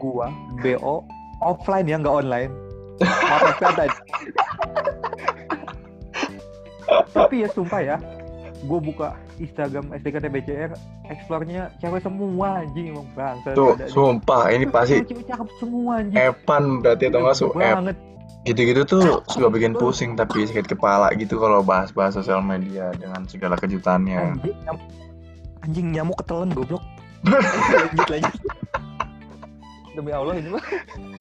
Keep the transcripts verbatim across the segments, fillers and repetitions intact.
gua B O offline ya, nggak online. Maaf kata. Tapi ya sumpah ya, gue buka Instagram S D K T B C R, explore-nya cewek semua anjing, emang bangsa. Tuh, sumpah ini pasti cewek cakep semua anjing. Epan berarti atau nggak su ep. Banget. Gitu-gitu tuh suka bikin pusing tapi sakit kepala gitu kalau bahas-bahas sosial media dengan segala kejutannya. Anjing, nyam- anjing nyamuk ketelan goblok. Lanjut lanjut. Demi Allah ini mah.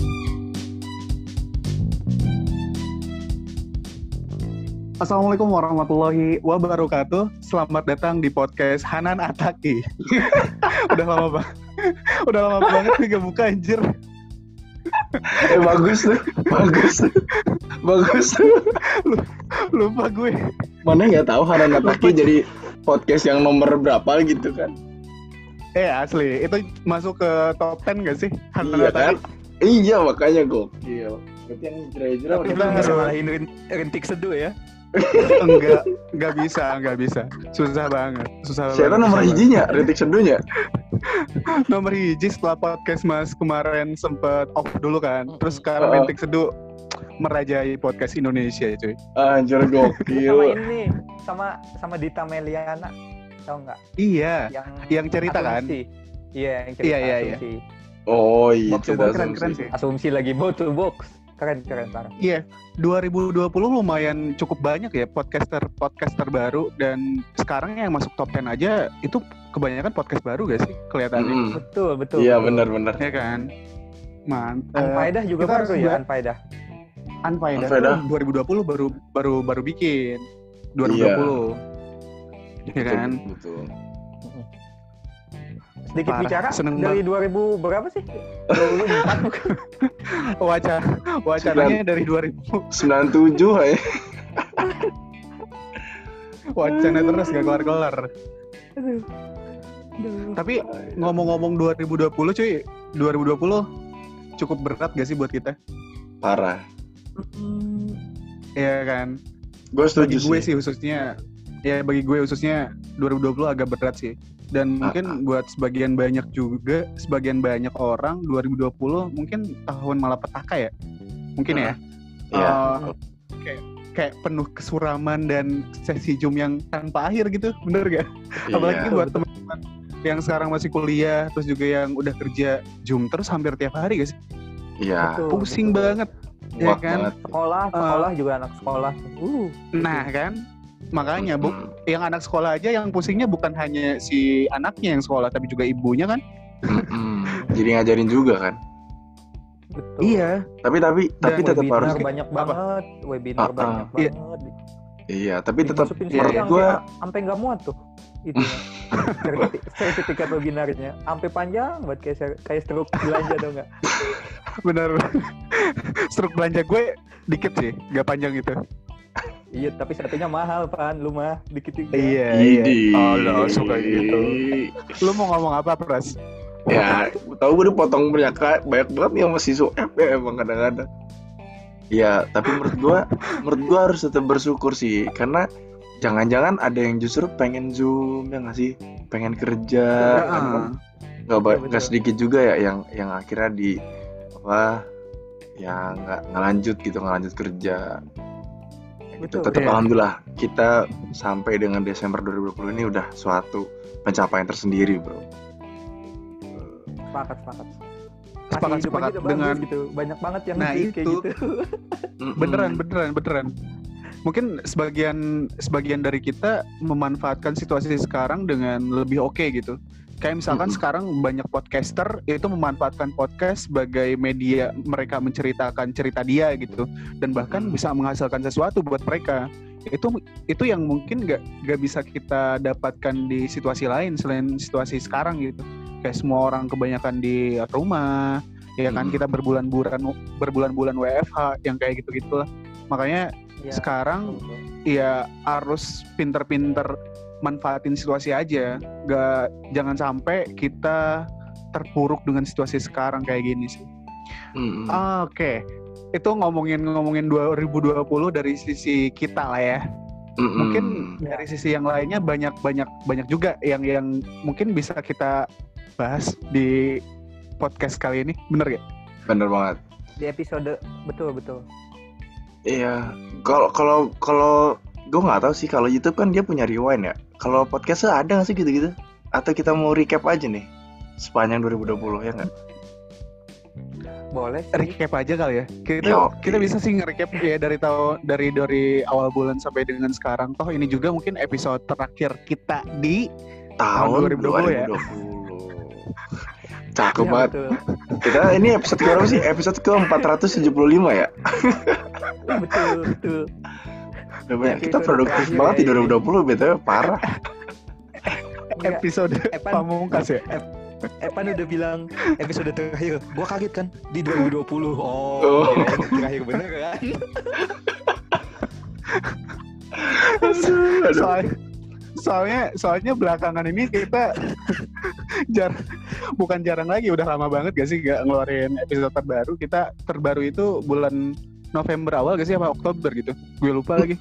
Assalamualaikum warahmatullahi wabarakatuh. Selamat datang di podcast Hanan Ataki. Udah lama banget. Udah lama banget nih gak buka anjir. Eh, bagus tuh, bagus tuh, bagus tuh. Lupa gue. Mana nggak tahu Hanan Ataki jadi podcast yang nomor berapa gitu kan? Eh asli, itu masuk ke top sepuluh gak sih? Hanan Iya Ataki. kan? Iya makanya gokil. Berarti yang jera-jera Tapi udah kita nggak bener. salahin rin- rintik seduh ya. Enggak, enggak bisa, enggak bisa. Susah banget, susah Siapa banget. nomor susah hijinya? Rintik seduhnya? banget. Nomor hiji setelah podcast Mas kemarin sempet off dulu kan. Terus sekarang Uh-uh. Rintik Seduh merajai podcast Indonesia ya cuy. Anjir Sama gokil. ini, sama sama Dita Meliana, tau nggak? Iya, Yang yang cerita kan? asumsi. Iya, yang cerita Iya, iya, iya. asumsi. Oh iya, Box to cerita box keren, keren asumsi. sih. Asumsi lagi box to box. Keren keren parah. Iya, dua ribu dua puluh lumayan cukup banyak ya podcaster-podcaster baru, dan sekarang yang masuk top sepuluh aja itu kebanyakan podcast baru gak sih kelihatannya? Mm-mm. Betul betul. Iya betul. benar-benar. Ya kan? Mantap. Anfaedah juga Kita baru harus ya, buat- Anfaedah. Anfaedah Anfaedah. tuh dua ribu dua puluh baru baru baru bikin. dua ribu dua puluh. Ya kan? Betul. Sedikit Parah, bicara seneng dari dua ribu berapa sih? dua ribu empat bukan? Wacana wacananya dari dua ribu. sembilan puluh tujuh ya. Wacana terus gak kelar-kelar. Aduh. Aduh. Tapi ngomong-ngomong dua ribu dua puluh cuy, dua ribu dua puluh cukup berat gak sih buat kita? Parah. Hmm, Iya kan? Gue setuju Bagi gue sih. sih khususnya, ya bagi gue khususnya dua ribu dua puluh agak berat sih. Dan mungkin Ah, ah. buat sebagian banyak juga, sebagian banyak orang dua ribu dua puluh mungkin tahun malapetaka ya. Mungkin ya. Iya. Uh, kayak kayak penuh kesuraman dan sesi Zoom yang tanpa akhir gitu, bener gak? Apalagi Iya. buat teman-teman yang sekarang masih kuliah, terus juga yang udah kerja Zoom terus hampir tiap hari guys. Iya. betul, Pusing betul. banget, ya Muak kan? banget. Sekolah, sekolah juga anak sekolah. Uh, Nah kan, makanya bu, Mm-mm. yang anak sekolah aja yang pusingnya bukan hanya si anaknya yang sekolah, tapi juga ibunya kan? Mm-mm. Jadi ngajarin juga kan. betul. Iya. Tapi tapi tapi Dan tetap Webinar harus banyak Apa? banget, webinar Ah, ah. banyak Iya. banget. iya, tapi tetap Dimasukin Iya, story menurut sampai gua sampai nggak muat tuh itu sertifikat, sertifikat webinarnya sampai panjang buat kayak ser- kayak stroke belanja dong nggak? Bener. Struk belanja gue dikit sih, gak panjang itu. Iya, tapi satunya mahal pan, lu mah dikit-dikit. Iya, Idi. Oh lo suka gitu. Lu mau ngomong apa, Pras? Ya, tahu gue dipotong banyak banyak banget nih sama si Soeb ya emang kadang-kadang. Ya, tapi menurut gua menurut gua harus tetap bersyukur sih, karena jangan-jangan ada yang justru pengen Zoom ya nggak sih, pengen kerja kan, kan nggak ba- Betul, nggak betul. sedikit juga ya yang yang akhirnya di apa ya nggak nggak lanjut gitu nggak lanjut kerja. Gitu. Betul, Tetap iya. alhamdulillah kita sampai dengan Desember dua ribu dua puluh ini udah suatu pencapaian tersendiri bro. Sepakat, sepakat. Sepakat, Masih hidup sepakat aja udah dengan- bagus gitu. Banyak banget yang Nah, kayak itu. gitu. Mm-mm. Beneran, beneran, beneran. Mungkin sebagian sebagian dari kita memanfaatkan situasi sekarang dengan lebih oke gitu. Kayak misalkan Mm-mm. sekarang banyak podcaster itu memanfaatkan podcast sebagai media mereka menceritakan cerita dia gitu, dan bahkan Mm-mm. bisa menghasilkan sesuatu buat mereka. Itu itu yang mungkin gak, gak bisa kita dapatkan di situasi lain selain situasi sekarang gitu. Kayak semua orang kebanyakan di rumah, ya kan, Mm-mm. kita berbulan-bulan berbulan-bulan W F H yang kayak gitu-gitulah. Makanya Ya, sekarang betul. ya harus pinter-pinter manfaatin situasi aja, gak jangan sampai kita terpuruk dengan situasi sekarang kayak gini sih. Mm-mm. Oke, itu ngomongin ngomongin dua ribu dua puluh dari sisi kita lah ya. Mm-mm. Mungkin dari sisi yang lainnya banyak banyak banyak juga yang yang mungkin bisa kita bahas di podcast kali ini, bener gak? Bener banget. Di episode betul betul. Iya, kalau kalau kalau gue nggak tahu sih, kalau YouTube kan dia punya rewind ya. Kalau podcast ada nggak sih gitu-gitu? Atau kita mau recap aja nih sepanjang dua ribu dua puluh ya nggak? Boleh sih. Recap aja kali ya. Kita Ya, oke. kita bisa sih nge-recap ya dari tahun dari dari awal bulan sampai dengan sekarang. Toh ini juga mungkin episode terakhir kita di Tahun dua ribu dua puluh ya? dua ribu dua puluh. Cakep Iya, banget. betul. Kita ini episode ke berapa sih? Episode ke empat ratus tujuh puluh lima ya? betul betul. Udah banyak. Kita Episode produktif terakhir banget di ya dua ribu ini. dua puluh, B T W parah. Enggak, episode Evan. pamungkas ya. Evan udah bilang episode terakhir. Gua kaget kan di dua ribu dua puluh. Oh, Oh. kirain terakhir bener kan? Aduh, aduh. Soalnya soalnya soalnya belakangan ini kita jar bukan jarang lagi, udah lama banget gak sih gak ngeluarin episode terbaru. Kita terbaru itu bulan November awal gak sih, apa Oktober gitu, gue lupa lagi.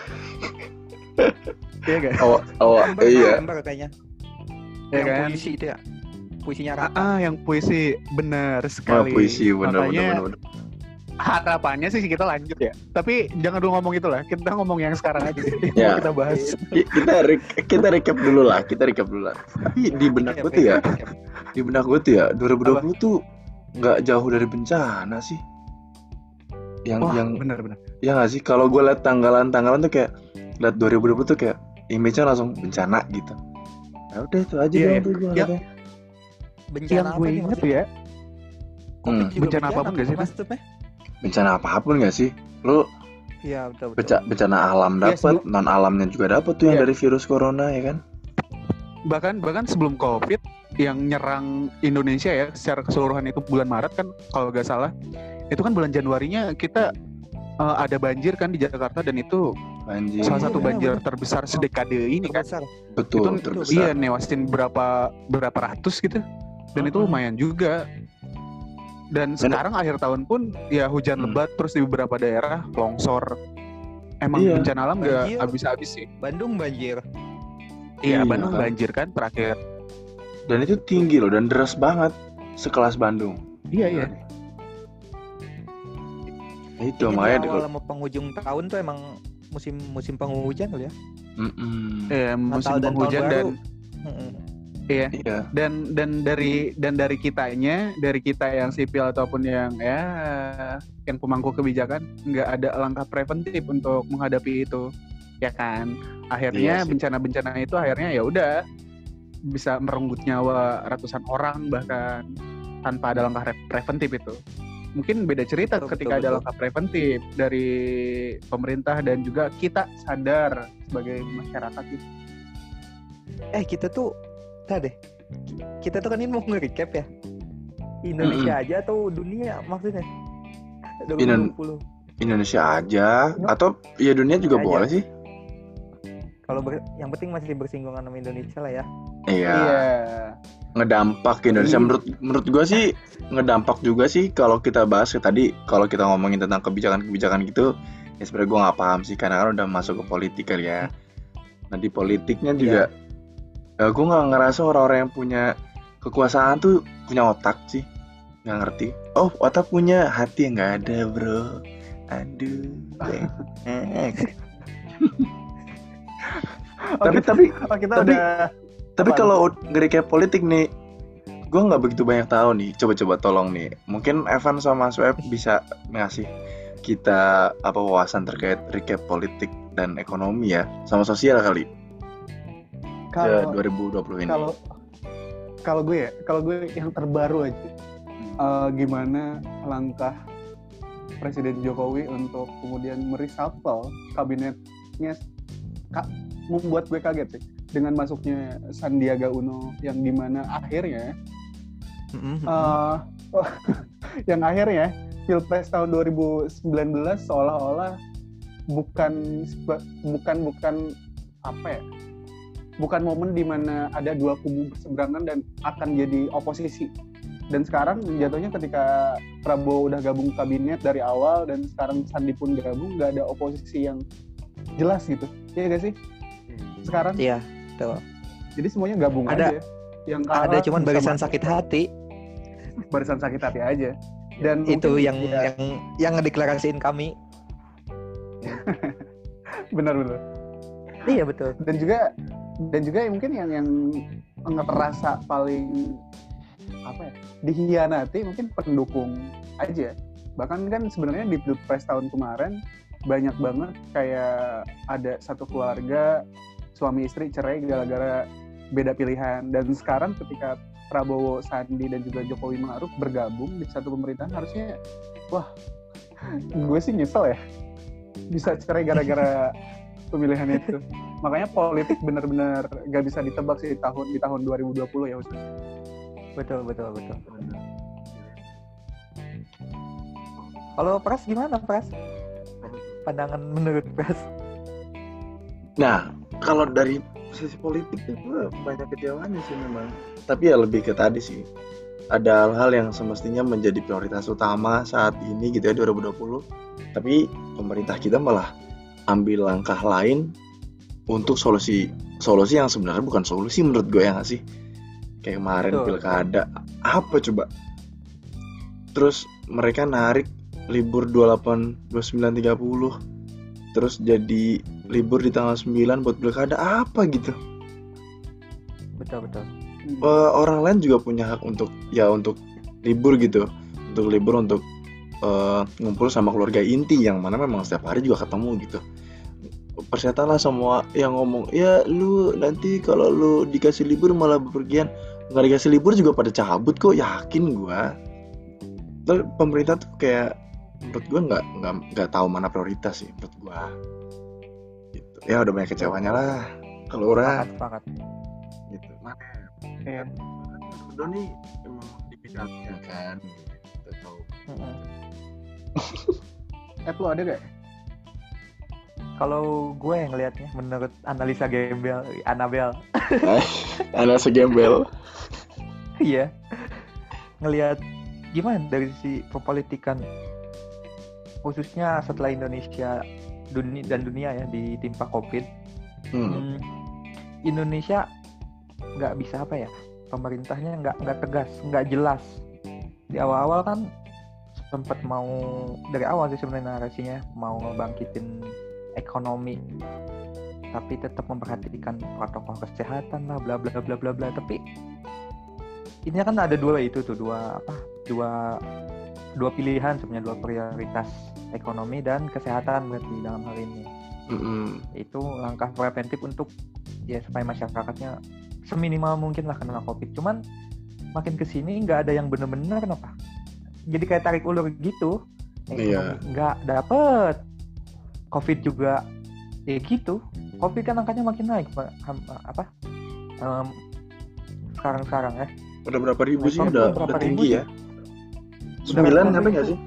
Iya gak? Awal, awal, November, iya. November kayaknya. Ya yang kan? puisi itu ya. Puisinya Ah, Rata. ah, yang puisi, benar Wah, sekali. puisi bener, Makanya bener, bener, bener. harapannya sih kita lanjut ya. Tapi jangan dulu ngomong itu lah, kita ngomong yang sekarang aja. Yang Ya. mau kita bahas. Ki- Kita re- kita recap dulu lah, kita recap dulu lah. Tapi di benak gue tuh ya, di benak gue tuh ya, dua ribu dua puluh tuh nggak jauh dari bencana sih. Yang Wah, yang benar-benar. ya nggak sih, kalau gue liat tanggalan-tanggalan tuh kayak liat dua ribu dua puluh tuh kayak image-nya langsung bencana gitu. Ya udah itu aja Iya, dong iya. tuh gue Ya. ngeliatnya. Bencana Yang apa gue nih inget maksudnya? ya, Hmm. Juga bencana apapun nggak sih, Mas? maksudnya? Bencana apapun nggak sih? Lu Iya betul betul. beca- bencana alam Iya, dapat, sebelum- non alamnya juga dapat tuh yang Iya. dari virus corona ya kan? bahkan bahkan sebelum COVID yang nyerang Indonesia ya secara keseluruhan itu bulan Maret kan kalau nggak salah. Itu kan bulan Januarinya kita uh, ada banjir kan di Jakarta, dan itu Banjir. salah satu benar, banjir benar. terbesar sedekade ini kan. Terbesar. Betul, Itu terbesar. iya newasin berapa berapa ratus gitu. Dan itu Mm-mm. lumayan juga. Dan sekarang akhir tahun pun ya hujan Hmm. lebat, terus di beberapa daerah longsor. Emang Iya. bencana alam nggak Banjir. habis-habis sih. Bandung banjir. Iya, Iya, Bandung kan. banjir kan terakhir. Dan itu tinggi loh dan deras banget, sekelas Bandung. Iya iya. Ya itu Ini makanya di di awal sama penghujung tahun tuh emang musim musim penghujan kali ya. Mm-mm. Iya, musim Natal dan penghujan tahun dan baru. Mm-mm. iya. Iya. dan dan dari dan dari kitanya dari kita yang sipil ataupun yang ya yang pemangku kebijakan nggak ada langkah preventif untuk menghadapi itu, ya kan. Akhirnya Iya sih. bencana-bencana itu akhirnya ya udah bisa merenggut nyawa ratusan orang bahkan tanpa ada langkah re- preventif itu. Mungkin beda cerita Betul, ketika betul, ada betul. langkah preventif dari pemerintah dan juga kita sadar sebagai masyarakat gitu. Eh kita tuh tadi kita tuh kan ini mau nge-recap ya. Indonesia aja atau dunia maksudnya? dua ribu dua puluh. Indonesia aja atau ya dunia juga Aja. boleh sih. Kalau ber- yang penting masih bersinggungan sama Indonesia lah ya. Iya. Ngedampak ke Indonesia Iya. menurut menurut gua sih ngedampak juga sih kalau kita bahas ya tadi, kalau kita ngomongin tentang kebijakan-kebijakan gitu ya sebenarnya gua nggak paham sih karena kan udah masuk ke politik kali ya. Nah di politiknya juga ya, gue nggak ngerasa orang-orang yang punya kekuasaan tuh punya otak sih, nggak ngerti. Oh otak punya, hati yang nggak ada bro. Aduh. Eh. tapi tapi Oh, kita Tapi- udah tapi Apa? kalau nge-recap politik nih, gue nggak begitu banyak tahu nih. Coba-coba tolong nih. Mungkin Evan sama Sweb bisa ngasih kita apa wawasan terkait recap politik dan ekonomi ya, sama sosial kali ke kalau dua ribu dua puluh ini. kalau kalau gue ya kalau gue yang terbaru aja eh, gimana langkah Presiden Jokowi untuk kemudian mereshuffle kabinetnya ka- membuat gue kaget sih dengan masuknya Sandiaga Uno yang dimana akhirnya Mm-mm. eh, yang akhirnya Pilpres tahun dua ribu sembilan belas seolah-olah bukan bukan bukan apa ya bukan momen di mana ada dua kubu berseberangan dan akan jadi oposisi. Dan sekarang jatuhnya ketika Prabowo udah gabung kabinet dari awal dan sekarang Sandi pun gabung, nggak ada oposisi yang jelas gitu. Iya gak sih? Sekarang Iya, betul. jadi semuanya gabung Ada- aja. Yang kalah Ada cuman bisa barisan masuk. sakit hati. barisan sakit hati aja. Dan itu mungkin, yang ya, yang yang ngedeklarasiin kami. benar-benar. Iya betul. Dan juga dan juga mungkin yang yang ngerasa paling apa ya, dikhianati mungkin pendukung aja. Bahkan kan sebenarnya di Pilpres tahun kemarin banyak banget kayak ada satu keluarga suami istri cerai gara-gara beda pilihan, dan sekarang ketika Prabowo Sandi dan juga Jokowi Ma'ruf bergabung di satu pemerintahan, harusnya wah gue sih nyesel ya bisa cerai gara-gara pemilihan itu. Makanya politik benar-benar gak bisa ditebak sih di tahun di tahun dua ribu dua puluh ya khususnya. Betul betul betul. Kalau Pras gimana Pras? Pandangan menurut Pras? Nah, kalau dari sisi politik tuh gue banyak kecewanya sih memang. Tapi ya lebih ke tadi sih. Ada hal-hal yang semestinya menjadi prioritas utama saat ini gitu ya dua ribu dua puluh. Tapi pemerintah kita malah ambil langkah lain untuk solusi solusi yang sebenarnya bukan solusi menurut gue ya nggak sih? Kayak kemarin Betul. pilkada apa coba? Terus mereka narik libur dua puluh delapan, dua puluh sembilan, tiga puluh. Terus jadi libur di tanggal sembilan buat pilkada apa gitu. Betul betul. Uh, orang lain juga punya hak untuk ya untuk libur gitu. Untuk libur untuk uh, ngumpul sama keluarga inti yang mana memang setiap hari juga ketemu gitu. Persetanlah semua yang ngomong, ya lu nanti kalau lu dikasih libur malah bepergian. Nggak dikasih libur juga pada cabut kok, yakin gua. Terus pemerintah tuh kayak menurut gue nggak nggak nggak tahu mana prioritas sih menurut gue gitu. Ya udah banyak kecewanya lah kalau orang Sepakat, sepakat. gitu. Mana Iya. udah nih emang dipikirnya kan kita tahu. Mm-mm. Eh lu ada gak? Kalau gue yang ngelihatnya menurut analisa gembel Anabel, Ada segembel. iya, ngelihat gimana dari sisi perpolitikan khususnya setelah Indonesia dunia dan dunia ya ditimpa COVID. Hmm. Hmm, Indonesia nggak bisa apa ya, pemerintahnya nggak nggak tegas, nggak jelas. Di awal-awal kan sempat mau dari awal sih sebenarnya narasinya mau ngebangkitin ekonomi, tapi tetap memperhatikan protokol kesehatan lah, bla bla bla bla bla. Tapi ini kan ada dua itu tuh dua apa dua dua pilihan sebenarnya, dua prioritas, ekonomi dan kesehatan berarti dalam hal ini. Mm-hmm. Itu langkah preventif untuk ya supaya masyarakatnya seminimal mungkin lah kena COVID. Cuman makin kesini nggak ada yang bener-bener kenapa? Jadi kayak tarik ulur gitu. Iya. Nggak dapet. COVID juga ya gitu. COVID kan angkanya makin naik apa? Um, sekarang-sekarang ya. Udah berapa ribu sih? Rekor Udah, berapa udah ribu tinggi sih? ya. Sembilan Udah apa nggak sih?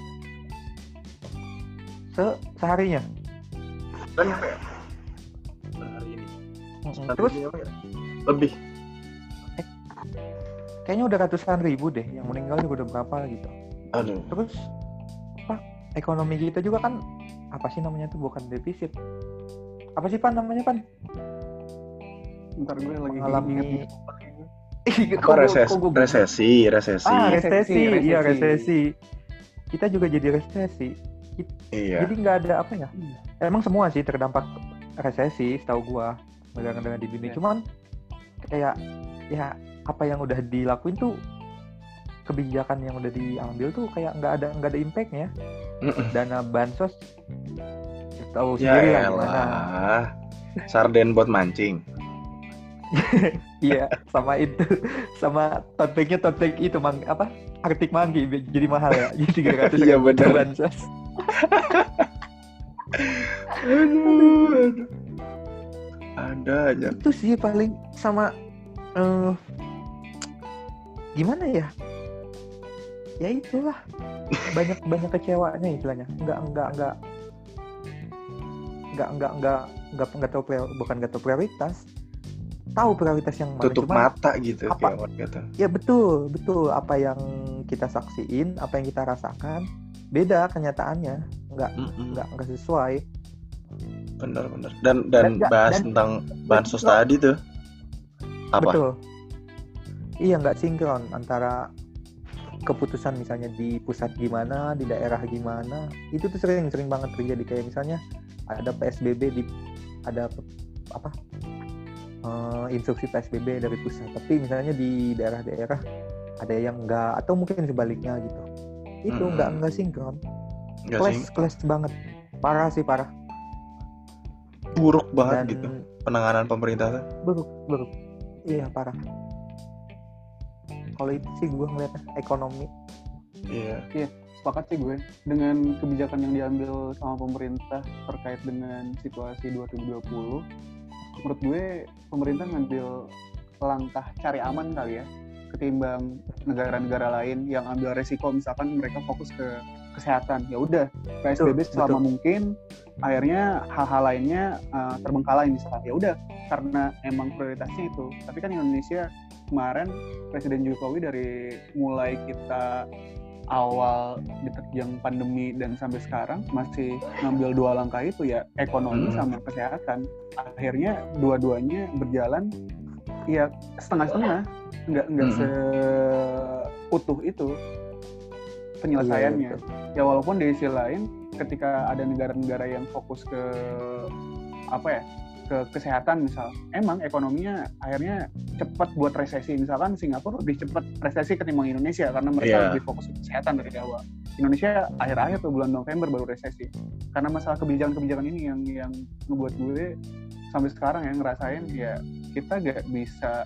Se seharinya. Kan nyampe ya? Hari ini. Mm-mm. Satu Terus nyampe ya? Lebih. kayaknya udah ratusan ribu deh yang meninggal juga udah berapa gitu. Aduh. Terus apa? Ekonomi kita juga kan apa sih namanya tuh bukan defisit. Apa sih Pan namanya Pan? Ntar gue lagi Mengalami inget. Apa resesi? Resesi, resesi. Ah, Resesi, resesi, resesi. iya resesi. Kita juga jadi resesi. Kita, Iya. Jadi nggak ada apa ya? Emang semua sih terdampak resesi, setahu gua negara-negara di dunia. Ya. Cuman kayak ya apa yang udah dilakuin tuh, kebijakan yang udah diambil tuh kayak nggak ada nggak ada impactnya. Mm-mm. Dana bansos tahu Ya sendiri lah gimana. elah. Sarden buat mancing. Iya, sama itu, sama tote bag-nya tote bag itu mang apa? Arctic Monkey jadi mahal ya. Jadi tiga ratus Iya, bener. bansos. Aduh, aduh. Ada aja. Itu sih paling sama eh, gimana ya? Ya itulah banyak banyak kecewanya istilahnya. Enggak enggak enggak enggak enggak enggak enggak enggak tahu prior- bukan enggak tahu prioritas. Tahu prioritas yang mana, Tutup cuman mata gitu apa? kayak orang kata. ya betul betul apa yang kita saksiin, apa yang kita rasakan beda kenyataannya, enggak Mm-mm. enggak enggak sesuai. Benar-benar. Dan Dan dan, nggak- bahas dan- tentang bansos Betul. tadi tuh. Apa? Betul. Iya nggak sinkron antara keputusan misalnya di pusat gimana, di daerah gimana, itu tuh sering sering banget terjadi. Kayak misalnya ada P S B B di ada apa uh, instruksi P S B B dari pusat, tapi misalnya di daerah-daerah ada yang enggak, atau mungkin sebaliknya gitu. Itu Hmm. enggak enggak sinkron. Nggak Kelas sih, kelas banget. Parah sih, parah. buruk banget Dan gitu penanganan pemerintah tuh. buruk, buruk. Iya, parah. Kalau itu sih gue ngeliatnya ekonomi. Iya. Sepakat sih gue dengan kebijakan yang diambil sama pemerintah terkait dengan situasi dua ribu dua puluh. Menurut gue pemerintah ngambil langkah cari aman kali ya, ketimbang negara-negara lain yang ambil resiko misalkan mereka fokus ke kesehatan. Ya udah P S B B Betul, selama betul. mungkin, akhirnya hal-hal lainnya uh, terbengkalai misalnya. Ya udah karena emang prioritasnya itu. Tapi kan Indonesia kemarin Presiden Jokowi dari mulai kita awal diterjang pandemi dan sampai sekarang masih ngambil dua langkah itu, ya ekonomi Hmm. sama kesehatan. Akhirnya dua-duanya berjalan ya setengah-setengah, nggak nggak Hmm. seutuh itu penyelesaiannya. Iya, betul. Ya walaupun di sisi lain ketika ada negara-negara yang fokus ke apa ya, ke kesehatan misal, emang ekonominya akhirnya cepat buat resesi. Misalkan Singapura lebih cepat resesi ketimbang Indonesia karena mereka Iya. lebih fokus ke kesehatan dari awal. Indonesia akhir-akhir tuh bulan November baru resesi karena masalah kebijakan-kebijakan ini yang yang ngebuat gue sampai sekarang ya ngerasain ya kita gak bisa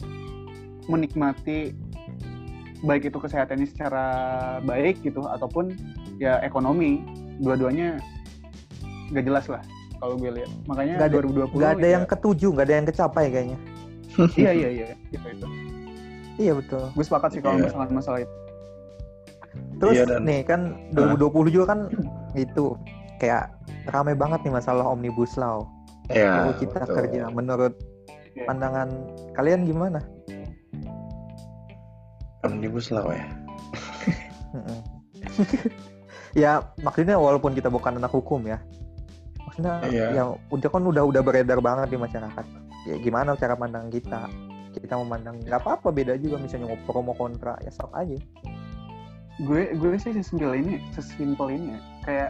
menikmati baik itu kesehatannya secara baik gitu ataupun ya ekonomi, dua-duanya gak jelas lah kalau gue lihat. Makanya Nggak ada- dua ribu dua puluh Nggak ada ya, yang ketujuh, nggak ada yang kecapai kayaknya. iya iya iya itu itu. Iya, betul. Gue sepakat sih kalau Iya. masalah-masalah itu. Terus Iya, dan- nih kan dua ribu dua puluh juga kan itu kayak rame banget nih masalah Omnibus Law, Iya. R U U Cipta betul. Kerja. Menurut Iya. pandangan kalian gimana? Omnibus Law ya. Mm-mm. Ya maksudnya walaupun kita bukan anak hukum ya, maksudnya Iya. ya udah kan udah udah beredar banget di masyarakat. Ya gimana cara pandang kita? Kita memandang nggak apa-apa, beda juga misalnya mau pro mau kontra ya sok aja. gue gue sih sesimpel ini sesimpel ini ya. Kayak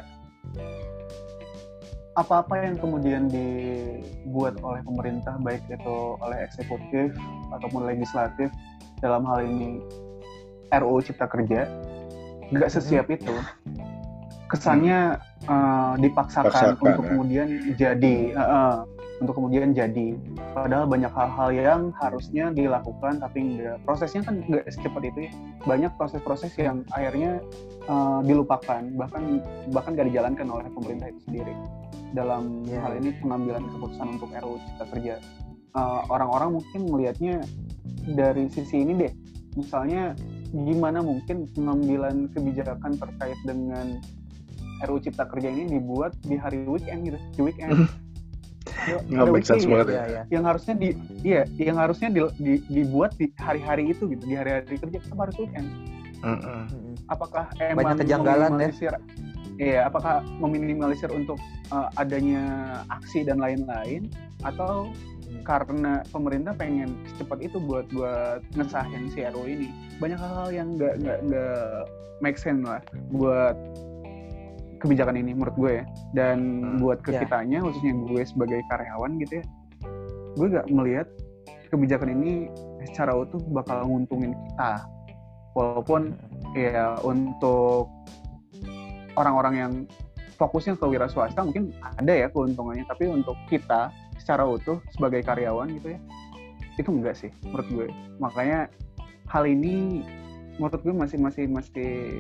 apa-apa yang kemudian dibuat oleh pemerintah baik itu oleh eksekutif ataupun legislatif, dalam hal ini R U U Cipta Kerja, nggak sesiap itu. Kesannya uh, dipaksakan Paksakan, untuk ya. kemudian jadi uh, uh, untuk kemudian jadi, padahal banyak hal-hal yang harusnya dilakukan tapi enggak. Prosesnya kan enggak secepat itu ya. Banyak proses-proses yang akhirnya uh, dilupakan, bahkan bahkan nggak dijalankan oleh pemerintah itu sendiri dalam Yeah. hal ini pengambilan keputusan untuk R U U Cipta Kerja. Uh, orang-orang mungkin melihatnya dari sisi ini deh, misalnya gimana mungkin pengambilan kebijakan terkait dengan R U U Cipta Kerja ini dibuat di hari weekend gitu, di weekend. Ya, Nggak ada make sense weekend, banget Iya, iya. yang harusnya di iya yang harusnya di, di, dibuat di hari-hari itu gitu, di hari-hari kerja kita harus weekend. Mm-mm. Mm-mm. Apakah emang Banyak kejanggalan ya. meminimalisir iya apakah meminimalisir untuk uh, adanya aksi dan lain-lain, atau karena pemerintah pengen secepat itu buat buat ngesahin si R U U ini? Banyak hal-hal yang nggak nggak nggak make sense lah buat kebijakan ini menurut gue ya. Dan Hmm, buat ke ya. kitanya, khususnya gue sebagai karyawan gitu ya, gue nggak melihat kebijakan ini secara utuh bakal nguntungin kita. Walaupun ya untuk orang-orang yang fokusnya ke wira swasta mungkin ada ya keuntungannya, tapi untuk kita secara utuh sebagai karyawan gitu ya, itu enggak sih menurut gue. Makanya hal ini menurut gue masih masih masih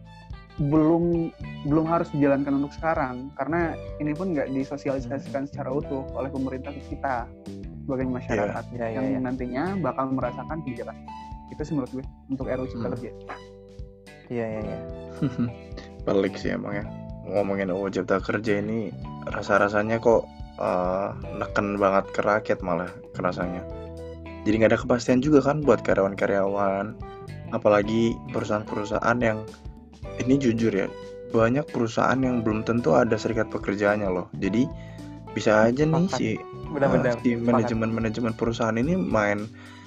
belum belum harus dijalankan untuk sekarang, karena ini pun nggak disosialisasikan secara utuh oleh pemerintah ke kita sebagai masyarakat Iya, iya, yang iya. nantinya bakal merasakan kebijakan itu sih menurut gue untuk R U U Cipta Hmm. Kerja. Iya, iya, iya. Pelik sih emang ya. Ngomongin U U Cipta Kerja ini rasa-rasanya kok eh, neken banget ke rakyat malah kerasanya. Jadi nggak ada kepastian juga kan buat karyawan-karyawan, apalagi perusahaan-perusahaan yang ini jujur ya, banyak perusahaan yang belum tentu ada serikat pekerjaannya loh. Jadi bisa aja nih Sepakat. si Benar-benar. eh, si sepakat. manajemen-manajemen perusahaan ini main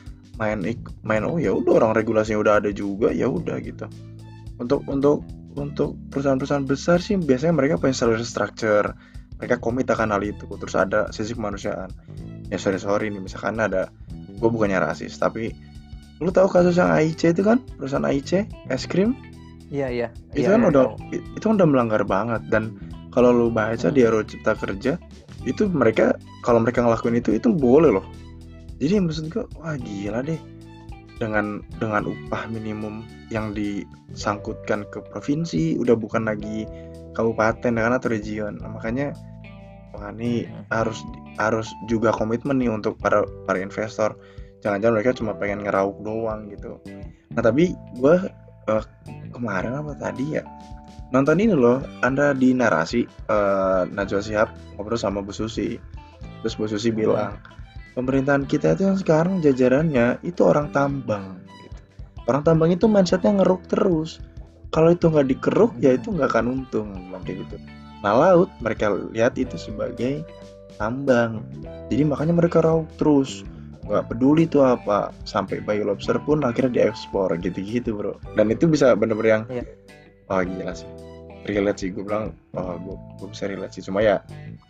main ik- main oh ya udah, orang regulasinya udah ada juga, ya udah gitu. Untuk untuk untuk perusahaan-perusahaan besar sih biasanya mereka punya salary structure, mereka komit akan hal itu, terus ada sisi kemanusiaan. Ya sorry sorry nih, misalkan ada, gue bukannya rasis, tapi lu tahu kasus yang A I C itu kan, perusahaan A I C es krim Iya iya. itu Iya, kan iya, udah tahu. itu kan udah melanggar banget. Dan kalau lu baca Hmm. di R U U Cipta Kerja itu, mereka kalau mereka ngelakuin itu itu boleh loh. Jadi maksud gue, wah gila deh, dengan dengan upah minimum yang disangkutkan ke provinsi, udah bukan lagi kabupaten kan atau region. Nah, makanya wah ini Hmm. harus harus juga komitmen nih untuk para para investor. Jangan-jangan mereka cuma pengen ngeraup doang gitu. Nah tapi gue eh, kemarin apa tadi ya nonton ini loh, Anda di narasi eh, Najwa Shihab ngobrol sama Bu Susi. Terus Bu Susi Hmm. bilang, pemerintahan kita itu yang sekarang jajarannya itu orang tambang gitu. Orang tambang itu mindsetnya ngeruk terus. Kalau itu nggak dikeruk ya itu nggak akan untung, bilang kayak gitu. Nah laut mereka lihat itu sebagai tambang, jadi makanya mereka raup terus, nggak peduli tuh apa, sampai bayi lobster pun akhirnya diekspor gitu-gitu bro. Dan itu bisa bener-bener yang Iya. oh gila sih, relate sih, gue bilang oh gue, gue bisa relate sih, cuma ya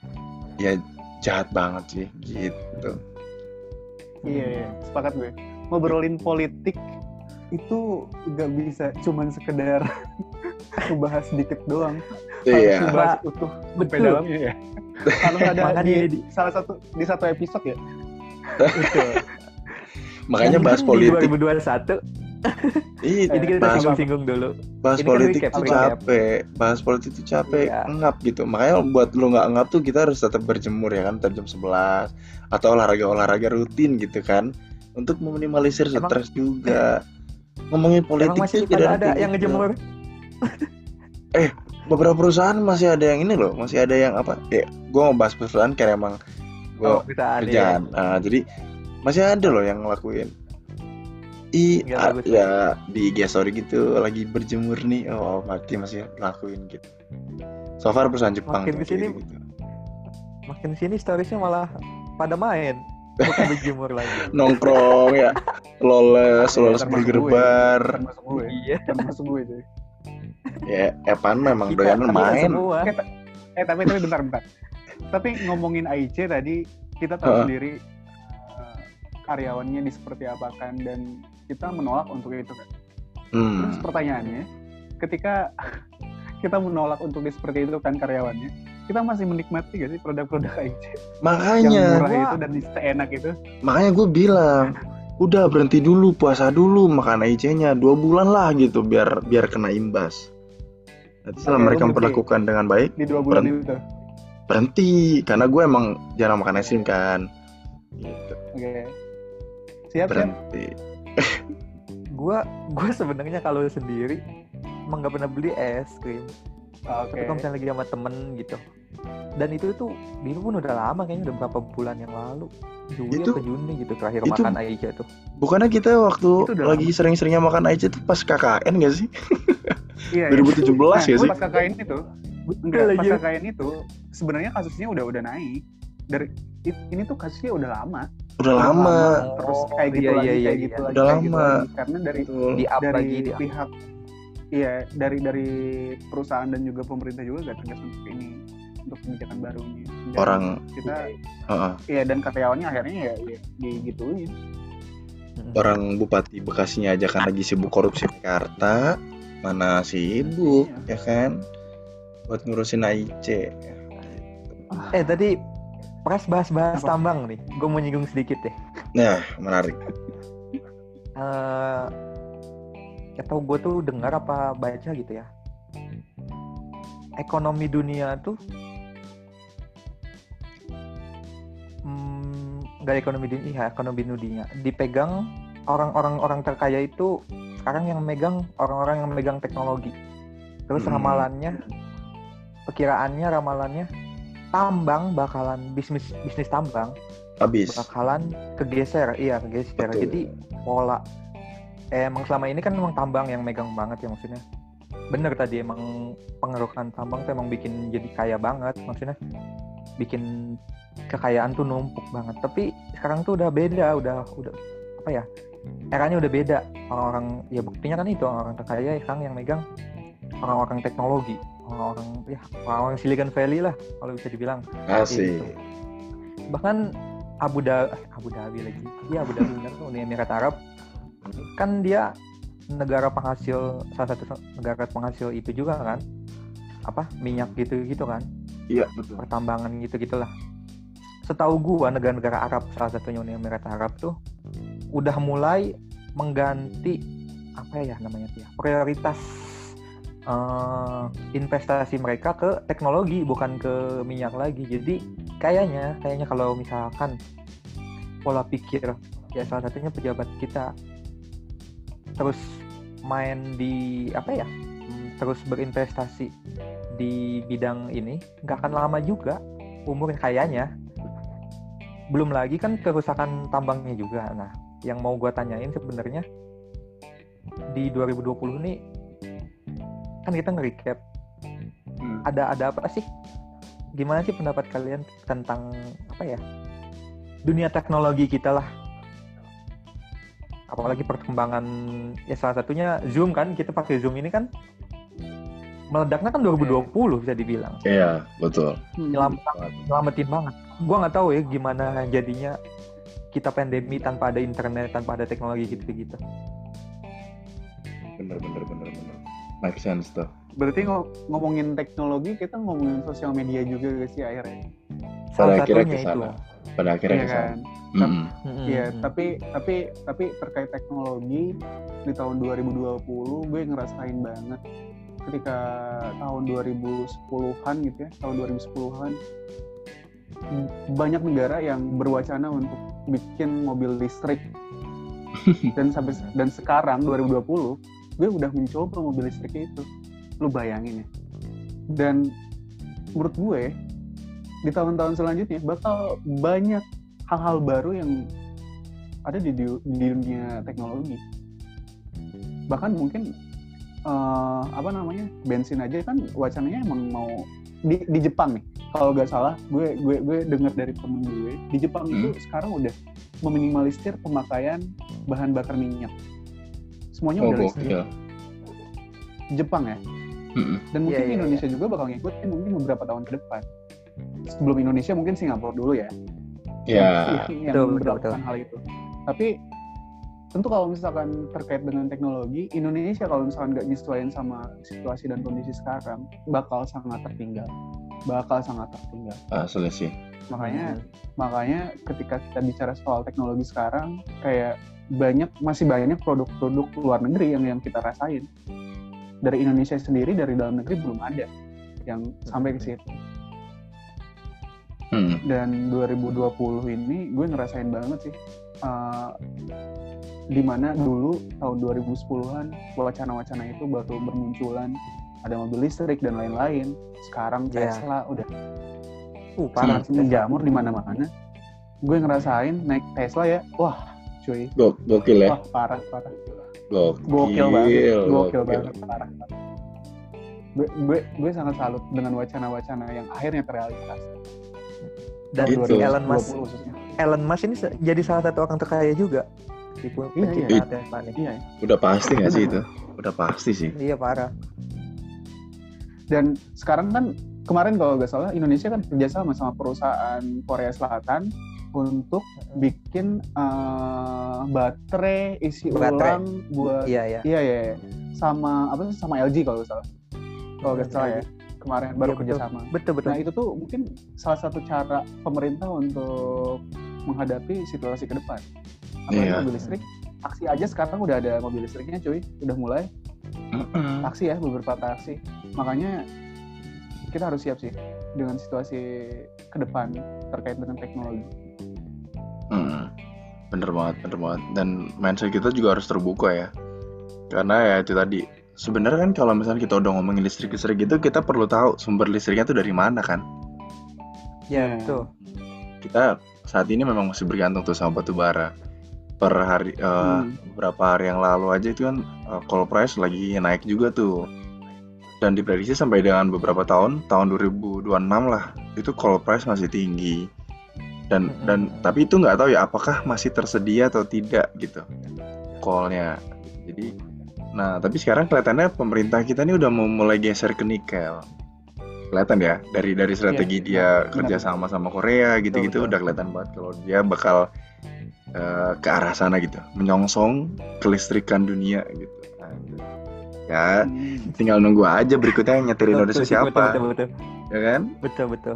ya jahat banget sih gitu. Iya, iya, sepakat gue. Ngobrolin politik itu nggak bisa cuman sekedar ngebahas sedikit doang. Harus Iya, dibahas Pak. utuh sampai Betul. dalamnya ya. Harus ada Makanya di, ini di- salah satu di satu episode ya. Betul. makanya Dan bahas kan di politik. dua ribu dua puluh satu Ih, ini kita bahas singgung-singgung dulu. bahas Ini kan politik recap, tuh recap. capek, bahas politik tuh capek, Iya. ngap gitu. Makanya buat lu nggak ngap tuh kita harus tetap berjemur ya kan, jam sebelas atau olahraga-olahraga rutin gitu kan, untuk meminimalisir Emang- stres juga. Ngomongin Emang politik masih tuh pada jadi ada yang ngejemur? Beberapa perusahaan masih ada yang ini loh, masih ada yang apa? Ya, gue mau bahas perusahaan karena emang gue Oh, bisa ada ya. kerjaan. Nah, jadi masih ada loh yang ngelakuin. I Nggak a- bagus. ya di I G story gitu lagi berjemur nih, oh mati masih ngelakuin gitu. So far perusahaan Jepang Makin tuh kesini kayak gitu. makin sini storiesnya malah pada main, bukan berjemur lagi. Nongkrong ya, loles, loles Termasuk burger gue. bar. Termasuk gue. Iya. Termasuk gue cuy. Ya, Evan memang Kita, doyan kita main. semua. Eh tapi tapi bentar bentar. Tapi ngomongin A I C tadi kita tahu Heeh. sendiri eh, karyawannya di seperti apa kan, dan kita menolak untuk itu kan. Terus Hmm. pertanyaannya, ketika kita menolak untuk di seperti itu kan karyawannya, kita masih menikmati gak sih produk-produk A I C yang Makanya, murah Wah. itu dan seenak itu? makanya gue bilang, udah berhenti dulu, puasa dulu, makan I C-nya dua bulan lah gitu, biar biar kena imbas. Nanti setelah Oke, mereka lu berhenti. memperlakukan dengan baik, Di dua bulan Berhenti. itu. berhenti. Karena gue emang jarang makan es krim kan. Gitu. Oke. Siap siap. Berhenti. Gua gua sebenarnya kalau sendiri emang nggak pernah beli es krim. Oke. Tapi kalau misalnya lagi sama temen gitu. Dan itu tuh dulu pun udah lama, kayaknya udah berapa bulan yang lalu. Juli Itu- atau Juni gitu terakhir itu- makan Aicha tuh. Bukannya kita waktu Itu udah lagi sering-seringnya makan I C tuh pas K K N gak sih? Iya. dua ribu tujuh belas Nah, gak sih? pas K K N itu, enggak, Betul pas aja. K K N itu sebenarnya kasusnya udah udah naik. Dari it- ini tuh kasusnya udah lama. Udah lama. Terus Oh, kayak gitu iya, lagi, iya, kayak iya, gitu iya. lagi, Udah kayak gitu lama. lagi. Karena dari Betul. Di up dari lagi di up. pihak iya dari dari perusahaan dan juga pemerintah juga gak tegas untuk ini, untuk kebijakan barunya. Dan Orang kita Heeh. iya, dan karyawannya akhirnya ya, ya digituin. orang Bupati Bekasinya aja kan lagi sibuk korupsi Jakarta, mana sibuk Iya. ya kan buat ngurusin I C. Eh tadi pas bahas-bahas Apa? tambang nih, gue mau nyinggung sedikit deh. Nah, menarik. Eh, atau gue tuh dengar apa baca gitu ya. Ekonomi dunia tuh, hmm, nggak ekonomi dunia, ya, ekonomi dunia dipegang orang-orang orang terkaya itu sekarang yang megang orang-orang yang megang teknologi. Terus Hmm. ramalannya, perkiraannya ramalannya tambang bakalan bisnis bisnis tambang Habis. bakalan kegeser, iya kegeser. Betul. Jadi pola eh, emang selama ini kan emang tambang yang megang banget ya, maksudnya. Bener tadi emang pengerukan tambang tuh emang bikin jadi kaya banget, maksudnya bikin kekayaan tuh numpuk banget. Tapi sekarang tuh udah beda, udah udah apa ya? eranya udah beda. Orang-orang ya buktinya kan itu orang-orang terkaya sekarang yang megang orang-orang teknologi, orang-orang ya orang-orang Silicon Valley lah kalau bisa dibilang. Asik. Gitu. Bahkan Abu Dhabi, Abu Dhabi lagi, dia Abu Dhabi benar tuh Uni Emirat Arab, kan dia negara penghasil salah satu negara penghasil itu juga kan, apa minyak gitu-gitu kan, Iya betul. pertambangan gitu-gitulah. Setahu gua negara-negara Arab salah satunya Uni Emirat Arab tuh udah mulai mengganti apa ya namanya tuh ya prioritas uh, investasi mereka ke teknologi bukan ke minyak lagi. Jadi kayaknya kayaknya kalau misalkan pola pikir ya salah satunya pejabat kita terus main di apa ya hmm, terus berinvestasi di bidang ini nggak akan lama juga umurnya kayaknya. Belum lagi kan kerusakan tambangnya juga. Nah yang mau gue tanyain sebenarnya di dua ribu dua puluh nih kan kita nge-recap Hmm. ada ada apa sih, gimana sih pendapat kalian tentang apa ya dunia teknologi kita lah, apalagi perkembangan ya salah satunya Zoom kan, kita pakai Zoom ini kan meledaknya kan dua ribu dua puluh bisa dibilang. Iya betul. Nyelam, nyelamatin banget. Gua nggak tahu ya gimana jadinya kita pandemi tanpa ada internet, tanpa ada teknologi gitu-gitu. Bener bener bener bener. Make sense tuh. Berarti ng- ngomongin teknologi, kita ngomongin sosial media juga gak sih akhirnya? Salah Pada akhirnya satunya ke itu. sana. Pada akhirnya Iya ke sana. kan? Mm-mm. Iya, Mm-mm. tapi tapi tapi terkait teknologi di tahun dua ribu dua puluh gue ngerasain banget ketika tahun dua ribu sepuluhan gitu ya, tahun dua ribu sepuluhan banyak negara yang berwacana untuk bikin mobil listrik. Dan sampai dan sekarang dua ribu dua puluh gue udah mencoba mobil listrik itu. Lu bayangin ya. Dan menurut gue di tahun-tahun selanjutnya bakal banyak hal-hal baru yang ada di, di, di dunia teknologi. Bahkan mungkin uh, apa namanya bensin aja kan wacananya emang mau di, di Jepang nih. Kalau nggak salah, gue gue gue dengar dari temen gue di Jepang Hmm. itu sekarang udah meminimalisir pemakaian bahan bakar minyak. Semuanya Oh udah listrik. gokil. Jepang ya. Mm-mm. Dan mungkin Iya, iya, Indonesia juga bakal ngikutin mungkin beberapa tahun ke depan. Sebelum Indonesia mungkin Singapura dulu ya. Ya. yang Betul, betul, melakukan hal itu. Tapi tentu kalau misalkan terkait dengan teknologi, Indonesia kalau misalkan nggak nyesuaiin sama situasi dan kondisi sekarang, bakal sangat tertinggal. Bakal sangat tertinggal. Asli sih. Makanya Hmm. makanya ketika kita bicara soal teknologi sekarang, kayak banyak masih banyak produk-produk luar negeri yang yang kita rasain. Dari Indonesia sendiri, dari dalam negeri belum ada yang sampai ke situ. Hmm. Dan dua ribu dua puluh ini gue ngerasain banget sih uh, dimana dulu tahun dua ribu sepuluhan wacana-wacana itu baru bermunculan, ada mobil listrik dan lain-lain. Sekarang Yeah. Tesla udah Uh, parah sangat menjamur di mana-mana. Gue ngerasain naik Tesla ya, wah cuy, Gok gokil ya. wah parah parah, Gokil. gokil banget, gokil gokil. banget, parah. parah. Gue gue gue sangat salut dengan wacana-wacana yang akhirnya terrealisasi. Dan Gitu. si Elon Musk, dua ribu dua puluh khususnya. Elon Musk ini se- jadi salah satu orang terkaya juga di pu- Iya, pencipta iya. Tesla nih. Iya. Udah pasti nggak sih itu? Udah pasti sih. Iya parah. Dan sekarang kan kemarin kalau nggak salah Indonesia kan kerjasama sama perusahaan Korea Selatan untuk bikin uh, baterai isi Baterai. ulang buat Iya iya. iya iya iya. sama apa sih sama L G kalau nggak salah kalau nggak Hmm, salah L G. ya kemarin baru Iya, betul. kerjasama. Betul betul. Nah itu tuh mungkin salah satu cara pemerintah untuk menghadapi situasi ke depan. Apalagi Iya. mobil listrik, taksi aja sekarang udah ada mobil listriknya cuy, udah mulai Mm-mm. taksi ya beberapa taksi. Makanya kita harus siap sih dengan situasi ke depan terkait dengan teknologi. Mm. Bener banget, bener banget. Dan mindset kita juga harus terbuka ya. Karena ya itu tadi. Sebenarnya kan kalau misalnya kita udah ngomongin listrik-listrik gitu, kita perlu tahu sumber listriknya tuh dari mana kan. Iya Iya. betul. Kita saat ini memang masih bergantung tuh sama batu bara. Per hari, eh, Hmm. beberapa hari yang lalu aja itu kan eh, coal price lagi naik juga tuh. Dan diprediksi sampai dengan beberapa tahun, tahun dua ribu dua puluh enam lah, itu coal price masih tinggi. Dan Mm-mm. dan tapi itu nggak tahu ya apakah masih tersedia atau tidak gitu. call-nya. Jadi, nah tapi sekarang kelihatannya pemerintah kita ini udah mau mulai geser ke nikel. Kelihatan ya dari dari strategi Iya, dia benar, kerja benar. sama sama Korea gitu-gitu betul. udah kelihatan banget kalau dia bakal eh, ke arah sana gitu, menyongsong kelistrikan dunia gitu. Anjir. Ya, Hmm. tinggal nunggu aja berikutnya yang nyetir Betul, Indonesia betul, betul, siapa, betul, betul, ya kan? betul, betul.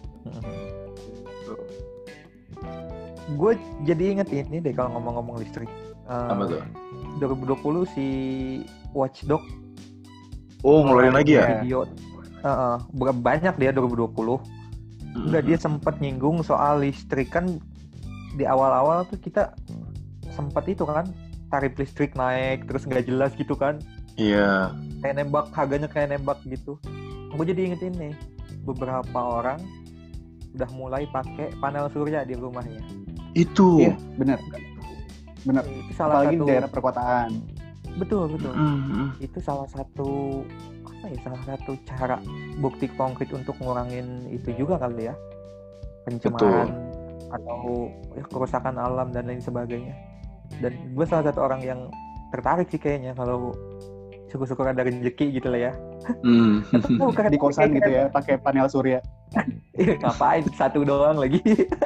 Gue jadi inget ini deh kalau ngomong-ngomong listrik. Eh, Apa tuh? dua ribu dua puluh si Watchdog Oh, ngeluarin lagi ya? video. Uh, uh, banyak dia dua ribu dua puluh. Enggak, dia sempat nyinggung soal listrik kan di awal-awal tuh kita sempat itu kan tarif listrik naik terus nggak jelas gitu kan. Iya. Kayak nembak, harganya kayak nembak gitu. Gue jadi inget ini, beberapa orang udah mulai pakai panel surya di rumahnya. Itu. Iya, benar. Benar. Itu salah Apalagi satu. di daerah perkotaan. Betul, betul. Mm-mm. Itu salah satu apa ya? Salah satu cara bukti konkret untuk ngurangin itu juga kali ya. Pencemaran atau ya, kerusakan alam dan lain sebagainya. Dan gue salah satu orang yang tertarik sih kayaknya kalau syukur-syukur ada rezeki gitu lah ya. Hmm. Oh, keren, Di kosan keren. gitu ya, pakai panel surya. Ih, ngapain satu doang lagi.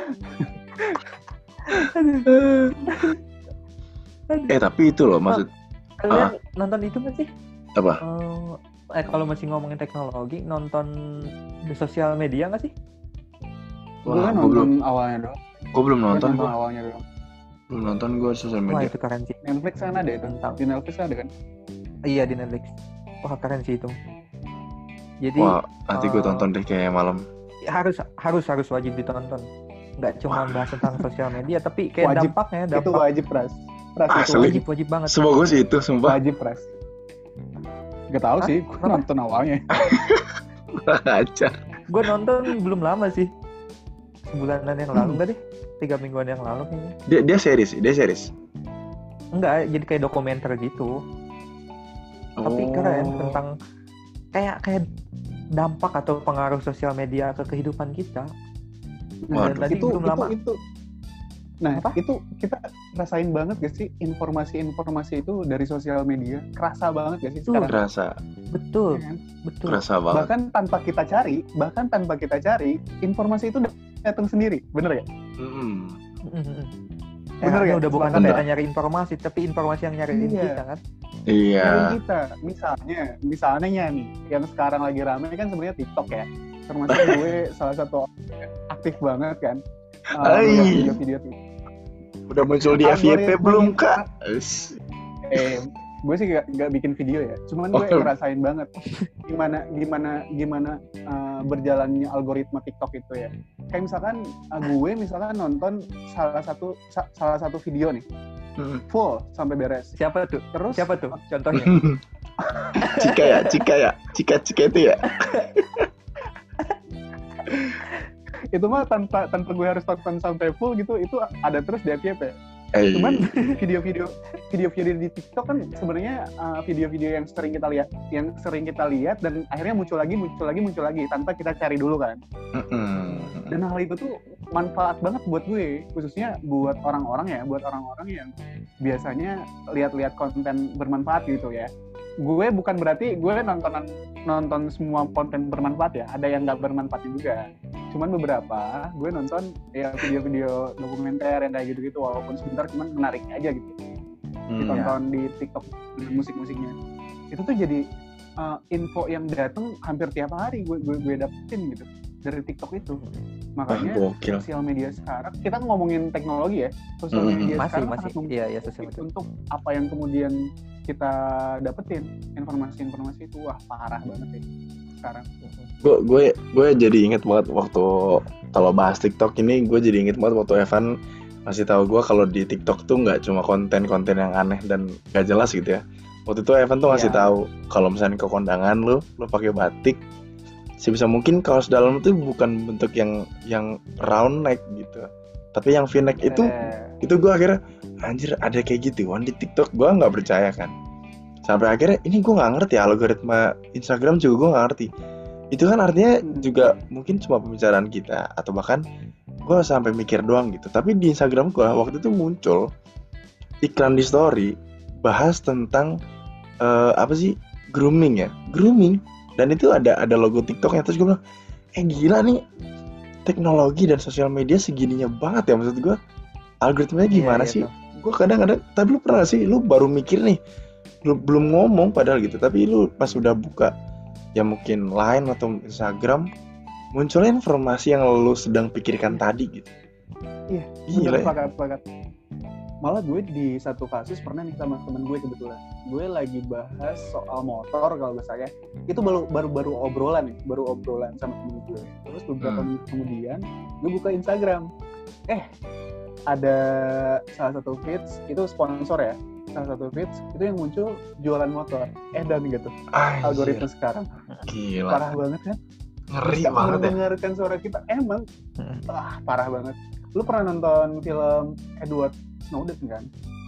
Eh tapi itu loh maksud Kalian nonton itu nggak sih? apa? Eh, eh kalau masih ngomongin teknologi, nonton di sosial media nggak sih? Gue Wah, kan gua belum, nonton awalnya doang. gua belum Gue nonton nonton gua. awalnya doang. Belum nonton gua sosial Wah media. itu keren sih. Netflix kan ada itu. Tentang Di Netflix ada kan? iya di Netflix. Wah keren sih itu. Jadi Wah, nanti gua eh, tonton deh kayak malam. harus harus harus wajib ditonton. Nggak cuma bahas tentang sosial media, tapi kayak Wajib. dampaknya, Itu dampak wajib, Pras. Pras itu Asli. wajib wajib banget. Sebagus itu sumpah. wajib, Pras. Gak tau Hah? sih, gue Kenapa? nonton awalnya. Aja. Gue nonton belum lama sih, sebulanan yang lalu, enggak deh, tiga mingguan yang lalu kayaknya. Dia dia series, dia series. Enggak, jadi kayak dokumenter gitu. Tapi Oh. keren tentang kayak kayak dampak atau pengaruh sosial media ke kehidupan kita. Waduh. Dan tadi itu, belum itu, lama. itu. Nah, Apa? itu kita rasain banget gak sih informasi-informasi itu dari sosial media? Kerasa banget gak sih Tuh. sekarang? Kerasa, Betul, Ya kan? betul. kerasa banget. Bahkan tanpa kita cari, bahkan tanpa kita cari, informasi itu datang sendiri, bener ya? Mm-mm. Mm-mm. Bener Eranya ya? udah bukan Bener. kita nyari informasi, tapi informasi yang nyariin Iya. kita kan. Iya. Dari kita, misalnya, misalnya nih, yang sekarang lagi rame kan sebenarnya TikTok ya. Termasuk gue salah satu orang yang aktif banget kan. Uh, Ai. melihat video-video TikTok. Udah muncul di F Y P Algoritma belum, kita- Kak? Is. Eh, gue sih gak, gak bikin video ya. Cuman gue Oh. ngerasain banget gimana gimana gimana uh, berjalannya algoritma TikTok itu ya. Kayak misalkan uh, gue misalkan nonton salah satu sa- salah satu video nih Mm. full sampai beres. Siapa tuh? Terus Siapa tuh? Contohnya. Cika ya, Cika ya, Cika Cika itu ya. itu mah tanpa tanpa gue harus tonton sampai full gitu, itu ada terus di F Y P. Eh, Cuman video-video video-video di TikTok kan sebenarnya uh, video-video yang sering kita lihat, yang sering kita lihat dan akhirnya muncul lagi, muncul lagi, muncul lagi tanpa kita cari dulu kan. mm-mm. Dan hal itu tuh manfaat banget buat gue, khususnya buat orang-orang ya, buat orang-orang yang biasanya lihat-lihat konten bermanfaat gitu ya. Gue bukan berarti gue nonton nonton semua konten bermanfaat ya, ada yang nggak bermanfaat juga. Cuman beberapa gue nonton ya video-video dokumenter yang kayak gitu-gitu, walaupun sebentar cuman menarik aja gitu. Hmm, Ditonton di TikTok dengan musik-musiknya. Itu tuh jadi uh, info yang datang hampir tiap hari gue gue, gue dapetin gitu dari TikTok itu. Makanya Wah, gokil. sosial media sekarang, kita ngomongin teknologi ya, sosial Mm-mm. media Masih, sekarang masih. sangat membantu Iya, iya, sosial media. untuk apa yang kemudian kita dapetin, informasi-informasi itu wah parah banget ya sekarang. Gue gue gue jadi inget banget waktu kalau bahas TikTok ini, gue jadi inget banget waktu Evan masih tahu gue kalau di TikTok tuh nggak cuma konten-konten yang aneh dan gak jelas gitu ya. Waktu itu Evan tuh ngasih Iya. tahu kalau misalnya ke kondangan lu, lu pakai batik, sebisa mungkin kaos dalam tuh bukan bentuk yang yang round neck gitu, tapi yang V-neck itu Eh, itu gue akhirnya anjir ada kayak gitu di TikTok. Gue nggak percaya kan, sampai akhirnya ini gue nggak ngerti algoritma Instagram juga gue nggak ngerti. Itu kan artinya Hmm. juga mungkin cuma pembicaraan kita atau bahkan gue sampai mikir doang gitu. Tapi di Instagram gue waktu itu muncul iklan di story bahas tentang eh, apa sih grooming ya, grooming. Dan itu ada ada logo TikToknya, terus gue bilang, eh gila nih teknologi dan sosial media segininya banget ya, maksud gue algoritmanya gimana Iya, iya sih? tuh. Gue kadang-kadang, tapi lu pernah gak sih, lu baru mikir nih, lu belum ngomong padahal gitu, tapi lu pas udah buka ya mungkin Line atau Instagram, munculnya informasi yang lu sedang pikirkan tadi gitu. Iya, Gila bener, ya. sepakat, sepakat. Malah gue di satu kasus pernah nih sama temen gue kebetulan. Gue lagi bahas soal motor kalau nggak salah ya. Itu baru baru baru obrolan nih, baru obrolan sama temen gue. Terus beberapa Hmm. minggu kemudian gue buka Instagram. Eh, ada salah satu feeds itu sponsor ya. Salah satu feeds itu yang muncul jualan motor. Edan gitu. Anjir, Algoritma sekarang gila. parah banget kan. Ngeri Bisa banget ya. mendengarkan suara kita emang Mm-mm. ah parah banget. Lu pernah nonton film Edward Snowden kan?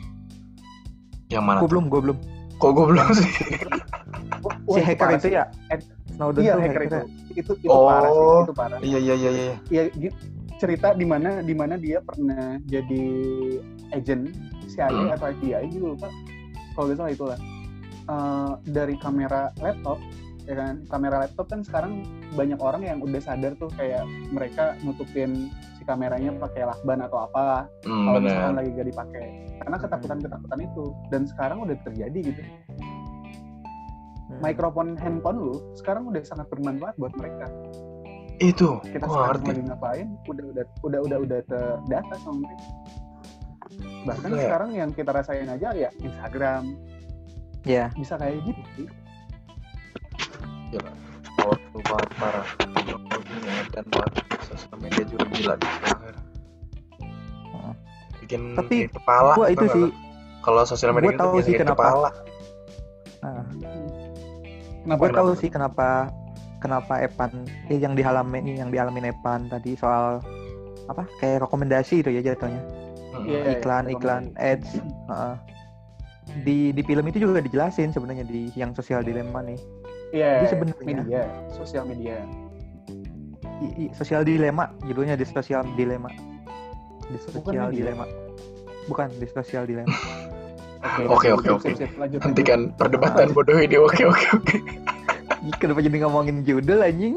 Yang mana Gue tuh? belum, gue belum. Kok gue belum sih? Wah, Si hacker parah itu sih. ya, Ed- Snowden Iya, tuh hacker itu. hackernya. Itu itu parah sih, Oh. itu parah. Iya iya iya iya. Iya, gi- cerita di mana di mana dia pernah jadi agent C I A Hmm. atau F B I gitu lupa. Kalau nggak salah itulah. Eh, dari kamera laptop, ya kan? Kamera laptop kan sekarang banyak orang yang udah sadar tuh kayak mereka nutupin si kameranya pakai lakban atau apa Hmm, kalau misalkan benar. lagi gak dipakai. Karena ketakutan-ketakutan itu dan sekarang udah terjadi gitu. Hmm. Mikrofon handphone lu sekarang udah sangat bermanfaat buat mereka. Itu, Kita gue sekarang ngerti. lagi ngapain udah udah udah udah udah terdata sama mereka. Bahkan Gila ya. sekarang yang kita rasain aja ya Instagram Ya, bisa kayak gitu sih. Gila. Powerful banget, parah. Teknologinya dan banget. Sosial media juga gila di sekarang. Heeh. Bikin Tapi sakit kepala. gua itu tau sih, gak lu? Kalau sosial media gua itu tahu bikin sih sakit kenapa. kepala. nah, Kenapa? gue tahu Kenapa? sih kenapa kenapa Epan, eh, yang dialamin yang dialamin Epan tadi soal apa kayak rekomendasi itu ya jatuhnya, Hmm. Iya, iya, iklan iya, iklan ads. Heeh. di di film itu juga dijelasin sebenarnya di yang sosial dilema nih. Iya, Jadi sebenarnya- media, sosial media. I- i- sosial dilema judulnya, di sosial dilema di Bukan sosial media. dilema bukan di sosial dilema. Oke, oke, Sip, oke. sip, sip. Lanjut, Hentikan perdebatan Ah. bodoh ini. Oke oke oke. Ih, kenapa jadi ngomongin judul anjing?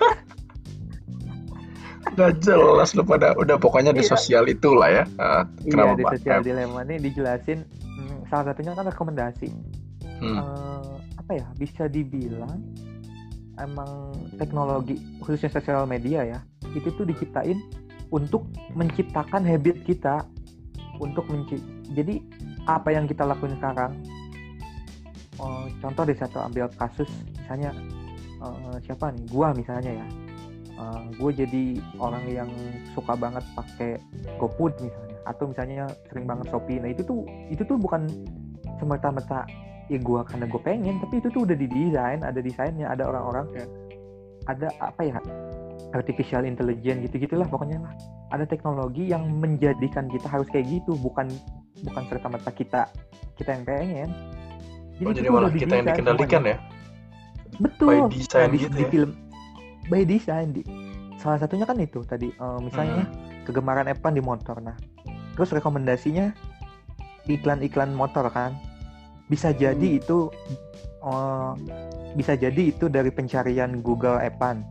Udah jelas lu pada. Udah pokoknya di Iya. sosial itulah ya. Ah, Iya, kenapa di Pak? sosial dilema ini dijelasin, hmm, salah satunya kan rekomendasi. Hmm. Eh, apa ya, bisa dibilang emang teknologi khususnya sosial media ya, itu tuh diciptain untuk menciptakan habit kita, untuk menci- jadi apa yang kita lakuin sekarang, eh, contoh deh satu ambil kasus misalnya, eh, siapa nih, gua misalnya ya, eh, gua jadi orang yang suka banget pakai GoFood misalnya, atau misalnya sering banget Shopee. Nah itu tuh itu tuh bukan semata-mata ya gue karena gue pengen, tapi itu tuh udah didesain, ada desainnya, ada orang-orang, Oke. ada apa ya, artificial intelligence gitu-gitulah pokoknya lah, ada teknologi yang menjadikan kita harus kayak gitu, bukan bukan serta-merta kita kita yang pengen. Oh, itu jadi tuh malah udah kita yang didesain dikendalikan semuanya. ya. Betul. By design Nah, di, gitu di ya. film by design di salah satunya kan itu tadi, eh, misalnya Hmm. kegemaran Evan di motor, nah terus rekomendasinya iklan-iklan motor kan, bisa jadi Hmm. itu eh, bisa jadi itu dari pencarian Google Evan.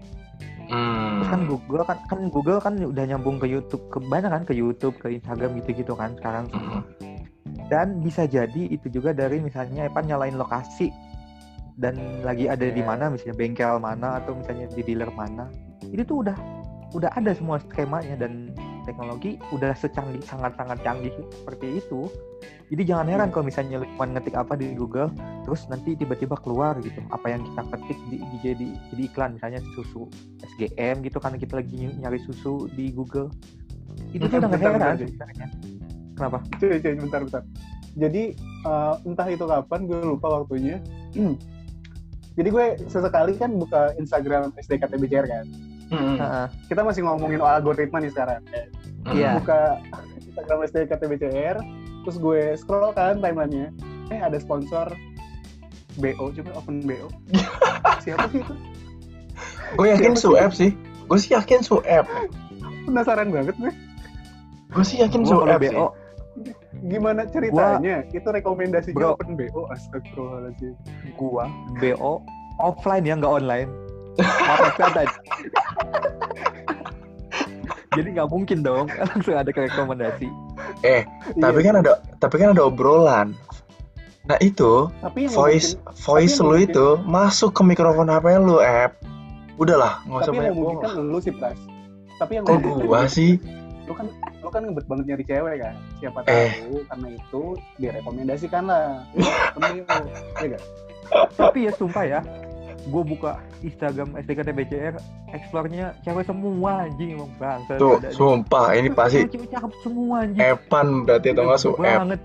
Hmm. Terus kan Google kan kan Google kan udah nyambung ke YouTube, ke banyak kan, ke YouTube, ke Instagram gitu-gitu kan sekarang. Hmm. Dan bisa jadi itu juga dari misalnya Evan nyalain lokasi dan lagi ada di Iya. mana, misalnya bengkel mana atau misalnya di dealer mana. Itu tuh udah udah ada semua skemanya, dan teknologi udah secanggih, sangat-sangat canggih seperti itu. Jadi jangan heran kalau misalnya lu cuma ngetik apa di Google, terus nanti tiba-tiba keluar gitu apa yang kita ketik di, di jadi jadi iklan, misalnya susu S G M gitu, karena kita lagi nyari susu di Google. Itu tuh udah nggak Bentar, heran bentar, sebenarnya. Kenapa? Cuy, cuy, bentar, bentar. Jadi eh, entah itu kapan, gue lupa waktunya. Hmm. Jadi gue sesekali kan buka Instagram S D K T B C R kan. Hmm. Heeh. Kita masih ngomongin algoritma nih sekarang. Hmm. Iya. Buka Instagram S D K T B C R, terus gue scroll kan timelinenya. Eh ada sponsor B O, coba open B O. Siapa sih itu? Gue yakin Siapa sih? Sueb sih. Gue sih yakin Sueb. Penasaran banget gue. Gue sih yakin Gua kalau Sueb B sih. O Gimana ceritanya? Gua, itu rekomendasinya bro, open B O, astagfirullahaladzim. Gua B O offline ya, nggak online. Maaf kata. Jadi nggak mungkin dong langsung ada rekomendasi. Eh, tapi iya. kan ada, tapi kan ada obrolan. Nah itu, tapi voice mungkin, voice lu mungkin, itu masuk ke mikrofon H P lu, app. Udahlah, nggak usah banyak ngomong. Tapi yang mungkin kan lu sih, Pras. Tapi yang kok gua sih? Lu kan lu kan ngebet banget nyari cewek kan. Siapa eh. tahu karena itu direkomendasikan lah. Iya enggak? Tapi ya sumpah ya, gue buka Instagram S D K T B C R, explore-nya cewek semua anjing emang bangsa. Tuh, sumpah ini pasti cewek cakep semua anjing. Epan berarti atau enggak su banget.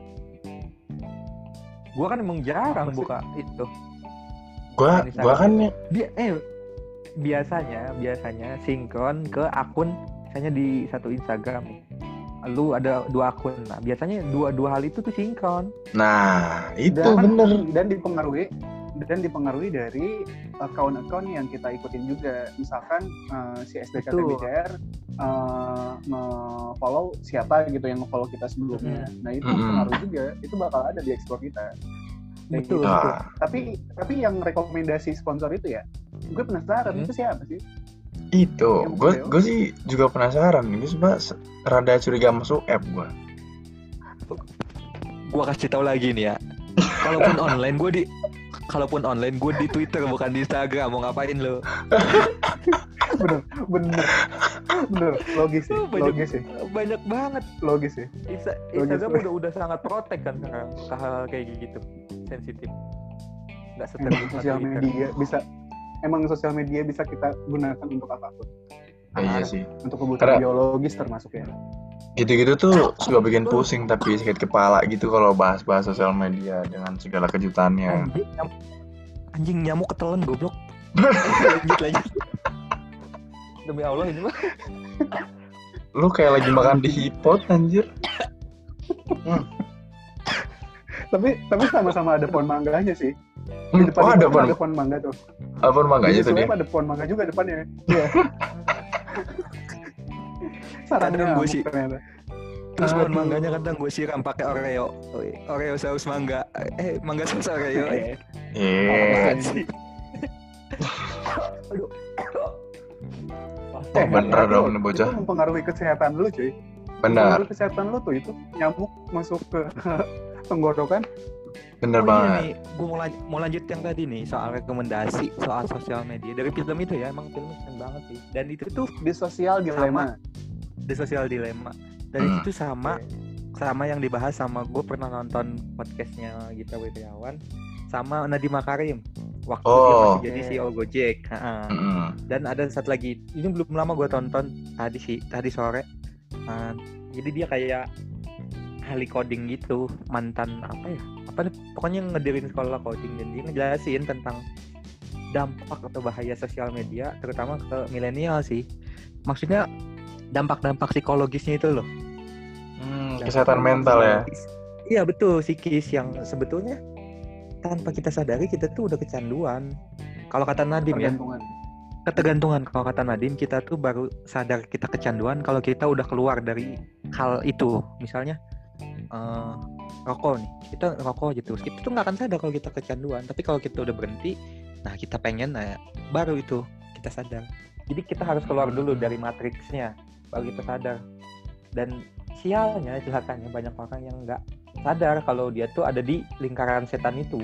Gua kan emang jarang Apa buka sih? Itu. Gua gua kan Bi- eh biasanya biasanya sinkron ke akun misalnya di satu Instagram. Lu ada dua akun. Nah, biasanya dua-dua hal itu tuh sinkron. Nah, itu dan, bener dan dipengaruhi dan dipengaruhi dari akun-akun yang kita ikutin juga. Misalkan uh, si S D K T B C R uh, nge-follow siapa gitu yang nge-follow kita sebelumnya. Mm-hmm. Nah, itu mm-hmm. pengaruh juga. Itu bakal ada di explore kita. Betul, gitu. betul. Tapi tapi yang rekomendasi sponsor itu ya, gue penasaran mm-hmm. itu siapa sih? Itu, gue gue sih juga penasaran. Ini sebenarnya rada curiga masuk app gue. Gue kasih tahu lagi nih ya. Kalaupun online gue di Kalaupun online gue di Twitter bukan di Instagram. Mau ngapain lo? bener, bener, bener. Logis sih, banyak, logis sih. Banyak banget. Logis sih. Insta- Instagram logis. udah udah sangat protek kan sekarang ke hal kayak gitu, sensitif. Nggak seterbuka sosial media bisa. Emang sosial media bisa kita gunakan untuk apapun. Iya sih. Untuk kebutuhan Karena... biologis termasuk ya. Gitu-gitu tuh suka bikin pusing tapi sakit kepala gitu kalau bahas-bahas sosial media dengan segala kejutannya. Anjing, nyam- anjing nyamuk ketelan goblok. lanjut lanjut. Demi Allah ini mah. Lu kayak lagi makan di hipot anjir. hmm. tapi tapi sama-sama ada pohon mangganya sih. Di depan oh, ada pohon ada pohon mangga tuh. Ada pohon mangganya tuh dia. Ada pohon mangga juga depannya. Iya. Kadang gue sih terus pohon mangganya kadang gue siram pakai Oreo Oreo saus mangga eh mangga saus Oreo eh eh aduh oh bener dong nih bocah itu mempengaruhi kesehatan lu cuy benar mempengaruhi kesehatan lu tuh itu nyamuk masuk ke tenggorokan bener oh, banget iya nih, gue mau, lanjut, mau lanjut yang tadi nih soal rekomendasi soal sosial media dari film itu ya emang filmnya keren banget sih dan itu tuh di sosial dilema di sosial dilema dari hmm. itu sama sama yang dibahas sama gue pernah nonton podcastnya Gita Wirjawan sama Nadiem Makarim waktu oh. dia masih jadi C E O Gojek hmm. dan ada satu lagi ini belum lama gue tonton tadi sih tadi sore uh, jadi dia kayak ahli coding gitu mantan apa ya apa nih pokoknya ngedirin sekolah coding dan dia ngejelasin tentang dampak atau bahaya sosial media terutama ke milenial sih maksudnya dampak-dampak psikologisnya itu loh. Hmm, kesehatan mental ya. Iya betul, psikis yang sebetulnya tanpa kita sadari kita tuh udah kecanduan. Kalau kata Nadiem ya. Ketergantungan. Kalau kata Nadiem kita tuh baru sadar kita kecanduan kalau kita udah keluar dari hal itu. Misalnya uh, rokok nih, kita rokok gitu. Kita tuh nggak akan sadar kalau kita kecanduan. Tapi kalau kita udah berhenti, nah kita pengen, nah baru itu kita sadar. Jadi kita harus keluar dulu dari matriksnya. Baru kita sadar dan sialnya celakanya banyak orang yang nggak sadar kalau dia tuh ada di lingkaran setan itu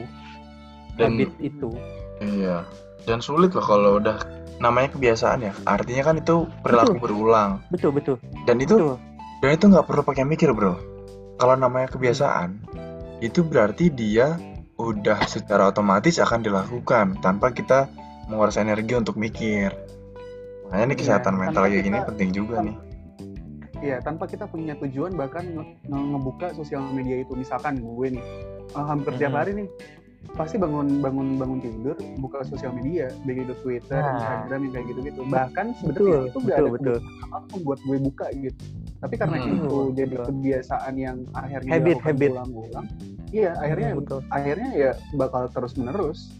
dan, habit itu iya dan sulit loh kalau udah namanya kebiasaan ya artinya kan itu perilaku betul. berulang betul betul dan itu betul. dan itu nggak perlu pakai mikir bro kalau namanya kebiasaan itu berarti dia udah secara otomatis akan dilakukan tanpa kita menguras energi untuk mikir. Makanya nih kesehatan ya, mental kayak gini penting juga nih. Iya, tanpa kita punya tujuan bahkan nge- ngebuka sosial media itu. Misalkan gue nih, uh, hampir tiap hmm. hari nih, pasti bangun bangun bangun tidur buka sosial media, baik itu Twitter, nah. Instagram yang kayak gitu-gitu. Bahkan sebetulnya itu gak ada betul. apa buat gue buka gitu. Tapi karena hmm. itu betul. jadi kebiasaan yang akhirnya habit, habit. ulang-ulang, iya akhirnya hmm, betul. akhirnya ya bakal terus-menerus.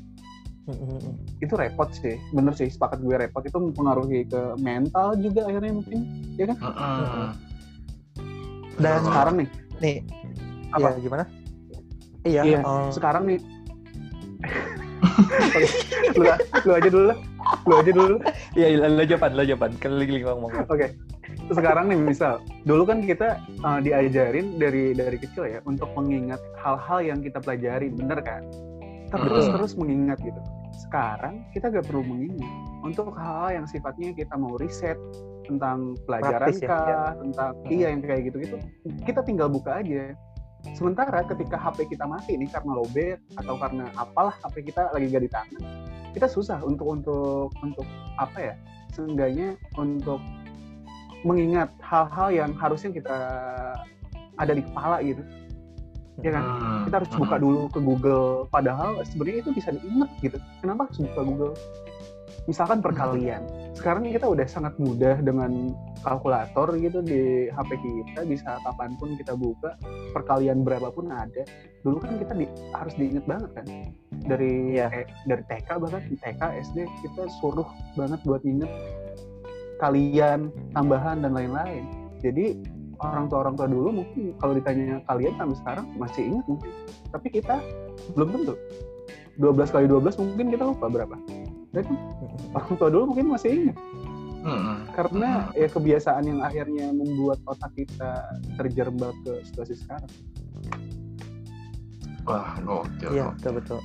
Itu repot sih, bener sih sepakat gue repot itu mempengaruhi ke mental juga akhirnya mungkin, ya kan? Uh-uh. Dan sekarang nih, nih Apa? Iya, gimana? Iya, Iya, eh, sekarang nih. Oke, lu, lu aja dulu lah. Lu aja dulu. iya, lo jawaban, lo jawaban. Keliling ngomong. Oke. Sekarang nih misal, dulu kan kita uh, diajarin dari dari kecil ya untuk mengingat hal-hal yang kita pelajari, bener kan? Kita Betul. terus-terus mengingat gitu. Sekarang kita gak perlu mengingat untuk hal-hal yang sifatnya kita mau riset tentang pelajaran Praktis ya, kah, ya. tentang Hmm. iya yang kayak gitu-gitu, kita tinggal buka aja. Sementara ketika H P kita mati nih karena lowbat atau karena apalah H P kita lagi gak di tangan, kita susah untuk untuk untuk apa ya? Seenggaknya untuk mengingat hal-hal yang harusnya kita ada di kepala gitu. Ya kan? Hmm. Kita harus buka dulu ke Google, padahal sebenarnya itu bisa diingat gitu. Kenapa harus buka Google? Misalkan perkalian. Sekarang kita udah sangat mudah dengan kalkulator gitu di H P kita, bisa kapanpun kita buka, perkalian berapapun ada. Dulu kan kita di, harus diingat banget kan. Dari Iya. eh, dari T K bahkan T K, S D kita suruh banget buat inget kalian, tambahan dan lain-lain. Jadi orang tua orang tua dulu mungkin kalau ditanya kalian sampai sekarang masih ingat mungkin, tapi kita belum tentu. dua belas kali dua belas mungkin kita lupa berapa. Jadi orang tua dulu mungkin masih ingat Hmm. karena ya kebiasaan yang akhirnya membuat otak kita terjerembab ke situasi sekarang. Wah, gokil. Iya, betul betul.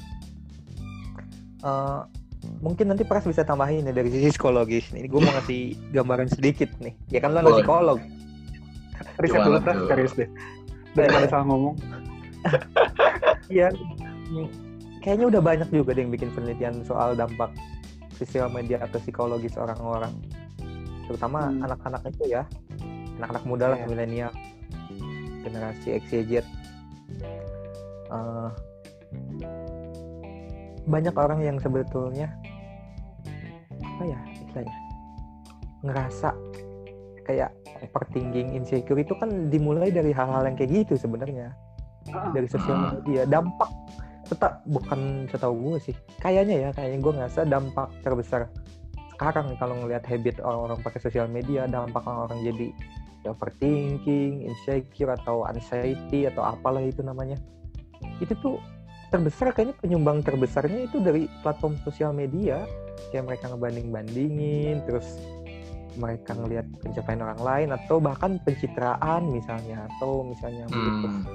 Eh, mungkin nanti Pras bisa tambahin ya dari sisi psikologis. Ini gue mau ngasih gambaran sedikit nih. Ya kan lo anak Boleh. psikolog. Riset Gimana dulu Pras, tuh? serius deh. Daripada salah ngomong. Iya. Kayaknya udah banyak juga deh yang bikin penelitian soal dampak sosial media atau psikologis orang-orang. Terutama Hmm. anak-anak itu ya. Anak-anak muda lah, Iya. milenial. Generasi X, Y, Z. Eh, banyak orang yang sebetulnya apa ya istilahnya ngerasa kayak overthinking, insecure itu kan dimulai dari hal-hal yang kayak gitu sebenarnya, Ah, dari sosial media. Dampak tetap bukan setahu gue sih, kayaknya ya kayaknya gue ngerasa dampak terbesar sekarang nih kalau ngelihat habit orang-orang pakai sosial media, dampak orang jadi overthinking, insecure atau anxiety atau apalah itu namanya, itu tuh terbesar kayaknya penyumbang terbesarnya itu dari platform sosial media. Kayak mereka ngebanding-bandingin, terus mereka ngelihat pencapaian orang lain atau bahkan pencitraan misalnya, atau misalnya butuh Hmm.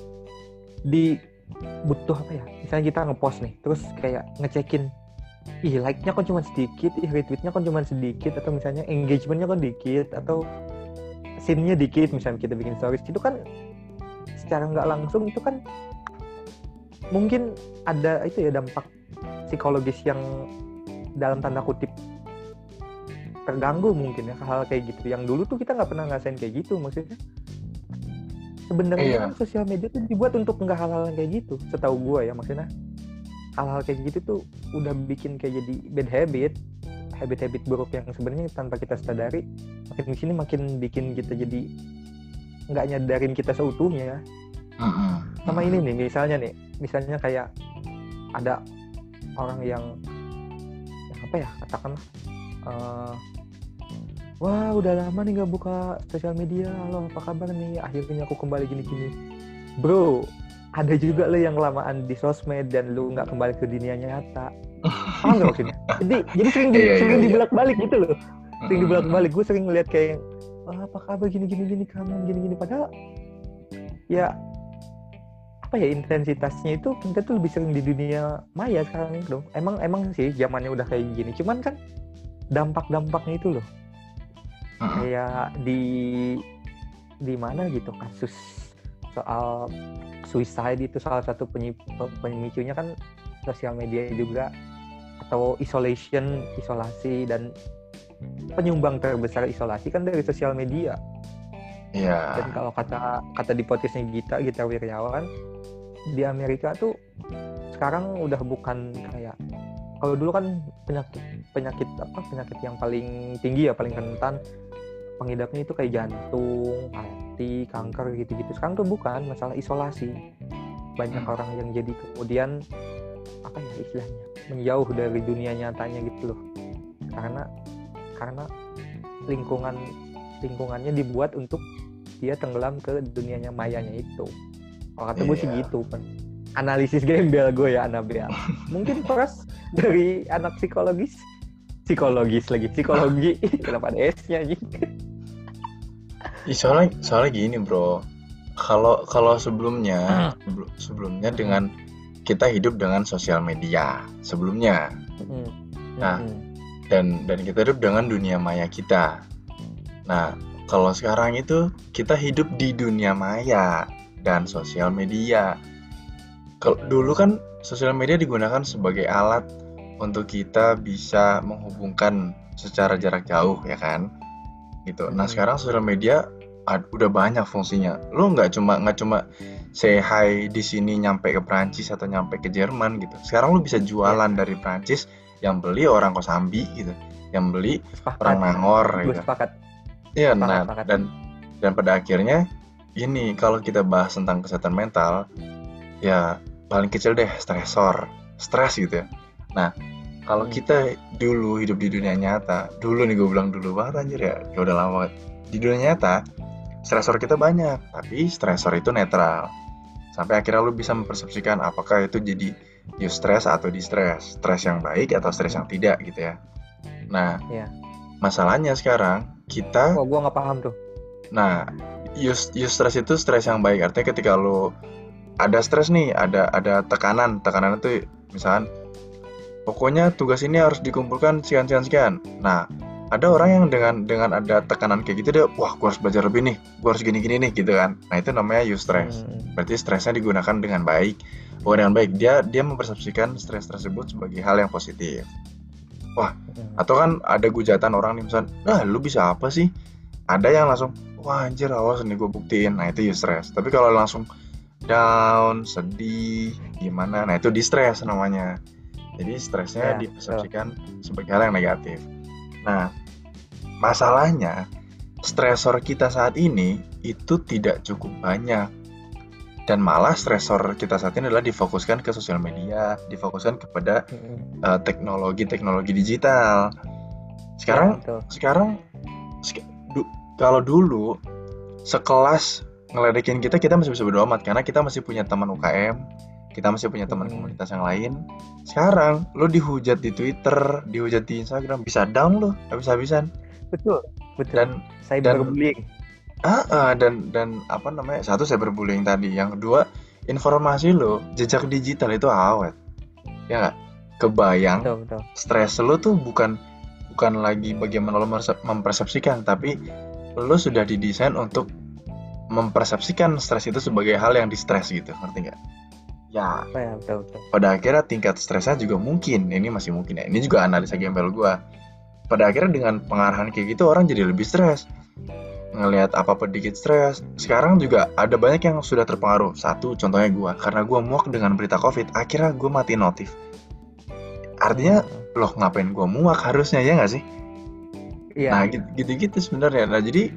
di butuh apa ya, misalnya kita ngepost nih terus kayak ngecekin, ih like-nya kan cuma sedikit, ih retweet-nya kan cuma sedikit, atau misalnya engagement-nya kan dikit, atau scene-nya dikit, misalnya kita bikin stories, itu kan secara nggak langsung itu kan mungkin ada itu ya dampak psikologis yang dalam tanda kutip terganggu mungkin ya, hal kayak gitu yang dulu tuh kita nggak pernah ngerasain kayak gitu. Maksudnya sebenarnya Iya. kan sosial media tuh dibuat untuk nggak hal-hal yang kayak gitu, setahu gue ya. Maksudnya hal-hal kayak gitu tuh udah bikin kayak jadi bad habit, habit-habit buruk yang sebenarnya tanpa kita sadari makin di sini makin bikin kita jadi nggak nyadarin kita seutuhnya. Hmm. Sama ini nih misalnya nih, misalnya kayak ada orang yang, yang apa ya katakanlah, uh, wah udah lama nih nggak buka sosial media, halo apa kabar nih, akhirnya aku kembali gini-gini. Bro, ada juga lo yang kelamaan di sosmed dan lu nggak kembali ke dunia nyata. Paham nggak maksudnya? Jadi jadi sering di, Iya, iya, sering iya. dibelak-balik gitu loh. Sering Hmm. dibelak-balik. Gue sering ngeliat kayak, ah, apa kabar gini-gini gini kamu gini-gini. Padahal ya apa ya, intensitasnya itu kita tuh lebih sering di dunia maya sekarang itu dong. Emang emang sih zamannya udah kayak gini. Cuman kan dampak-dampaknya itu loh. Hmm. Kayak di di mana gitu kasus soal suicide itu salah satu penyi- pemicunya kan sosial media juga, atau isolation, isolasi, dan penyumbang terbesar isolasi kan dari sosial media. Iya. Dan kalau kata kata di podcastnya Gita, Gita Wirjawan, di Amerika tuh sekarang udah bukan kayak, kalau dulu kan penyakit penyakit apa penyakit yang paling tinggi ya, paling rentan pengidapnya itu kayak jantung, hati, kanker gitu-gitu. Sekarang tuh bukan, masalah isolasi. Banyak Hmm. orang yang jadi kemudian apa ya istilahnya, menjauh dari dunia nyatanya gitu loh. Karena karena lingkungan lingkungannya dibuat untuk dia tenggelam ke dunianya mayanya itu. Kalau kata gue sih Iya. gitu kan. Analisis gembel gue ya Anabel. Mungkin Pras dari anak psikologis, psikologis lagi psikologi. Kenapa ada S-nya anjing? Ih, soalnya soalnya gini bro, kalau kalau sebelumnya sebelum- sebelumnya dengan kita hidup dengan sosial media sebelumnya, Mm-mm. Nah. Mm-mm. dan dan kita hidup dengan dunia maya kita. Nah, kalau sekarang itu kita hidup di dunia maya dan sosial media. Kalau dulu kan sosial media digunakan sebagai alat untuk kita bisa menghubungkan secara jarak jauh, ya kan? Gitu. Nah, Hmm. sekarang sosial media ad- udah banyak fungsinya. Lo nggak cuma nggak cuma say hi di sini nyampe ke Prancis atau nyampe ke Jerman gitu. Sekarang lo bisa jualan dari Prancis, yang beli orang Kosambi gitu, yang beli Sepakat. orang Nangor Gue gitu. sepakat. Iya, Sepakat, nah sepakat. dan dan pada akhirnya ini kalau kita bahas tentang kesehatan mental, ya paling kecil deh stresor, stres gitu ya. Nah, kalau Hmm. kita dulu hidup di dunia nyata, dulu nih gue bilang dulu banget anjir ya, ya udah lama banget. Di dunia nyata, stresor kita banyak, tapi stresor itu netral. Sampai akhirnya lu bisa mempersepsikan apakah itu jadi eustress atau distress, stres yang baik atau stres yang tidak gitu ya. Nah, Iya. masalahnya sekarang kita Wah, gue nggak paham tuh. Nah, use use stress itu stres yang baik. Artinya ketika lo ada stres nih, ada ada tekanan, tekanan itu misalkan pokoknya tugas ini harus dikumpulkan sekian sekian sekian. Nah, ada orang yang dengan dengan ada tekanan kayak gitu dia, wah, gue harus belajar lebih nih, gue harus gini gini nih gitu kan. Nah, itu namanya use stress. Hmm. Berarti stresnya digunakan dengan baik. Bukan dengan baik, dia dia mempersepsikan stres tersebut sebagai hal yang positif. Hmm. Atau kan ada gujatan orang nih misalkan, nah lu bisa apa sih? Ada yang langsung, wah anjir awas nih gue buktiin. Nah itu eustress. Tapi kalau langsung down, sedih, gimana, nah itu distress namanya. Jadi stresnya Ya, dipersepsikan sebagai hal yang negatif. Nah, masalahnya stresor kita saat ini itu tidak cukup banyak. Dan malah stresor kita saat ini adalah difokuskan ke sosial media, difokuskan kepada Hmm. uh, teknologi-teknologi digital. Sekarang Ya, betul. sekarang sek- du- kalau dulu sekelas ngeledekin kita, kita masih bisa bodo amat karena kita masih punya teman U K M, kita masih punya teman Hmm. komunitas yang lain. Sekarang lo dihujat di Twitter, dihujat di Instagram, bisa down lo habis-habisan. Betul, betul. Dan Cyberbullying. ah, ah, dan dan apa namanya? Satu cyberbullying tadi, yang kedua informasi lo, jejak digital itu awet. Ya nggak? Kebayang Betul, betul. stres lo tuh bukan bukan lagi bagaimana lo merse- mempersepsikan, tapi lo sudah didesain untuk mempersepsikan stres itu sebagai hal yang distres gitu, ngerti nggak? Ya, Apa ya, betul, betul. pada akhirnya tingkat stresnya juga mungkin, ini masih mungkin ya, ini juga analisa gembel gua. Pada akhirnya dengan pengarahan kayak gitu orang jadi lebih stres, ngelihat apa-apa dikit stres. Sekarang juga ada banyak yang sudah terpengaruh. Satu contohnya gua, karena gua muak dengan berita COVID, akhirnya gua mati notif. Artinya Hmm. loh ngapain gua muak, harusnya ya nggak sih? Iya. Nah gitu- gitu-gitu sebenarnya. Nah jadi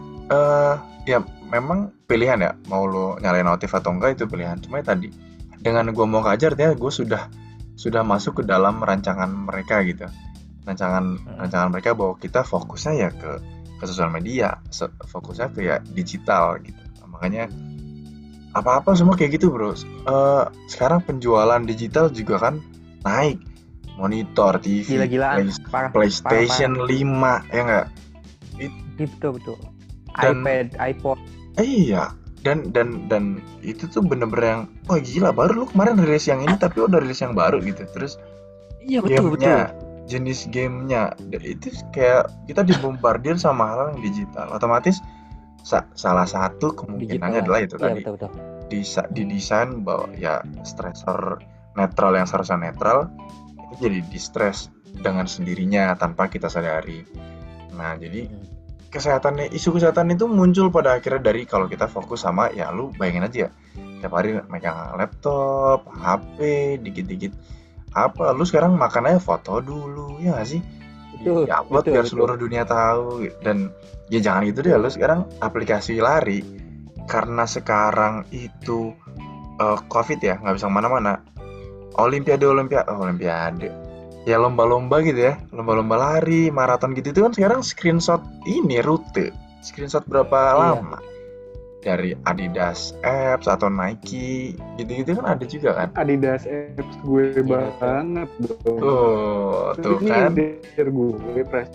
eh ya memang pilihan ya, mau lo nyalain notif atau enggak itu pilihan. Cuma ya tadi dengan gue mau kejar dia, gue sudah sudah masuk ke dalam rancangan mereka gitu, rancangan Hmm. rancangan mereka bahwa kita fokusnya ya ke ke sosial media, se- fokusnya ke ya digital gitu. Makanya apa-apa semua kayak gitu bro. Eh, sekarang penjualan digital juga kan naik, monitor, T V, Gila-gilaan. Play- Parah. PlayStation lima ya enggak? Iya, betul, betul. Dan- iPad, iPod. Eh, iya, dan dan dan itu tuh bener-bener yang wah gila, baru lu kemarin rilis yang ini tapi udah rilis yang baru gitu. Terus Iya, gamenya, jenis gamenya d- itu kayak kita dibombardir sama hal yang digital. Otomatis sa- salah satu kemungkinannya Digital. adalah itu Iya, tadi betul, betul. disa- didesain bahwa ya stresor netral yang seharusnya netral itu jadi distress dengan sendirinya tanpa kita sadari. Nah jadi Hmm. kesehatannya, isu kesehatan itu muncul pada akhirnya dari kalau kita fokus sama ya lu bayangin aja ya, tiap hari megang laptop, H P, dikit-dikit apa, lu sekarang makannya foto dulu ya nggak sih, Betul, di upload betul, biar betul. seluruh dunia tahu. Dan ya jangan gitu deh, lu sekarang aplikasi lari karena sekarang itu eh, COVID ya nggak bisa kemana-mana, olimpiade olimpiade oh, olimpiade ya lomba-lomba gitu ya, lomba-lomba lari, maraton gitu itu kan sekarang screenshot ini rute, screenshot berapa Iya. lama. dari Adidas Apps atau Nike gitu-gitu kan ada juga kan. Adidas apps gue Iya, banget dong. Oh tuh Ini kan. leader gue pres.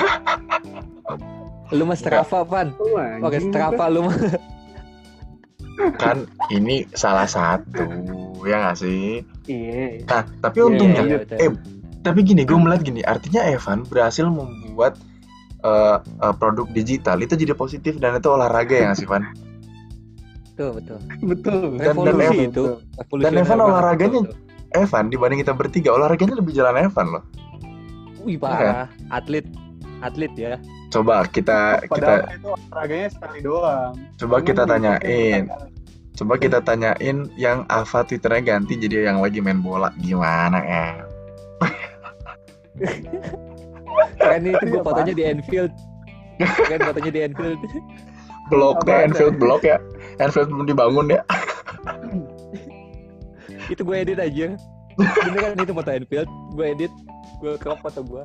Lu mas Strava, Pan. Oh, Oke, anjing, Strava lu mah. Kan ini salah satu ya nggak sih. Iya. Nah tapi Iya, untungnya iya, betul. eh tapi gini gue melihat gini, artinya Evan berhasil membuat uh, uh, produk digital itu jadi positif dan itu olahraga ya nggak sih Van? Betul, betul. Betul. Dan- dan Revolusi Evan- itu. dan Revolusioner Evan banget, olahraganya- betul, betul. Evan dibanding kita bertiga olahraganya lebih jalan Evan loh. Wih, parah. Atlet. Atlet ya. Coba kita kita Padahal itu olahraganya sekali doang. coba Cuman kita mengikutnya tanyain. berkali-kali. Coba kita tanyain yang Ava Twitternya ganti jadi yang lagi main bola gimana ya? Keren itu gue Iya, fotonya di Anfield. Keren fotonya di Anfield. Blok deh, Apaan Anfield blok ya. Anfield belum dibangun ya. Itu gue edit aja. Beneran itu foto Anfield. Gue edit. Gue crop foto gue.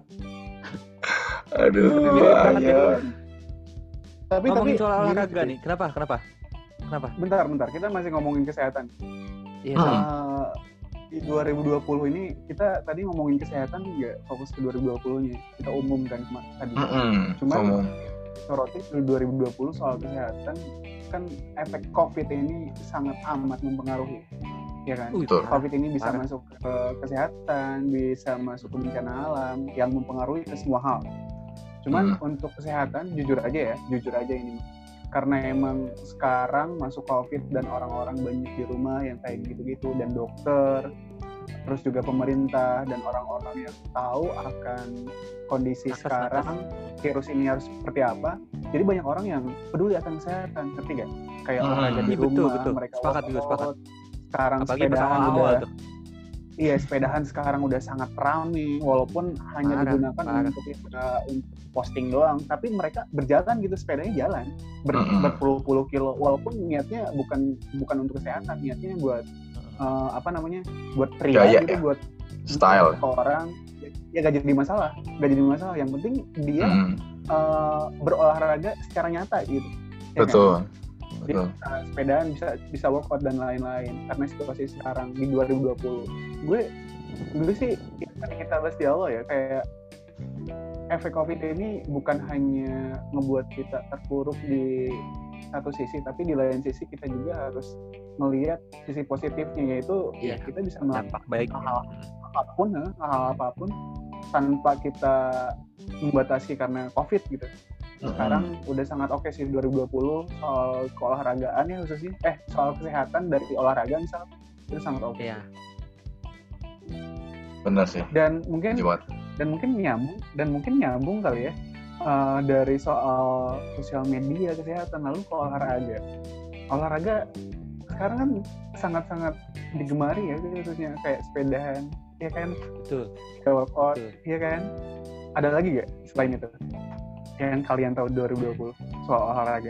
Aduh, Mirip banget ayo. ya. Tapi Ngomongin tapi soal gini olahraga sih. nih. Kenapa? Kenapa? Kenapa? Bentar, bentar. Kita masih ngomongin kesehatan. Iya. Hmm. Eh, di dua ribu dua puluh ini kita tadi ngomongin kesehatan nggak fokus ke dua ribu dua puluh-nya. Kita umumkan kema- tadi. Mm-mm, Cuman ngomong. soroti di dua ribu dua puluh soal kesehatan kan efek COVID ini sangat amat mempengaruhi. Ya kan? Wih, Betul. parah. COVID ini bisa Parah. masuk ke kesehatan, bisa masuk ke bencana alam yang mempengaruhi ke semua hal. Cuman untuk kesehatan jujur aja ya, jujur aja ini. Karena emang sekarang masuk COVID dan orang-orang banyak di rumah yang kayak gitu-gitu dan dokter, terus juga pemerintah dan orang-orang yang tahu akan kondisi Nakes, sekarang virus ini harus seperti apa. Jadi banyak orang yang peduli akan kesehatan, ngerti gak? Kayak Hmm. olahraga di Iya, betul, rumah, betul. mereka Sepakat juga, workout. sepakat. Sekarang Apalagi pas sepedahan awal-awal udah tuh. Iya, sepedahan sekarang udah sangat ramai, walaupun hanya Parah, digunakan parah. untuk uh, untuk posting doang, tapi mereka berjalan gitu, sepedanya jalan ber, Mm-mm. berpuluh-puluh kilo, walaupun niatnya bukan bukan untuk kesehatan, niatnya buat uh, apa namanya, buat pria Gaya gitu, ya? buat Style. ke orang, ya gak jadi masalah, gak jadi masalah. Yang penting dia Mm, uh, berolahraga secara nyata gitu. Ya kan? betul. Dia Betul. bisa sepedaan, bisa bisa workout dan lain-lain. Karena situasi sekarang di dua ribu dua puluh, gue gue sih yang kita bahas di awal ya, kayak efek COVID ini bukan hanya ngebuat kita terpuruk di satu sisi, tapi di lain sisi kita juga harus melihat sisi positifnya, yaitu ya Iya. kita bisa melakukan Dampak baik. hal apapun, ya, hal apapun tanpa kita membatasi karena COVID gitu. Sekarang udah sangat oke sih dua ribu dua puluh soal keolahragaan ya khususnya, eh soal kesehatan dari olahraga misal, itu sangat oke. Iya. Benar sih. Dan mungkin Jiwat. dan mungkin nyambung dan mungkin nyambung kali ya uh, dari soal sosial media kesehatan lalu ke olahraga. Olahraga sekarang kan sangat-sangat digemari ya, khususnya kayak sepedahan, ya kan, Betul. kayak workout, Betul. ya kan. Ada lagi gak selain itu yang kalian tahu dua ribu dua puluh soal olahraga?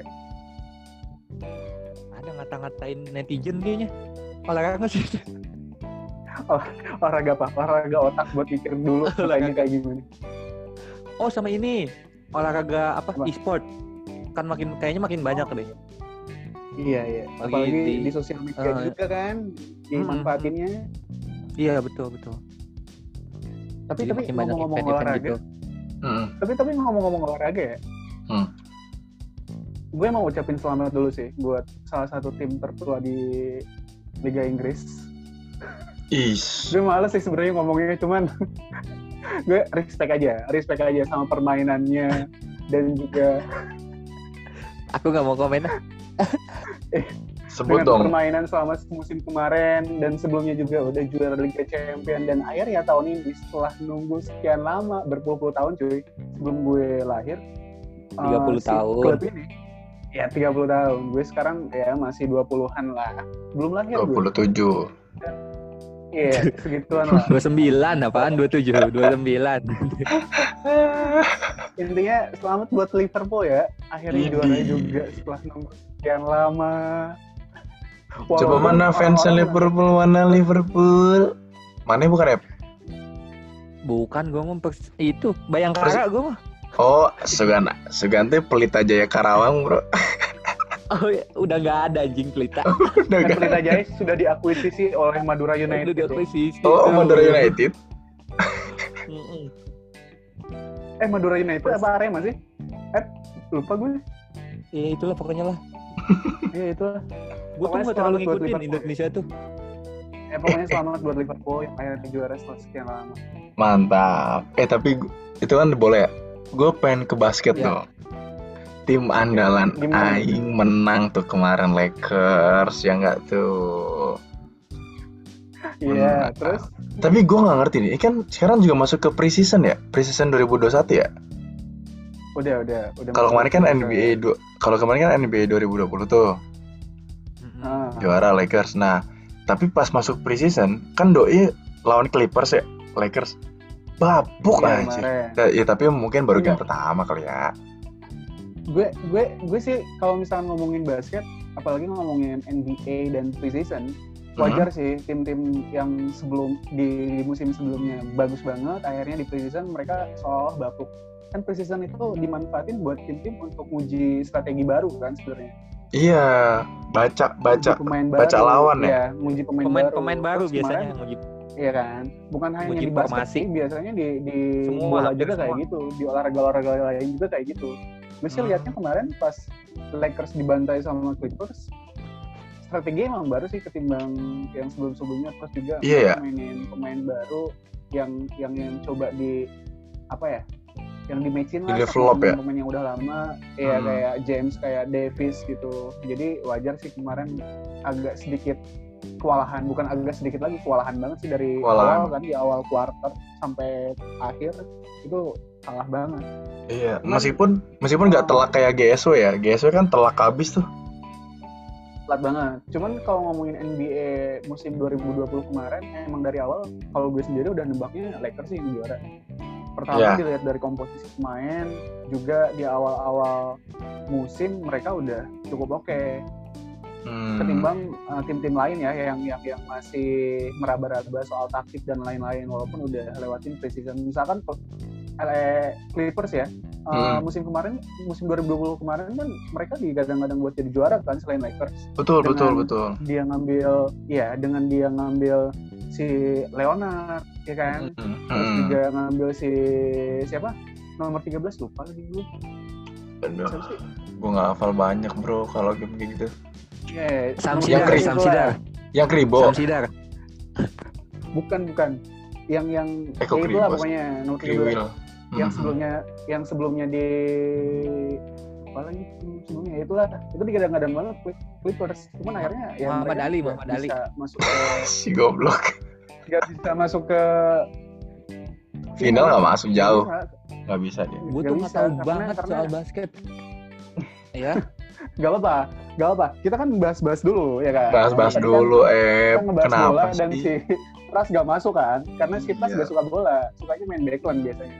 Ada ngata-ngatain netizen kayaknya. Olahraga sih. Olahraga apa? Olahraga otak buat pikir dulu Olahraga. kayaknya kayak gimana. Oh, sama ini. Olahraga apa? Apa? E-sport. Kan makin kayaknya makin banyak deh. Iya iya. Lagi Apalagi di, di- sosial media uh, juga kan dimanfaatinnya. Iya, betul, betul. Tapi Jadi tapi makin banyak ngomong-ngomong event-event olahraga, gitu. Mm. tapi tapi ngomong-ngomong olahraga ya. Hmm. Gue mau ucapin selamat dulu sih buat salah satu tim tertua di Liga Inggris. Is. Gue males sih sebenarnya ngomongnya, cuman gue respect aja, respect aja sama permainannya dan juga Aku nggak mau komen. Sebut dengan dong. permainan selama musim kemarin dan sebelumnya juga udah juara Liga Champion, dan akhirnya tahun ini setelah nunggu sekian lama, berpuluh-puluh tahun cuy, sebelum gue lahir, tiga puluh uh, si tahun. klub ini ya tiga puluh tahun, gue sekarang ya masih dua puluhan lah, belum lahir dua puluh tujuh. gue, iya segituan lah. dua puluh sembilan apaan? dua puluh tujuh, dua puluh sembilan. Intinya selamat buat Liverpool ya, akhirnya Idi. juara juga setelah nunggu sekian lama. Coba Walaupun mana fans orang-orang- Liverpool, mana Liverpool? Mana bukan ya? Bukan, gue mau pers- itu Bayangkara gue mah. Oh, Sugana. Sugante Pelita Jaya Karawang, Bro. Oh ya, udah nggak ada anjing Pelita. Udah Kan gak- Pelita Jaya sudah diakuisisi oleh Madura Udah United. diakuisisi. Oh, tuh. Madura United. Mm-mm. Eh Madura United apa Arema sih? Eh lupa gue. Ya itulah pokoknya lah. Iya itu. Gue tuh Pokoknya nggak terlalu selamat buat ngikutin Liverpool. Indonesia tuh. Ya pokoknya selamat buat Liverpool yang akhirnya juara setelah sekian lama. Mantap. Eh tapi gu- itu kan boleh ya. Gue pengen ke basket Ya. tuh. Tim andalan Gimana? Aing menang tuh kemarin Lakers, ya nggak tuh. Iya, Hmm. terus Tapi gue nggak ngerti nih. Ini kan sekarang juga masuk ke preseason ya, preseason dua ribu dua puluh satu ya. udah udah udah. Kalau kemarin kan masuk N B A ke- du- kalau kemarin kan N B A dua ribu dua puluh tuh Mm-mm. Ah, juara Lakers. Nah, tapi pas masuk preseason kan doi lawan Clippers ya, Lakers. Babuk iya, aja. kemarin. Ya, ya, tapi mungkin baru game Enggak. pertama kali ya. Gue gue gue sih kalau misalnya ngomongin basket, apalagi ngomongin N B A dan preseason, wajar sih tim-tim yang sebelum di, di musim sebelumnya bagus banget, akhirnya di preseason mereka seolah bapuk. Kan preseason itu dimanfaatin buat tim-tim untuk uji strategi baru kan sebenarnya. Iya, baca baca Uji pemain baca baru, lawan ya. Iya, nguji pemain, Pemain baru. pemain baru Terus biasanya kemarin, nguji. iya kan, bukan hanya Uji di basket formasi. sih, biasanya di di Semua, bola hampir juga kayak semua. gitu, di olahraga-olahraga lain juga kayak gitu. Gue sih Hmm. lihatnya kemarin pas Lakers dibantai sama Clippers, strategi emang baru sih ketimbang yang sebelum-sebelumnya, terus juga Iya, ya. mainin pemain baru yang yang yang coba di apa ya, yang di matchin lah Di sama develop ya? pemain yang udah lama, ya Hmm. kayak James, kayak Davis gitu. Jadi wajar sih kemarin agak sedikit kewalahan, bukan agak sedikit lagi, kewalahan banget sih dari Kewalahan. awal kan, di awal quarter sampai akhir itu kalah banget. Iya, Cuman- meskipun meskipun nggak Oh. telak kayak G S W ya. G S W kan telak habis tuh. Telat banget. Cuman kalau ngomongin N B A musim dua ribu dua puluh kemarin, emang dari awal kalau gue sendiri udah nembaknya Lakers sih yang juara. Pertama Iya. dilihat dari komposisi pemain, juga di awal-awal musim mereka udah cukup oke. Hmm. Ketimbang uh, tim-tim lain ya yang yang yang masih meraba-raba soal taktik dan lain-lain walaupun udah lewatin preseason. Misalkan L A Clippers ya, uh, Hmm. musim kemarin musim dua ribu dua puluh kemarin kan mereka digadang-gadang buat jadi juara kan selain Lakers. Betul, betul, dengan- betul. Dia ngambil ya dengan dia ngambil si Leonard ya kan. Hmm. Terus Hmm. juga ngambil si siapa? Nomor tiga belas lupa lagi gue. Aduh, Siapa sih? gue nggak hafal banyak bro kalau game kayak gitu. Yeah, Samsidar, nomor tiga belas Samsidar. itulah. Yang Kribo. Samsidar. Bukan bukan. Yang yang Eko ya itulah Kribos. pokoknya nomor tiga belas. Kriwil. Yang Hmm. sebelumnya yang sebelumnya di apa lagi sebelumnya ya itulah itu digadang-gadang banget Clippers. Cuman akhirnya ya Muhammad mereka Ali, nggak Muhammad Ali. bisa masuk ke Si goblok. nggak bisa masuk ke Final nggak masuk jauh. Nggak Nggak bisa dia. Gue Nggak tuh nggak bisa, tahu karena- banget karena- soal basket. Ya, Gak apa-apa, gak apa. Kita kan bahas-bahas dulu ya kan. Bahas-bahas Tadi kan dulu, eh kita ngebahas kenapa bola dan sih? si Pras gak masuk kan, karena si Pras Iya. gak suka bola, sukanya main backline biasanya.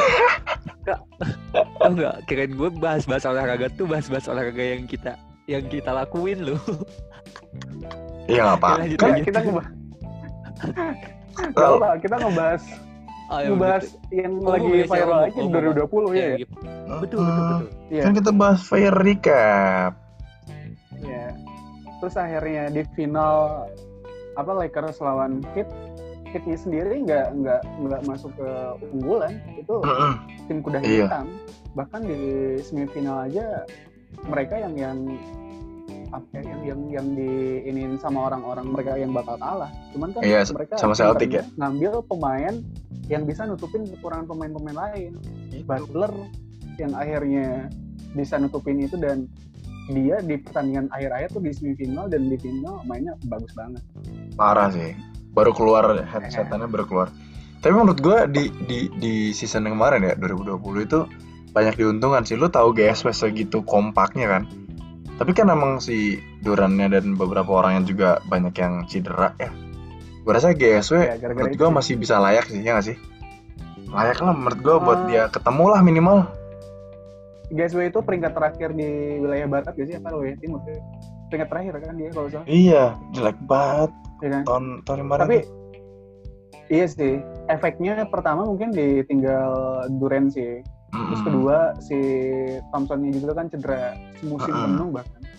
tau nggak? Kirain gue bahas-bahas olahraga tuh bahas-bahas olahraga yang kita yang kita lakuin loh. Iya nggak apa. Lanjut, Kan Ya, lanjut. kita ngebahas, gak apa, kita ngebahas, Oh, ya, ngebahas begitu. yang Ngomong lagi ya, viral ngomong, lagi ngomong. dua ribu dua puluh Ya, ya. gitu. Betul, betul, betul. Iya, Kan kita bahas fair recap. iya. Terus akhirnya di final apa Lakers lawan Heat, Heatnya sendiri nggak nggak nggak masuk ke unggulan itu. Mm-mm. Tim kuda Iya. hitam. Bahkan di semifinal aja mereka yang yang apa ya, yang yang yang diinin sama orang-orang mereka yang bakal kalah. Cuman kan Iya, mereka sama Celtic pinternya ngambil pemain yang bisa nutupin kekurangan pemain-pemain lain. Butler yang akhirnya bisa nutupin itu dan dia di pertandingan akhir-akhir tuh di semifinal dan di final mainnya bagus banget. Parah sih. Baru keluar headsetannya baru keluar. Tapi menurut gue di di di season yang kemarin ya dua ribu dua puluh itu banyak diuntungkan sih. Lu tahu G S W segitu kompaknya kan. Tapi kan emang si Durannya dan beberapa orang yang juga banyak yang cedera ya. Gue rasa G S W Ya, gara-gara menurut itu gue sih. masih bisa layak sih, ya nggak sih? Layak lah menurut gue buat Ah. dia ketemu lah minimal. G S W itu peringkat terakhir di wilayah barat gak sih apa wilayah timur? Peringkat terakhir kan dia kalau salah. Iya, jelek banget Ya kan? tahun tahun kemarin. Tapi tuh. iya sih, efeknya pertama mungkin ditinggal Durant sih. Terus Mm-mm. kedua si Thompsonnya juga kan cedera semusim Mm-mm. penuh bahkan.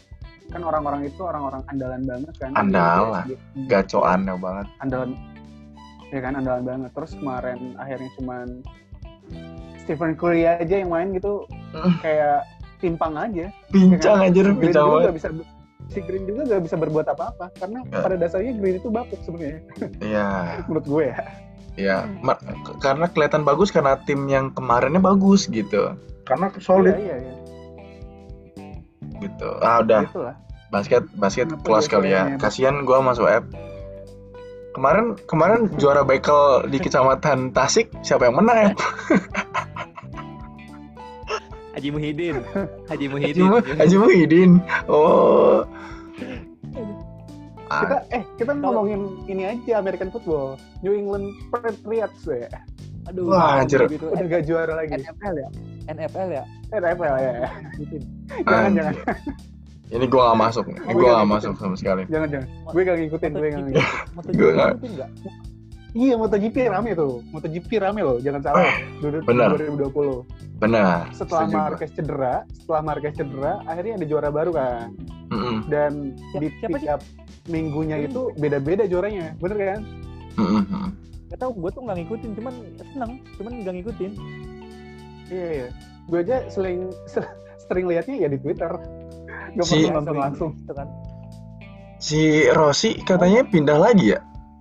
kan orang-orang itu orang-orang andalan banget kan. Andalan, Di- di- gacoannya banget. Andalan, ya kan andalan banget. Terus kemarin akhirnya cuman Stephen Curry aja yang main gitu, Mm. kayak timpang aja. Pincang Ya kan? aja, Green pincang juga banget. gak bisa, si Green juga gak bisa berbuat apa-apa karena Ya. pada dasarnya Green itu bapuk sebenarnya. Iya, Menurut gue ya. iya. Ma- k- karena kelihatan bagus karena tim yang kemarinnya bagus gitu. Karena solid Iya, iya, iya. gitu. Ah udah, Itulah. basket basket Kenapa kelas dia kali ya. kayaknya- Kasihan gua masuk F. Kemarin kemarin juara bekel di Kecamatan Tasik, siapa yang menang ya? Haji Muhyiddin. Haji Haji, Muhyiddin. Mu- Haji Muhyiddin. Oh. Kita Ah, eh kita ngomongin ini aja American football. New England Patriots ya. Aduh. Wah, anjir. gitu. Udah gak juara lagi. N F L ya? N F L ya? Eh, N F L ya. Ngikutin. Jangan anjir. jangan Ini gua gak masuk. Ini Oh, gua iya, gak ngikutin. masuk sama sekali. jangan jangan. Gue gak ngikutin, gue gak ngikutin. MotoGP Gua nggak- ngikutin nggak? Iya, MotoGP rame tuh. MotoGP rame loh, jangan salah. Dua- benar. dua ribu dua puluh. Benar. Setelah setuju gua. Marquez cedera, setelah Marquez cedera, akhirnya ada juara baru kan. Mm-mm, Dan Siapa- di siapa sih? tiap minggunya itu beda-beda juaranya, bener kan? mm-mm, mm-mm. Gak tau, gue tuh nggak ngikutin, cuman seneng, cuman nggak ngikutin. Iya iya. Gue aja sering sering liatnya ya di Twitter. Gak Si- pernah nonton langsung. Gitu kan. Si Rossi katanya pindah lagi ya?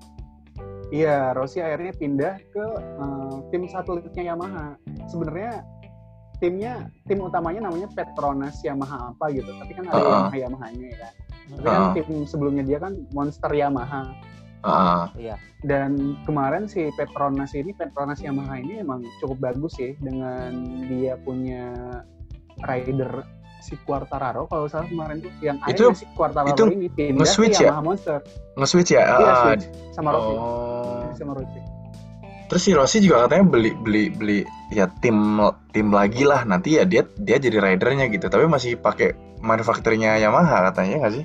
Iya, Rossi akhirnya pindah ke eh, tim satelitnya Yamaha. Sebenarnya timnya tim utamanya namanya Petronas Yamaha apa gitu, tapi kan ada Uh-uh. Yamaha Yamahanya ya kan. Tapi kan Uh-uh. tim sebelumnya dia kan Monster Yamaha. Ah, Iya. Dan kemarin si Petronas ini, Petronas Yamaha ini emang cukup bagus sih dengan dia punya rider si Quartararo kalau salah kemarin tuh yang Itu- akhirnya si Quartararo itu ini pindah ke nge-switch ya? Yamaha Monster. nge-switch ya? Iya, Ah, switch sama Rossi. oh. Sama Rossi. Terus si Rossi juga katanya beli beli beli ya tim tim lagi lah, nanti ya dia dia jadi ridernya gitu, tapi masih pakai manufakturnya Yamaha katanya nggak sih?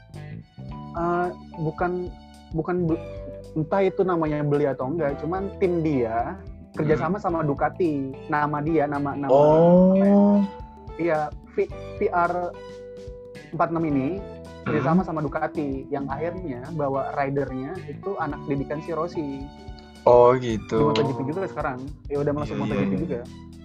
Eh, bukan bukan be- entah itu namanya beli atau enggak, cuman tim dia kerjasama sama Ducati. Nama dia, nama nama Oh. iya V, VR empat enam ini kerjasama sama Ducati yang akhirnya bawa ridernya itu anak didikan si Rossi Oh di gitu. MotoGP juga sekarang. Ya udah masuk Iya, iya, MotoGP iya. juga.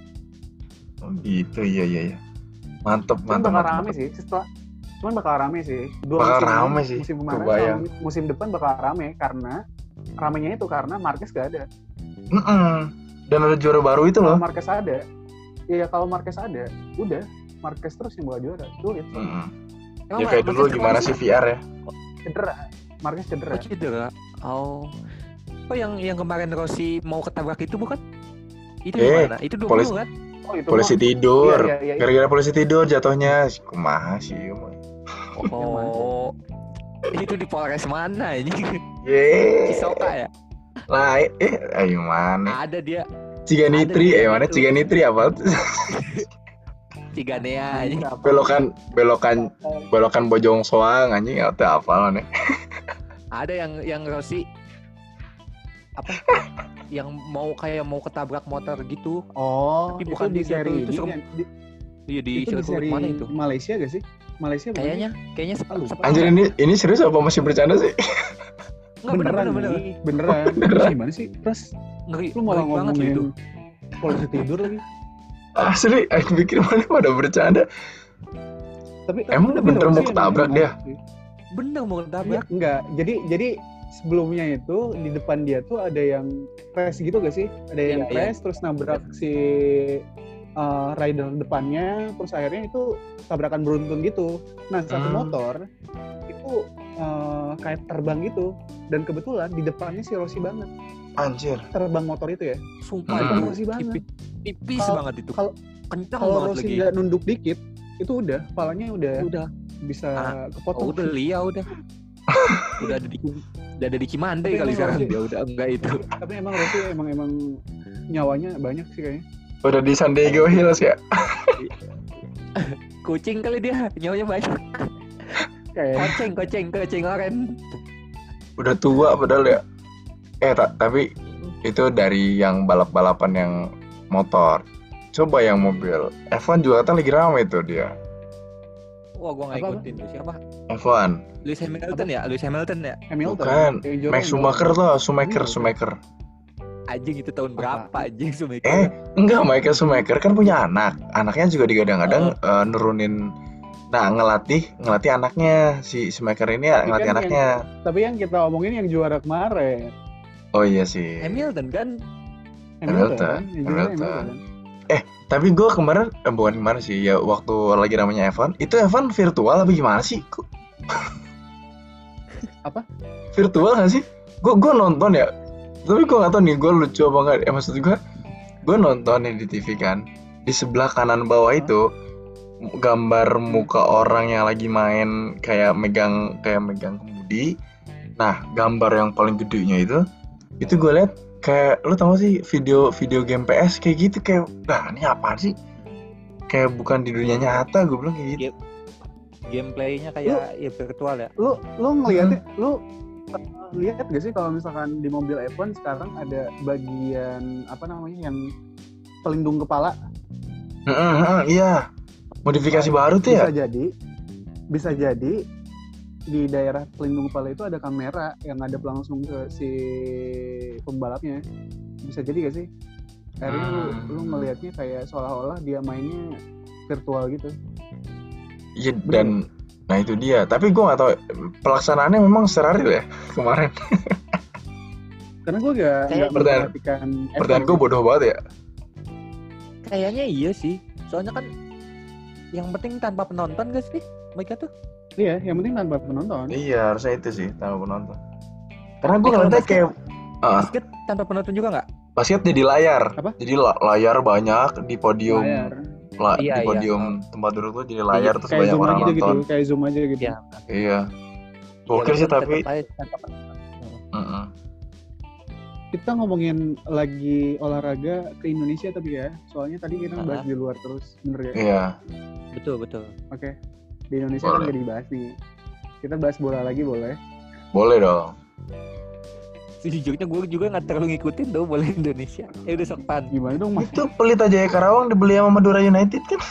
Oh gitu, iya iya iya. Mantep Cuman mantep. bakal mantep, rame mantep. sih. Setelah cuman bakal rame sih. Dua Bakal musim ini, rame sih, Musim kemarin kebayang. sama musim depan bakal rame karena ramenya itu karena Marquez gak ada. Mm-mm. Dan ada juara baru itu Kalau loh. Marquez ada, iya kalau Marquez ada, udah Marquez terus yang bawa juara. Sulit. Mm-mm. Emang Ya kayak Marquez dulu kemana gimana sih V R ya? Cedera. Marquez cedera. Oh cedera. Oh. Oh yang yang kemarin Rossi mau ketabrak itu bukan? Itu Eh, gimana? Itu dua puluh polisi- kan? Oh itu Polisi mah- tidur. Iya, iya, iya, iya. Gara-gara polisi tidur jatuhnya. Kumaha sih? Oh. Itu di Polres mana ini? Yeay. Cisoka ya? Lain eh ayo mana? Ada dia Ciganitri, ada eh dia mana itu. Ciganitri apa? Ciganea ini. Apa? belokan belokan belokan Bojong Soang anjing atau apa lo nih? Ada yang yang Rossi apa? Yang mau kayak mau ketabrak motor gitu. Oh, Tapi itu bukan di di seri jatuh, itu ini serem. kan? Di- Iya di itu di sirkuit seri mana itu? Malaysia gak sih? Malaysia bukan? Kayaknya kayaknya Ah, lupa. sepa- Anjir ini ini serius apa masih bercanda sih? Enggak bener beneran bener bener. nih, beneran. Beneran. Gimana sih? Terus Ngeri, lu malah ngeri banget loh ngomongin itu. polisi tidur lagi. Asli, aku pikir mana pada bercanda. Tapi Emang tapi bener Rossi mau emang ketabrak ngomong dia? sih. Bener mau Iya, ketabrak. enggak. Jadi jadi sebelumnya itu di depan dia tuh ada yang crash gitu gak sih? Ada yang Iya, crash terus nabrak si uh, rider depannya, terus akhirnya itu tabrakan beruntun gitu. Nah, satu Hmm. motor itu uh, kayak terbang gitu dan kebetulan di depannya si Rossi banget. Anjir. Terbang motor itu ya. Sumpah Hmm. itu Rossi banget. tipis, tipis Kalau- banget itu. kalau- Kencang Kalau banget Rossi lagi. nggak nunduk dikit, itu udah kepalanya udah Udah, bisa Ah, kepotong. oh, udah Lia udah. udah ada di udah ada di Kimande Tapi kali emang sekarang Rossi- dia udah enggak itu. Tapi emang Rossi emang emang nyawanya banyak sih kayaknya. Udah di San Diego Hills ya? Kucing kali dia, nyawanya banyak. Kayak Koceng, koceng, koceng oren. Udah tua padahal ya. Eh tak, tapi itu dari yang balap-balapan yang motor. Coba yang mobil. F satu juga kan lagi rame tuh dia. Wah, gua nggak Apa, ikutin tuh. Siapa? F satu. Lewis Hamilton ya? Lewis Hamilton ya? Hamilton. Bukan. Yang juara Max yang Schumacher doang. tuh, Schumacher, Hamilton. Schumacher. Anjing itu tahun Apa? berapa anjing Schumacher? Eh, enggak, Michael Schumacher kan punya anak. Anaknya juga digadang-gadang eh, nurunin, nah ngelatih, ngelatih anaknya si Schumacher ini ya, Tapi ngelatih kan anaknya. Tapi yang kita omongin yang juara kemarin. Oh iya sih. Hamilton kan? Hamilton, kan? Yang juara Hamilton. Hamilton. Tapi gue kemarin, eh, bukan kemarin sih, ya waktu lagi namanya F satu, itu F satu virtual apa gimana sih? Kok- Apa? Virtual nggak sih? Gue gue nonton ya, tapi gue nggak tahu nih gue lucu apa nggak. Ya maksud gue, gue nonton nih di T V kan, di sebelah kanan bawah itu gambar muka orang yang lagi main kayak megang kayak megang kemudi. Nah, gambar yang paling gedenya itu, itu gue lihat kayak, lu tau gak sih video video game P S kayak gitu, kayak, nah ini apaan sih? Kayak bukan di dunia nyata, gue bilang kayak gitu. Gameplaynya kayak ya virtual ya. Lu lu ngeliatnya, lu uh, lihat gak sih kalau misalkan di mobil F satu sekarang ada bagian apa namanya yang pelindung kepala? Heeh, heeh, iya. Modifikasi baru tuh ya? Bisa jadi, bisa jadi di daerah pelindung kepala itu ada kamera yang ngadep langsung ke si pembalapnya. Bisa jadi gak sih? Akhirnya lu, Hmm. lu ngelihatnya kayak seolah-olah dia mainnya virtual gitu. Iya, dan nah itu dia. Tapi gue nggak tahu pelaksanaannya memang secara real ya kemarin. Karena gue gak, Kayak gak pertanyaan- memperhatikan F satu Pertanyaan gue sih. bodoh banget ya. Kayaknya iya sih. Soalnya kan yang penting tanpa penonton gak sih? Mereka tuh. Iya, yang penting tanpa penonton. Iya, harusnya itu sih tanpa penonton. Karena gue Tapi kalau ngeliatnya basket- kayak ah, Basket tanpa penonton juga nggak? basket jadi layar. Apa? Jadi la- layar banyak di podium. Layar. La- Iya, di iya. podium tempat duduk tuh jadi layar, terus Kayak banyak zoom orang aja nonton. gitu, kayak zoom aja gitu. Iya. Iya. Gokil sih tapi. Tetap aja tanpa penonton. Mm-mm. Kita ngomongin lagi olahraga ke Indonesia tapi ya, soalnya tadi kita Ah. bahas di luar terus, bener gak? Iya. Betul betul. Oke, di Indonesia kan Boleh. gak dibahas nih. Kita bahas bola lagi boleh? Boleh dong. Sejujurnya gue juga nggak terlalu ngikutin tuh bola Indonesia. Ya udah sok pan. Gimana dong mas? Itu Pelita Jaya Karawang dibeli sama Madura United kan?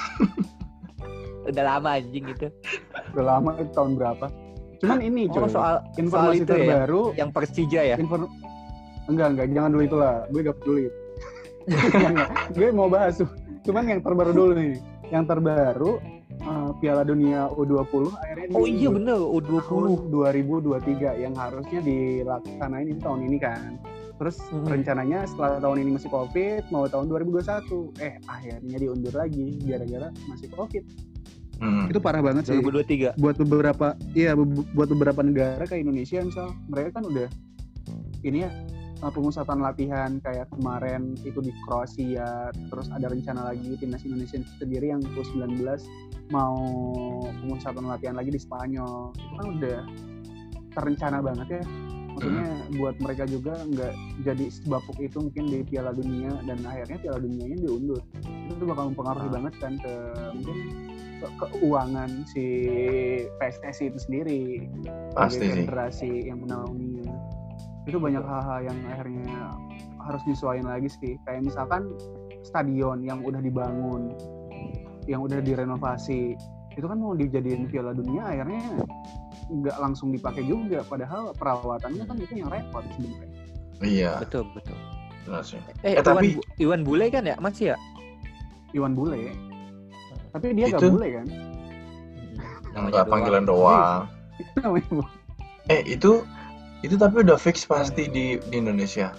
Udah lama anjing gitu. Udah lama itu tahun berapa? Cuman ini Oh coy, soal soal informasi itu ya, terbaru. yang Persija ya. Inform... Enggak enggak, jangan dulu itulah. Gue gak peduli. Enggak, gue mau bahas tuh. Cuman yang terbaru dulu nih. Yang terbaru eh, Piala Dunia U dua puluh akhirnya Oh iya diundur. bener U dua puluh. Tahun dua ribu dua puluh tiga yang harusnya dilaksanain ini tahun ini kan. Terus Hmm. rencananya setelah tahun ini masih Covid, mau tahun dua ribu dua puluh satu. Eh, akhirnya diundur lagi gara-gara masih Covid. Hmm. Itu parah banget dua ribu dua puluh tiga. Buat beberapa iya bu- buat beberapa negara kayak Indonesia misal, mereka kan udah ini ya uh, pemusatan latihan kayak kemarin itu di Kroasia, terus ada rencana lagi timnas Indonesia sendiri yang U sembilan belas mau pemusatan latihan lagi di Spanyol. Itu kan udah terencana banget ya. Maksudnya buat mereka juga nggak jadi sebapuk itu mungkin di Piala Dunia, dan akhirnya Piala Dunianya diundur. Itu tuh bakal mempengaruhi Ah. banget kan ke mungkin ke keuangan si P S S I itu sendiri, Pasti sebagai sih. federasi yang menaunginya. Itu banyak hal-hal yang akhirnya harus disesuaikan lagi sih. Kayak misalkan stadion yang udah dibangun, yang udah direnovasi, itu kan mau dijadiin Piala Dunia, akhirnya nggak langsung dipakai juga. Padahal perawatannya kan itu yang repot sebenarnya. Iya. Betul betul. Benar sih. Eh, Eh, tapi- Iwan, Bu- Iwan Bule kan ya masih ya? Iwan Bule, tapi dia nggak Itu- bule kan? Enggak, panggilan doang. Namanya Bu. Eh, itu itu tapi udah fix pasti di di Indonesia.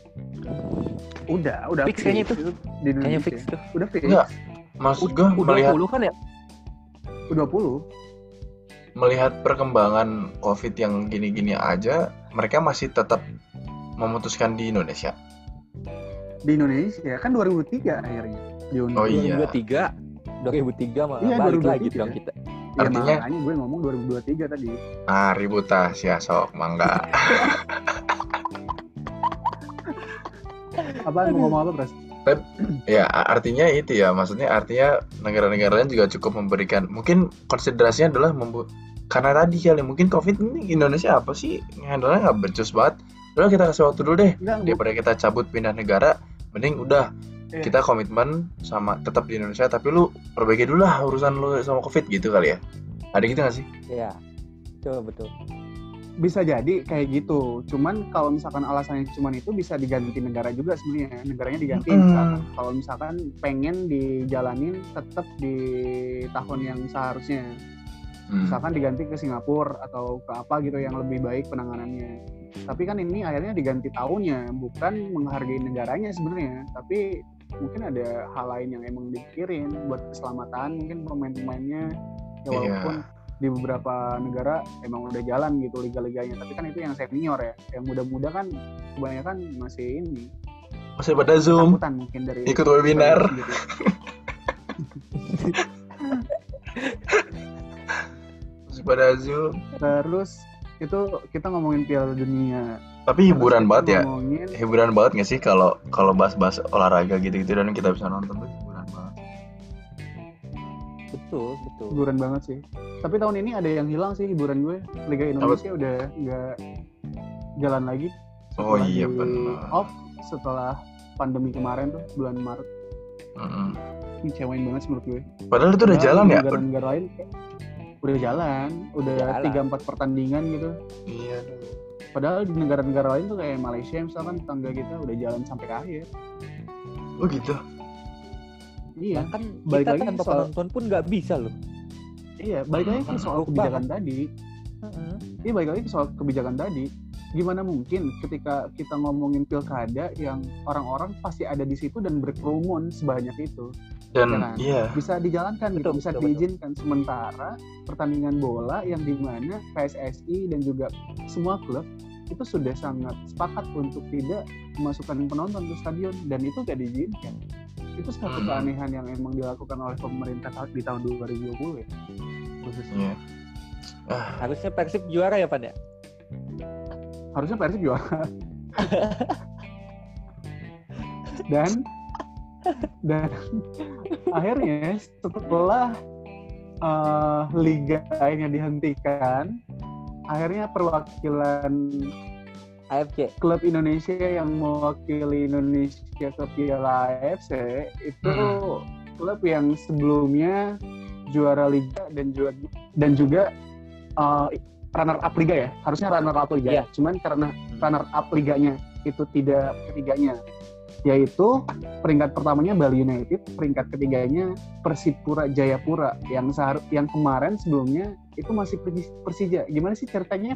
Udah, udah Fix kayaknya itu. di Indonesia. Kayaknya fix tuh. Udah fix. Enggak. Maksud gue U melihat dua puluh kan ya? U dua puluh. melihat perkembangan COVID yang gini-gini aja, mereka masih tetap memutuskan di Indonesia. Di Indonesia kan dua ribu tiga akhirnya diundur. Oh iya. dua ribu dua puluh tiga dua ribu tiga mah Iya, balik dua ribu dua puluh lagi tiga. dong kita. Ya, Artinya- makanya gue ngomong dua ribu dua puluh tiga tadi. Ah, ribut ah, sia sok, mangga. Apa mau ngomong apa, Pras? Ya, artinya itu ya, maksudnya artinya negara-negara lain juga cukup memberikan, mungkin konsiderasinya adalah membu- karena tadi kali mungkin COVID ini Indonesia apa sih handle-nya nggak becus banget. Udah kita kasih waktu dulu deh, Enggak, Bu. daripada kita cabut pindah negara, mending udah Iya. kita komitmen sama tetap di Indonesia, tapi lu perbaiki dulu lah urusan lu sama COVID gitu kali ya. Ada gitu nggak sih? Iya, betul betul. Bisa jadi kayak gitu. Cuman kalau misalkan alasannya cuman itu bisa diganti negara juga sebenarnya. Negaranya diganti Hmm. misalkan. Kalau misalkan pengen dijalanin tetap di tahun yang seharusnya. Hmm. Misalkan diganti ke Singapura atau ke apa gitu yang lebih baik penanganannya. Tapi kan ini akhirnya diganti tahunnya, bukan menghargai negaranya sebenarnya. Tapi mungkin ada hal lain yang emang dipikirin buat keselamatan mungkin pemain-pemainnya. Ya walaupun Iya. di beberapa negara emang udah jalan gitu liga-liganya, tapi kan itu yang senior ya, yang muda-muda kan kebanyakan masih ini Masih pada Zoom, takutan mungkin dari ikut webinar. gitu. Masih pada Zoom. Terus itu kita ngomongin Piala Dunia. Tapi hiburan Terus kita banget ya. ngomongin, Hiburan banget nggak sih kalau kalau bahas-bahas olahraga gitu-gitu dan kita bisa nonton tuh hiburan banget. Betul, betul. hiburan banget sih. Tapi tahun ini ada yang hilang sih hiburan gue. Liga Indonesia udah nggak jalan lagi. Oh Setelah iya di benar. Off setelah pandemi kemarin tuh bulan Maret. Mm-mm. Ini ngecewain banget sih menurut gue. Padahal itu udah Padahal jalan di ya. negara-negara lain kayak udah jalan, udah Jalan. tiga empat pertandingan gitu. Iya. Padahal di negara-negara lain tuh kayak Malaysia misalkan tetangga kita udah jalan sampai ke akhir. Oh gitu. Iya, Bahkan balik kita lagi tanpa soal- penonton pun nggak bisa loh. iya. Balik lagi ke soal Buruk kebijakan tadi. Heeh. Iya, balik lagi ke soal kebijakan tadi. Gimana mungkin ketika kita ngomongin pilkada yang orang-orang pasti ada di situ dan berkerumun sebanyak itu, Dan Jangan. iya. bisa dijalankan gitu, Betul, bisa betul, betul. diizinkan. Sementara pertandingan bola yang dimana P S S I dan juga semua klub itu sudah sangat sepakat untuk tidak memasukkan penonton ke stadion dan itu gak diizinkan. Itu satu Hmm. keanehan yang emang dilakukan oleh pemerintah di tahun dua ribu dua puluh ya khususnya. Iya. Ah, Harusnya Persib juara ya, Pan ya? Harusnya Persib juara. dan dan akhirnya setelah uh, liga lainnya dihentikan, akhirnya perwakilan A F C. klub Indonesia yang mewakili Indonesia ke Piala A F C itu Hmm. klub yang sebelumnya juara liga dan juga dan juga uh, runner up liga ya, harusnya runner up liga. Iya. Cuman karena runner up liganya itu tidak ketiganya, yaitu peringkat pertamanya Bali United, peringkat ketiganya Persipura Jayapura yang sehar- yang kemarin sebelumnya itu masih Persi- Persija. Gimana sih ceritanya?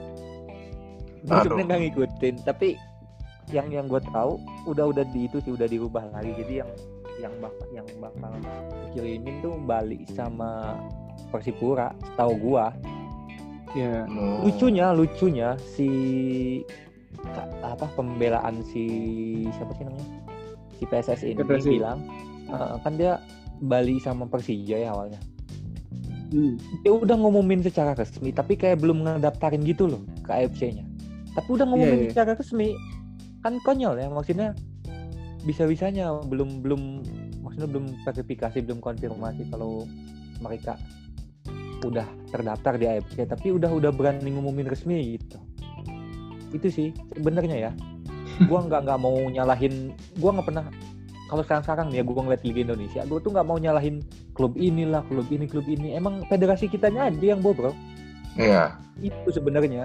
Gue Aduh. sebenarnya nggak ngikutin, tapi yang yang gue tahu udah udah di itu sih udah dirubah lagi. Jadi yang yang bakal yang bakal dikirimin tuh Bali sama Persipura, setahu gua. Ya, oh. Lucunya, lucunya si ka- apa pembelaan si siapa sih namanya? Si P S S I ini Federasi. bilang eh, kan dia Bali sama Persija ya awalnya. hmm. Dia udah ngumumin secara resmi tapi kayak belum ngedaftarin gitu loh ke A F C-nya. Tapi udah ngumumin Iya, iya. secara resmi. Kan konyol ya, maksudnya bisa-bisanya belum belum maksudnya belum verifikasi, belum konfirmasi kalau mereka udah terdaftar di A F C, tapi udah udah berani ngumumin resmi gitu. Itu sih sebenarnya ya. Gua nggak nggak mau nyalahin, gua nggak pernah kalau sekarang-sekarang nih ya gua ngeliat Liga Indonesia, gua tuh nggak mau nyalahin klub inilah, klub ini, klub ini. Emang federasi kitanya aja yang bobrok. Iya. Itu sebenarnya.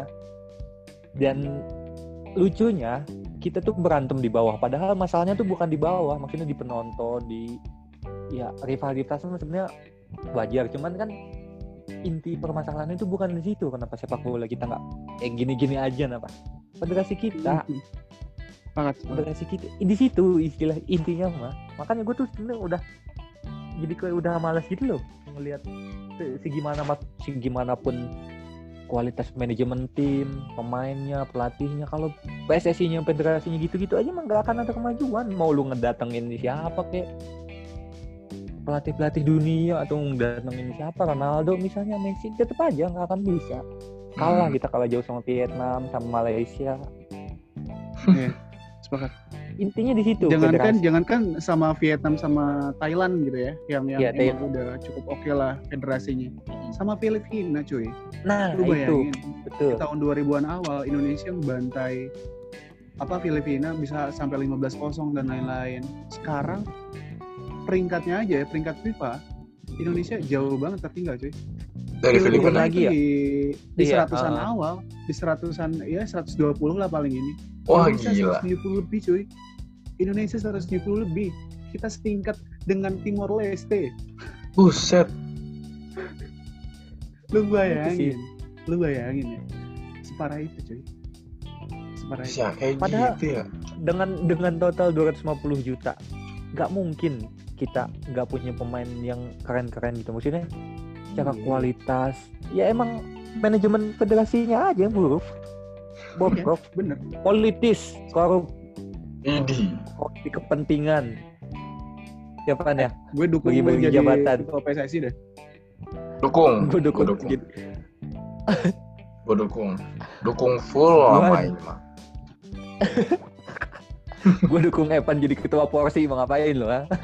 Dan lucunya kita tuh berantem di bawah, padahal masalahnya tuh bukan di bawah, maksudnya di penonton, di ya rivalitas sebenarnya wajar, cuman kan inti permasalahannya itu bukan di situ. Kenapa sepak bola kita nggak eh gini-gini aja, kenapa federasi kita Sangat. federasi kita di situ istilah intinya mah. Makanya gue tuh sebenarnya udah jadi kayak udah malas gitu loh ngelihat se- segimana segimanapun kualitas manajemen tim, pemainnya, pelatihnya. Kalau P S S I-nya, federasinya gitu-gitu aja emang gak akan ada kemajuan. Mau lu ngedatengin siapa kek, pelatih-pelatih dunia atau ngedatengin siapa, Ronaldo misalnya, Messi, tetap aja gak akan bisa. Kalah Hmm. kita kalah jauh sama Vietnam, sama Malaysia. Iya, sepakat. Intinya di situ. Jangankan federasi. jangankan sama Vietnam sama Thailand gitu ya, yang yang Iya, emang udah cukup oke lah federasinya. Sama Filipina cuy. Nah Lu itu bayangin betul. di tahun dua ribuan awal Indonesia membantai apa Filipina bisa sampai lima belas kosong dan lain-lain. Sekarang peringkatnya aja ya, peringkat FIFA Indonesia jauh banget tertinggal cuy. Dari Filipina Filipina. lagi itu ya? di di Iya, seratusan uh-uh. awal, di seratusan ya seratus dua puluh lah paling ini. Wah Indonesia gila. seratus tujuh puluh lebih cuy. Indonesia seratus tujuh puluh lebih. Kita setingkat dengan Timor Leste. Buset. Lu bayangin. Lu bayangin ya. Separah itu cuy. Separah itu. Bisa kayak Padahal- gitu ya. dengan dengan total dua ratus lima puluh juta nggak mungkin kita nggak punya pemain yang keren-keren gitu, maksudnya secara Iya. kualitas ya emang manajemen federasinya aja yang buruk, Iya, bobrok, bener. politis, korup, Idi. korupsi kepentingan, ya kan ya, Gue dukung lu Bagi-bagi jadi jabatan. ketua P S S I deh. Dukung. gue dukung, Gua dukung. gitu. Gue dukung. Dukung full Gua- sama ini mah. Gue dukung Evan jadi ketua porsi, mau ngapain lo? Ha?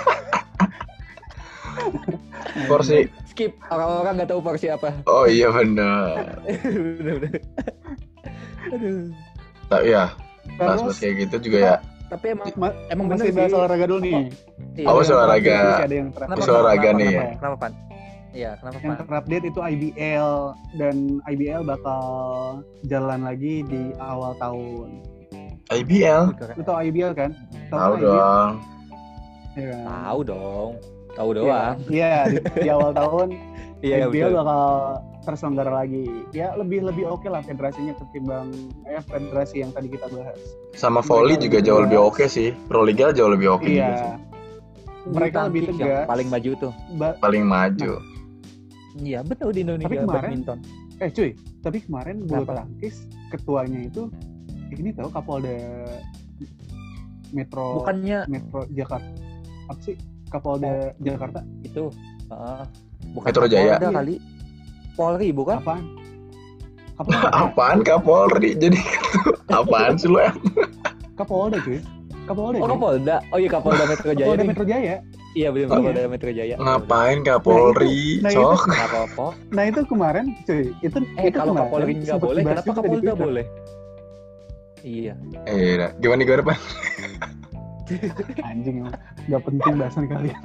Porsi. Skip, orang-orang nggak tahu porsi apa. Oh iya benar. Bener-bener. Aduh. Tapi ya, bahas Terus kayak gitu juga ya. Tapi emang ma- emang masih bener bahas sih. olahraga dulu nih. Iya. Oh, Ada yang olahraga. terupdate, ada yang terupdate. Kenapa, Isu olahraga kenapa, nih. Kenapa, kenapa, Pan? Iya, kenapa, Yang Pan? terupdate itu I B L dan I B L bakal jalan lagi di awal tahun. I B L. Lu tau I B L kan? Tahu kan I B L? dong. Iya kan? Tahu dong. Tahu Iya, doang. Iya, di, di awal tahun Iya, I B L betul. bakal terselenggara lagi. Ya lebih lebih oke lah federasinya ketimbang eh, federasi yang tadi kita bahas. Sama volley Mereka juga lebih jauh lebih tegas. oke sih. Pro Liga jauh lebih oke juga sih. Iya. Mereka Bulu lebih tangkis yang tegas. paling maju tuh. Ba- Paling maju. Iya, betul di Indonesia Tapi kemarin- badminton. eh cuy, tapi kemarin bulu Kenapa? tangkis ketuanya itu ini tahu Kapolda Metro Bukannya Metro Jakarta. Apa sih? Kapolda Jakarta itu heeh. Bukan Metro Jaya. Kapolda Iya. kali. Polri bukan? apaan? Kapolda. Apaan Kapolri? Jadi apaan sih lu? Kapolda cuy. Kapolda. Oh, cuy. Kapolda. Oh iya, Kapolda Metro Jaya. Kapolda nih. Metro Jaya. Iya, betul, Oh, Kapolda Metro Jaya. Ngapain Kapolri? Nah, itu- Sok. Enggak apa-apa. Nah itu kemarin cuy, itu Eh, itu kalau kemarin Kapolri nggak sempet boleh, dibahas kenapa juga di Kapolda Twitter. boleh? Iya. Eh, nah, gimana gue depan? Anjing emang. Nggak penting bahasan kalian.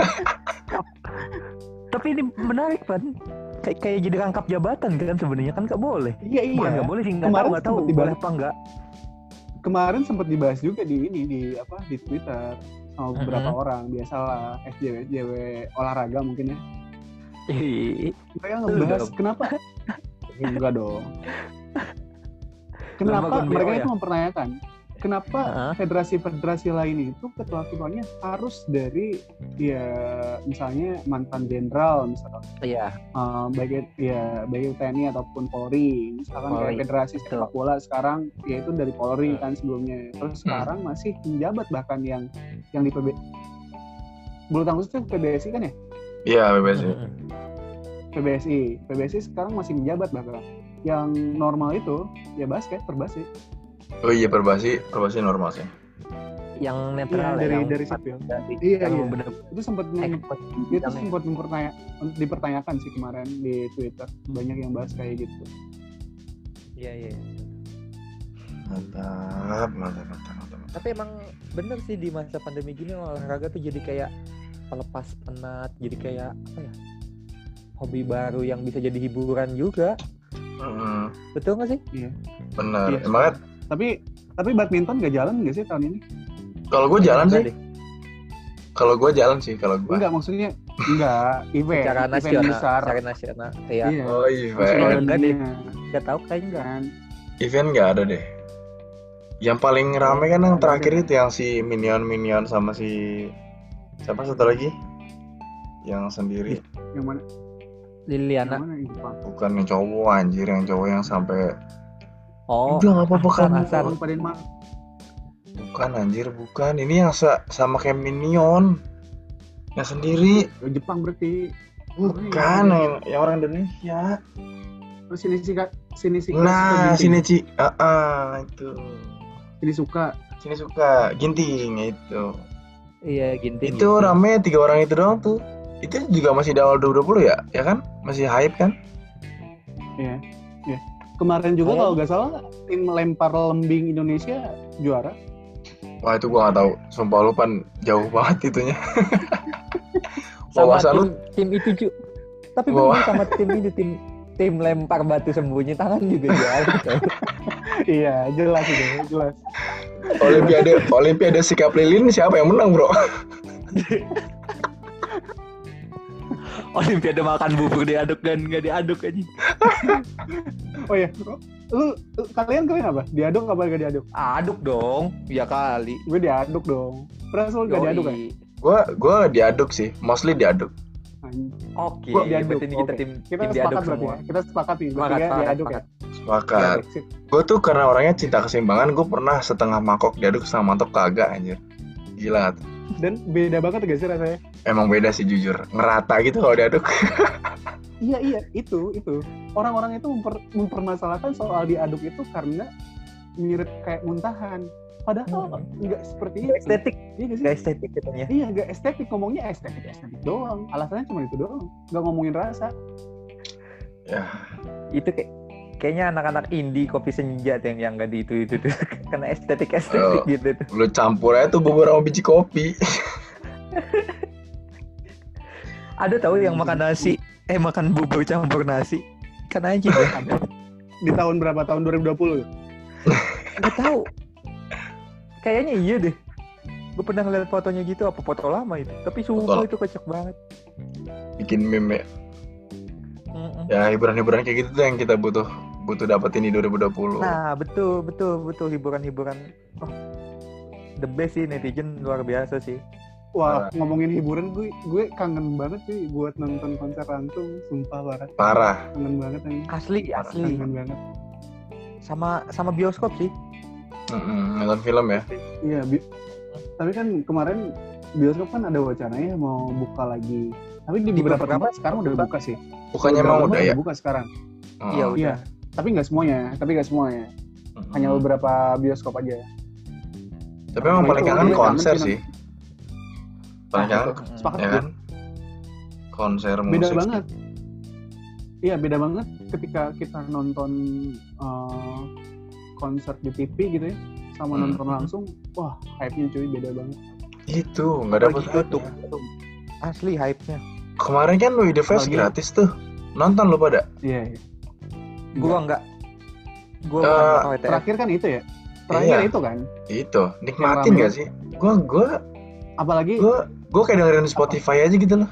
Tapi ini menarik, Pan. Kayak kayak jadi rangkap jabatan kan sebenarnya kan nggak boleh. Iya iya. Bukan nggak boleh sih, nggak tahu Kemarin nggak tahu sempet boleh dibahas. apa enggak. Kemarin sempat dibahas juga di ini di apa di Twitter sama beberapa Mhm. orang, biasalah S J W S J W olahraga mungkin ya. Ih, Mereka ngebahas dong. kenapa? Enggak dong. Kenapa Lembaga B O mereka ya? itu mempertanyakan kenapa Heeh. federasi-federasi lain itu ketua ketuanya harus dari ya misalnya mantan jenderal misalnya Iya. uh, baik ya baik T N I ataupun Polri, misalkan Polri, kayak federasi sepak bola sekarang ya itu dari Polri Hmm. kan sebelumnya, terus Hmm. sekarang masih menjabat bahkan yang yang di P B bulu tangkis itu P B S I kan ya, Iya, bebas sih. Mm-mm. P B S I P B S I sekarang masih menjabat bahkan yang normal itu ya basket perbasi Oh iya, perbasi, perbasi normal sih. Yang iya, netral ya, dari yang dari sipil dari iya yang iya bener- itu sempat mem- expert itu bidangnya. sempat mempertanya dipertanyakan sih kemarin di Twitter, banyak yang bahas kayak gitu. Iya, iya. Mantap, mantap, mantap, mantap. Tapi emang bener sih di masa pandemi gini olahraga tuh jadi kayak pelepas penat, jadi kayak apa ya? Hobi baru yang bisa jadi hiburan juga. Mm-mm. Betul nggak sih? Bener. Iya. Emangnya Tapi tapi badminton nggak jalan nggak sih tahun ini? kalau gue jalan Enggak sih. deh. Kalau gue jalan sih kalau gue. Enggak, maksudnya enggak event, Secara event nasional, besar. secara nasional. Iya. Iya. Oh Nasional event. Enggak deh. dunia, Nggak tahu kayaknya enggak. kan. Event nggak ada deh. Yang paling rame kan yang Ada, terakhir ada. itu yang si Minion Minion sama si siapa satu lagi? Yang sendiri. Yang mana? Liliana. Yang mana yang Jepang? Bukan yang cowok anjir, yang cowok yang sampai Oh, udah nggak apa-apa Hasan, kamu. Hasan. Yang pada Denmark. Bukan anjir, bukan. Ini yang sa- sama kayak Minion. Yang sendiri. Oh, Jepang berarti. Bukan, yang, yang orang Indonesia. Terus sini sih kak, sini sih. Nah, sini Ci. Ah, ah, itu. Sini suka. Sini suka ginting itu. iya ginting. Itu ginting. rame tiga orang itu doang tuh. Itu juga masih di awal dua ribu dua puluh ya? Ya kan? Masih hype kan? Iya. Iya. Kemarin juga Oh. kalau nggak salah tim lempar lembing Indonesia juara. Wah, itu gua nggak tahu. Sumpah lu pan jauh banget itunya. Sama Wawasan lu tim, tim itu Ju. Tapi Wah. bener sama tim ini tim tim lempar batu sembunyi tangan juga juara. Iya, jelas itu, jelas. Olimpiade Olimpiade sikap lilin siapa yang menang, Bro? Olimpiade makan bubur diaduk dan nggak diaduk aja. Oh iya, lu, lu kalian kalian apa? Diaduk apa gak diaduk? Aduk dong, ya kali. Gue diaduk dong. Pernah lu gak diaduk kan? Gua gua diaduk sih, mostly diaduk. Oke, Gua diaduk, berarti ini kita oke. tim Kita tim diaduk sepakat berarti semua. ya. Kita sepakat nih, Sepakat, bertiga sepakat, diaduk ya. sepakat. Sepakat. Oke, sip. Gue tuh karena orangnya cinta keseimbangan, gue pernah setengah mangkok diaduk, setengah mangkok kagak anjir. Gila. Dan beda banget gak sih rasanya? Emang beda sih jujur. Ngerata gitu kalau diaduk. Iya iya itu itu orang-orang itu memper, mempermasalahkan soal diaduk itu karena mirip kayak muntahan. Padahal Hmm. nggak seperti Nggak itu. estetik, Iya nggak sih? nggak estetik katanya. Iya nggak estetik, ngomongnya estetik estetik doang. Alasannya cuma itu doang. Nggak ngomongin rasa. Ya, Itu kayak kayaknya anak-anak indie kopi senja tuh yang yang nggak di itu itu tuh karena estetik estetik Oh. gitu tuh. lu campur aja tuh bubur sama biji kopi. Ada tahu yang makan nasi, eh makan bubur campur nasi, kan aja deh. Di tahun berapa? Tahun dua ribu dua puluh. Nggak tahu. Kayaknya iya deh. Gue pernah ngeliat fotonya gitu, apa foto lama itu. Tapi sumpah Foto. itu kocak banget. Bikin meme. Mm-mm. Ya hiburan-hiburan kayak gitu tuh yang kita butuh butuh dapetin di dua ribu dua puluh. Nah betul betul betul hiburan-hiburan. Oh, the best sih, netizen luar biasa sih. Wah, ngomongin hiburan gue gue kangen banget sih buat nonton konser langsung, sumpah parah. Parah. Kangen banget nih. Asli asli. Kangen banget. Sama sama bioskop sih. Mm-mm, nonton film ya. Iya, bi- tapi kan kemarin bioskop kan ada wacananya mau buka lagi. Tapi di, Di beberapa beberapa tempat sekarang udah buka. buka sih. Bukannya Beberapa emang tempat udah ya? buka sekarang. Oh. Iya udah. Iya. Tapi nggak semuanya, tapi nggak semuanya. Mm-mm. Hanya beberapa bioskop aja. Tapi emang Nah, paling itu kangen gue kangen konser sih, sih. Paling Nah, kangen, itu. Sepakat ya gue. kan? Konser musik. Beda sih. banget. Iya, beda banget ketika kita nonton eh, konser di T V gitu ya, sama Hmm. nonton langsung. Wah, hype-nya cuy beda banget. Itu nggak dapet Apalagi hype. YouTube. Asli hype-nya. Kemarin kan Wih The Fest Apalagi- gratis tuh. Nonton lu pada? Iya. iya. Gua enggak. Gua Eh, bukan W T F. Terakhir kan itu ya. Terakhir Iya. itu kan. Itu nikmatin rame. gak sih? Gua gua Apalagi gua gua kayak dengerin Spotify aja gitu loh.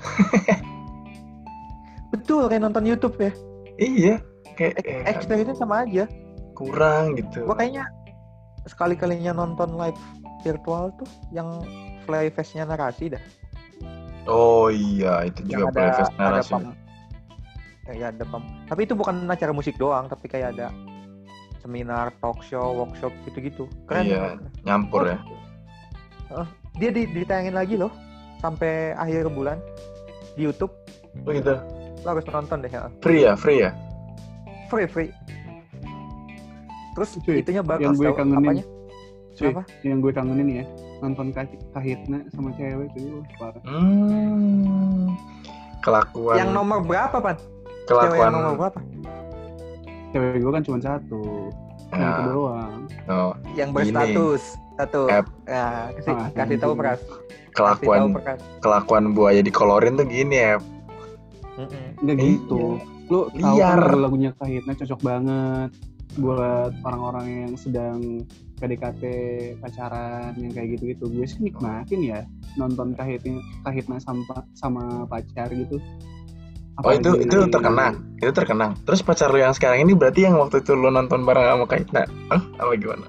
Betul kayak nonton YouTube ya. Iya, kayak Ek- eh, Experience sama aja. kurang gitu. Gua kayaknya sekali-kalinya nonton live virtual tuh yang Flyfest-nya narasi dah. Oh iya, itu juga Yang ada Playfest ada narasi. pam. Ya, ada pam. Tapi itu bukan acara musik doang, tapi kayak ada seminar, talk show, workshop gitu-gitu. Keren. Iya, banget. nyampur ya. Dia di, ditayangin lagi loh sampai akhir bulan di YouTube. Oh gitu. Lo harus nonton deh ya. Free ya, free ya. Free free. Terus Cuy, itunya yang bagus gue tau kangenin. apanya? Cuy, Apa? yang gue kangenin ya, nonton Kah- Kahitna sama cewek cuy, wah parah. Hmm. Kelakuan Yang nomor berapa, Pan? Cewek kelakuan yang nomor berapa? Cewek gue kan cuma satu, yang itu ya, doang. oh, Yang Ini. berstatus satu. App. Ya, kasih, Ah, kasih tahu ini. Pras. Kasih tahu kelakuan Pras. kelakuan buaya dikolorin tuh gini ya. Mm-mm. Nggak Iya. gitu. Lu tahu Liar. kan lagu-lagunya Kahitna cocok banget buat orang-orang yang sedang P D K T pacaran yang kayak gitu-gitu. Gue sih nikmatin ya nonton Kahitna Kahitna sama sama pacar gitu. Oh itu Apalagi- itu terkenang, itu terkenang. Terus pacar lu yang sekarang ini berarti yang waktu itu lu nonton bareng sama Kahitna, Hah? apa gimana?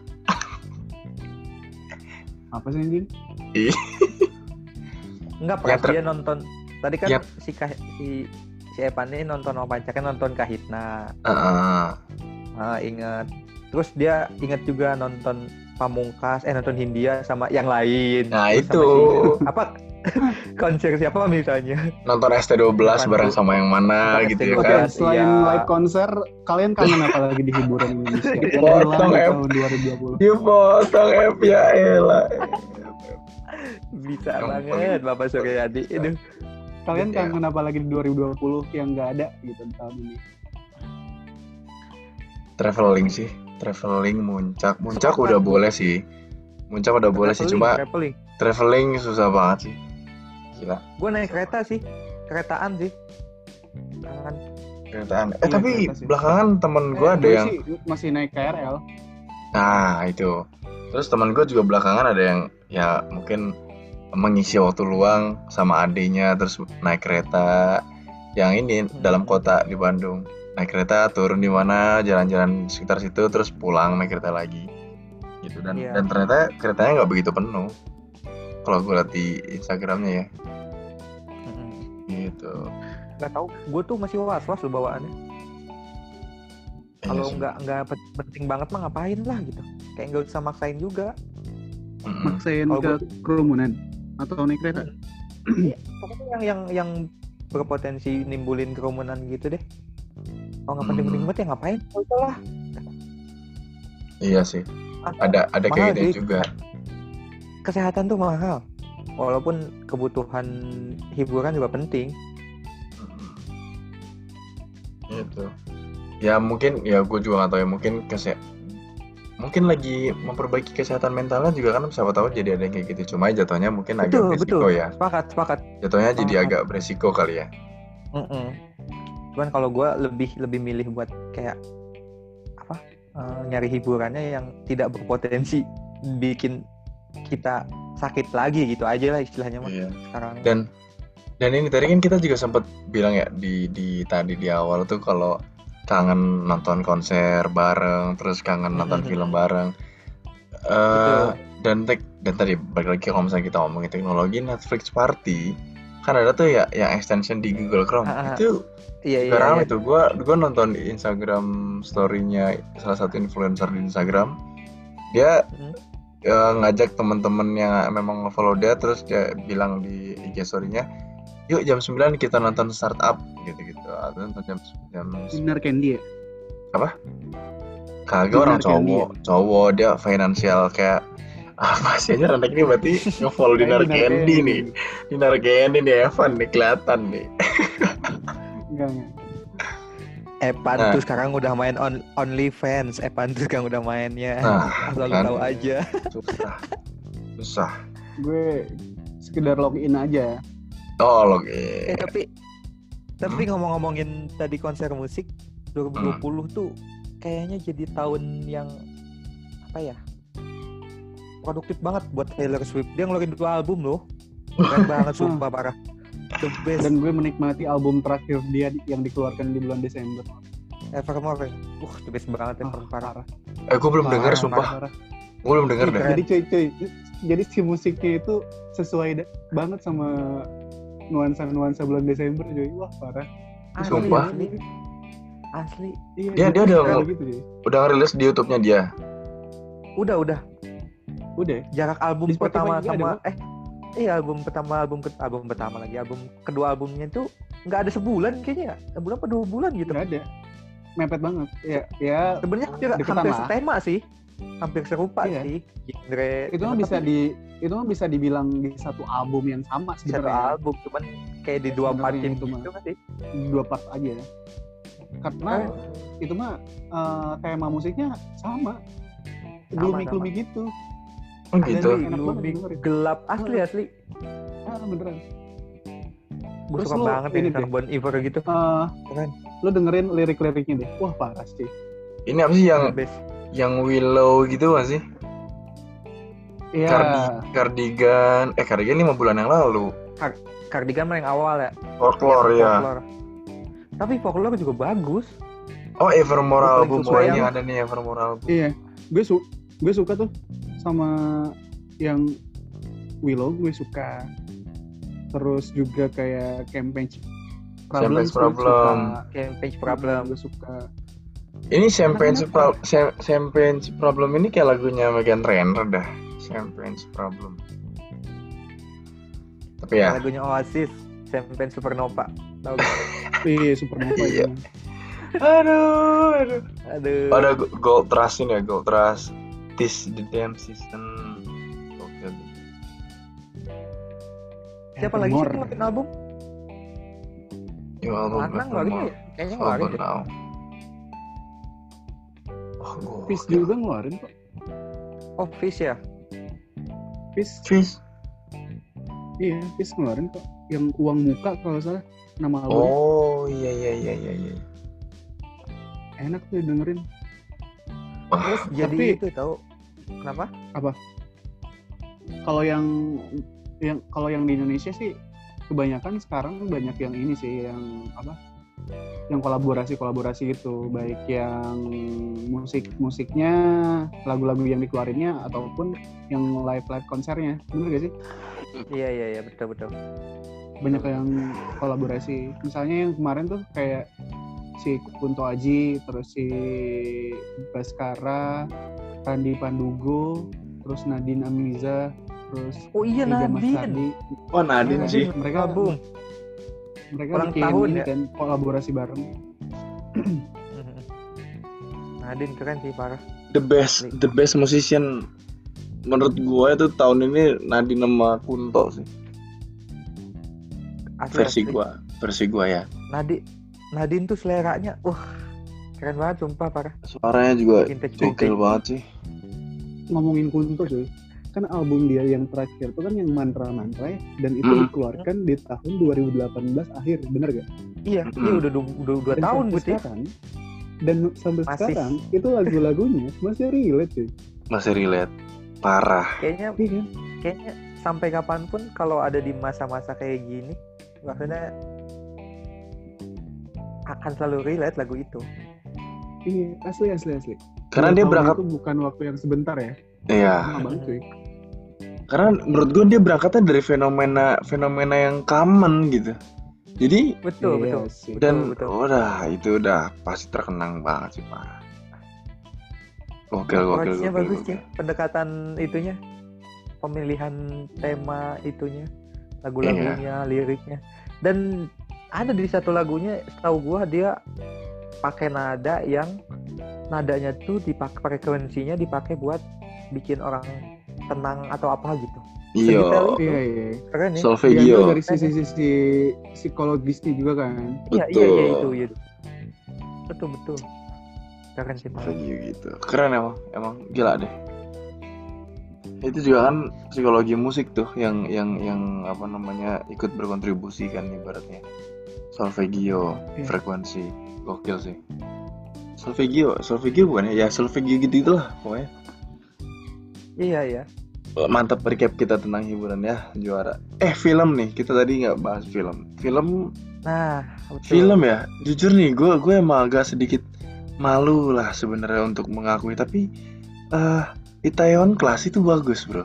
Apa sih anjing? Enggak, Ya, Pras ter- dia nonton. Tadi kan Yap. si Kah, si si Evan ini nonton sama pacarnya nonton Kahitna. Heeh. Ah, ingat. Terus dia ingat juga nonton Pamungkas, eh nonton Hindia sama yang lain. Nah, Terus sama itu. si- apa konser siapa misalnya? Nonton S T dua belas Bukan, bareng Bu. sama yang mana Bukan gitu S T ya dua Oke, kan? belas. selain Iya. live konser, kalian kangen apa lagi di hiburan Indonesia? Yang Dipotong, hilang di Em. tahun dua ribu dua puluh. Dipotong F ya elah. Bisa Yang banget Bapak Suryadi. Itu Kalian Ya. kangen apa lagi di dua ribu dua puluh yang nggak ada gitu di tahun ini? Traveling sih, traveling muncak, muncak Sepakat. udah boleh sih, muncak udah boleh sih, traveling, cuma traveling. traveling susah banget sih, gila. Gue naik kereta sih, keretaan sih. Kan Keretaan. Eh Iya, tapi kereta sih. belakangan temen gue Eh, ada gue yang sih masih naik K R L. nah itu. Terus temen gue juga belakangan ada yang ya mungkin mengisi waktu luang sama adiknya terus naik kereta yang ini dalam kota di Bandung. Naik kereta turun di mana jalan-jalan sekitar situ terus pulang naik kereta lagi. Gitu dan Iya. dan ternyata keretanya nggak begitu penuh. Kalau gue lihat di Instagramnya ya. Mm-mm. Gitu. Nggak tahu, gue tuh masih was-was loh bawaannya. Iya Kalau sih. nggak nggak penting banget mah ngapain lah gitu. Kayak nggak usah maksain juga. Mm-mm. Maksain Kalau ke gua- kerumunan atau naik kereta. Iya, pokoknya yang yang yang berpotensi nimbulin kerumunan gitu deh. Kalau nggak penting-penting Hmm. banget ya ngapain? Nggak usah lah. Iya sih. Mahal- Ada ada mahal kayak gitu sih. juga. Kesehatan tuh mahal. Walaupun kebutuhan hiburan juga penting. Gitu. Ya mungkin ya gue juga nggak tahu ya mungkin kese mungkin lagi memperbaiki kesehatan mentalnya juga kan siapa tahu jadi ada yang kayak gitu cuma jatuhnya mungkin agak Betul, beresiko betul. ya Sepakat, sepakat. jatuhnya jadi Sepakat. agak beresiko kali ya. Mm-mm. Cuman kalau gue lebih lebih milih buat kayak apa eh, nyari hiburannya yang tidak berpotensi bikin kita sakit lagi gitu aja lah istilahnya mah Iya. sekarang. Dan dan ini tadi kan kita juga sempat bilang ya di di tadi di awal tuh kalau kangen nonton konser bareng terus kangen nonton Mm-mm. film bareng. Eh Betul. dan tek- dan tadi balik lagi kalau misalnya kita ngomongin teknologi Netflix Party kan ada tuh ya yang extension di Google Chrome Ah, ah. itu Iya juga iya. ramai iya. tuh. Gue gue nonton di Instagram story-nya salah satu influencer di Instagram. Dia Mm. eh, ngajak teman-teman yang memang nge-follow dia terus dia bilang di I G story-nya, "Yuk jam sembilan kita nonton startup." gitu-gitu. Atau nonton jam jam Benar Candy ya? kagak Benar orang kan cowok. Cowok dia financial kayak apa sih aja anak ini berarti nge-follow Dinar Kayak Candy nih. Dinar Candy nih Evan nih kelihatan nih. Enggak, enggak. Evan Nah. tuh sekarang udah main on OnlyFans. Evan tuh sekarang udah mainnya. Nah, Asal lu kan. tahu aja. Susah. Susah. Gue sekedar login aja. Oh, Eh login. tapi tapi Hmm? ngomong-ngomongin tadi konser musik dua ribu dua puluh tuh kayaknya jadi tahun yang apa ya? Produktif banget buat Taylor Swift. Dia ngeluarin dua album loh. Keren banget sumpah parah. The best. Dan gue menikmati album terakhir dia di- yang dikeluarkan di bulan Desember. Evermore. Uh, the best banget Ah, Evermore parah. parah. Eh, gue belum Parah, denger parah, sumpah. Parah. Gue belum denger Ih, deh. keren. Jadi cuy, cuy, jadi si musiknya itu sesuai da- banget sama nuansa-nuansa bulan Desember cuy. Wah, parah. Asli, Sumpah. Asli. Asli. Iya, Dia- gue dia suka udah- gitu cuy. Udah ngerilis di YouTube-nya dia. Udah, udah. Udah. Jarak album Di Spotify pertama juga ada, sama Bang. eh iya album pertama album ke, album pertama lagi album kedua albumnya itu nggak ada sebulan kayaknya ya. Sebulan apa dua bulan gitu. Nggak ada. Mepet banget. Ya, ya Sebenarnya hampir, Deketan hampir lah. setema sih. Hampir serupa Iya. sih genre. itu mah cuman bisa tapi di itu mah bisa dibilang di satu album yang sama satu sebenarnya. album cuman kayak di dua Sebenarnya partin itu mah. gitu kan sih. Dua part aja. Karena Eh. itu mah eh, tema musiknya sama. Sama, Gloomy-gloomy gitu. Oh Asli, gitu. Enak banget gloomy, dengerin. gelap asli asli. Ah, beneran. Gue Terus suka lu banget ini ya deh. Bon Iver gitu. Eh, Keren. lu dengerin lirik-liriknya deh. Wah, parah sih. Ini apa sih yang The best. yang Willow gitu gak sih? Iya. Cardi- Cardigan. Eh Cardigan lima bulan yang lalu. Cardigan mah yang awal ya. Folklore Yang ya. Folklore. Tapi Folklore juga bagus. Oh Evermore Gua paling album. suka Oh yang- ini ada nih Evermore album. Iya. Gue su gue suka tuh sama yang Willow gue suka. Terus juga kayak Campaign Campaign gue Problem. suka. Campaign Problem. Gue suka. Ini Champagne Kenapa? Pro- Cha- Champagne Problem ini kayak lagunya Meghan Trainor dah. Champagne Problem. Tapi ya, Lagunya Oasis, Champagne Supernova. Tahu gak? Iya, Supernova Iya. itu. aduh, aduh. Aduh. Ada Gold Trust ini ya, Gold Trust. This the damn season. Oke. Siapa lagi sih Evermore. yang ngeluarin album? Your album Lanang ngeluarin Evermore. ya? Kayaknya ngeluarin Album deh. now. Oh, gua. Peace juga ngeluarin kok. Oh, Fish ya? Peace. Fish. Iya, Fish ngeluarin kok. Yang Uang Muka kalau salah nama albumnya. Oh iya iya iya iya iya. Enak tuh dengerin. Terus jadi Tapi- itu tahu kenapa? Kalau yang yang kalau yang di Indonesia sih kebanyakan sekarang banyak yang ini sih yang apa? Yang kolaborasi-kolaborasi gitu, baik yang musik-musiknya, lagu-lagu yang dikeluarinnya ataupun yang live-live konsernya. Bener gak sih? Iya iya iya betul betul. Banyak yang kolaborasi. Misalnya yang kemarin tuh kayak si Kunto Aji, terus si Baskara, Randy Pandugo, terus Nadine Amiza, terus Oh iya Ega Mas Nadine. Sardi. Oh Nadine Nah, sih. mereka Album. mereka Ulang bikin tahun ini ya? kan kolaborasi bareng. Nadine keren sih parah. The best the best musician menurut gue itu tahun ini Nadine sama Kunto sih. Asli, Versi asli. gue, versi gue ya. Nadi Nadine tuh seleranya, wah keren banget sumpah parah. Suaranya juga Vintage gokil vintage. banget sih. Ngomongin Kunto cuy, kan album dia yang terakhir tuh kan yang mantra-mantra ya, dan itu Hmm. dikeluarkan di tahun dua ribu delapan belas akhir, bener gak? Iya, Mm-mm. iya udah du- udah dua Dan tahun sampai berarti. sekarang, dan sampai Masih. sekarang itu lagu-lagunya masih relate cuy. Masih relate. Parah. Kayaknya Iya kan? kayaknya sampai kapanpun kalau ada di masa-masa kayak gini, maksudnya akan selalu relate lagu itu. Iya, asli asli asli. Karena Dua dia tahun berangkat, itu bukan waktu yang sebentar ya. iya. Lama banget cuy. Karena menurut gue dia berangkatnya dari fenomena fenomena yang common gitu. Jadi Betul, Iya betul. sih. dan betul. udah itu udah pasti terkenang banget sih parah. Gokil gokil Approach-nya gokil. bagus gokil. sih, pendekatan itunya, pemilihan tema itunya, lagu-lagunya, liriknya. Dan ada di satu lagunya, setahu gua dia pakai nada yang nadanya tuh dipakai frekuensinya dipakai buat bikin orang tenang atau apa gitu. Iya. Sedetail itu. Iya iya. Keren ya? Solfeggio. Diambil dari sisi-sisi psikologisnya juga kan. Iya, iya, iya itu, iya. Betul, betul. Keren sih, Pak. Solfeggio gitu. Keren emang, emang gila deh. Itu juga kan psikologi musik tuh yang yang yang apa namanya ikut berkontribusi kan ibaratnya. Solfeggio, Iya. frekuensi, gokil sih. Solfeggio, solfeggio bukan ya? Ya solfeggio gitu itulah pokoknya. Iya, iya. Mantap recap kita tentang hiburan ya, juara. Eh film nih, kita tadi nggak bahas film. Film, Nah, betul. film ya. Jujur nih, gue gue emang agak sedikit malu lah sebenarnya untuk mengakui. Tapi eh Itaewon Class itu bagus bro.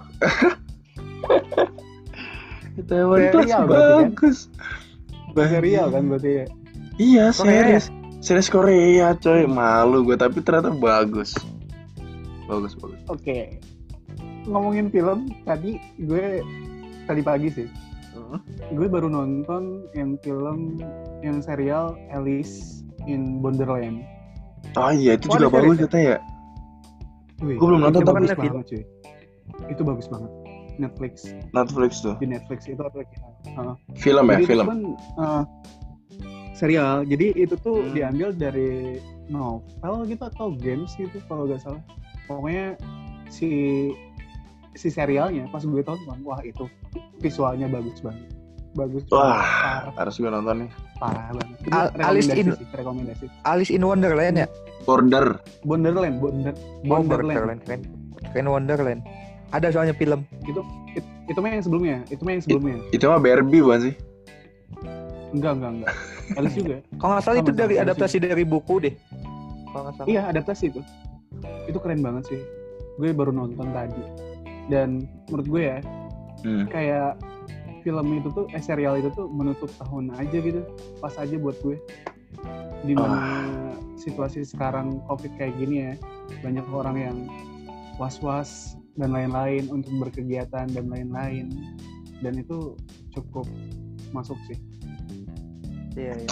Itaewon Serial Class berarti kan? bagus. Serial kan berarti ya. Iya, Korea ya? series, series Korea coy. Malu gue, tapi ternyata bagus. Bagus bagus. Oke. Ngomongin film, tadi gue tadi pagi sih. Gue baru nonton yang film yang serial Alice in Wonderland. Oh iya, itu Oh, juga ada bagus series katanya ya. Wih, Gue belum nonton itu tapi bagus Netflix. banget cuy. Itu bagus banget. Netflix, Netflix tuh. di Netflix itu apa lagi? Uh, Film ya, jadi itu film. kan uh, serial. Jadi itu tuh Hmm. diambil dari novel gitu atau games gitu kalau nggak salah. Pokoknya si si serialnya pas gue tonton, wah itu visualnya bagus banget. Bagus banget. Wah, Parah, harus gue nonton nih. parah banget. Itu Al- Alice rekomendasi in- sih, rekomendasi. Alice in Wonderland ya? Border. Wonderland, Wonder, Oh, Wonderland. Wonderland, keren. Keren Wonderland. Ada soalnya film. Itu it- itu mah yang sebelumnya, itu mah yang sebelumnya. Itu mah Barbie bukan sih? Enggak, enggak, enggak. Alice juga. Kalau nggak salah itu Sama-sama dari Alice adaptasi dari buku deh. Kalau nggak salah. Iya, adaptasi itu. Itu keren banget sih. Gue baru nonton tadi. Dan menurut gue ya, Hmm. kayak film itu tuh, eh serial itu tuh menutup tahun aja gitu. Pas aja buat gue. Dimana situasi sekarang COVID kayak gini ya, banyak orang yang was-was dan lain-lain untuk berkegiatan dan lain-lain. Dan itu cukup masuk sih. Iya, iya.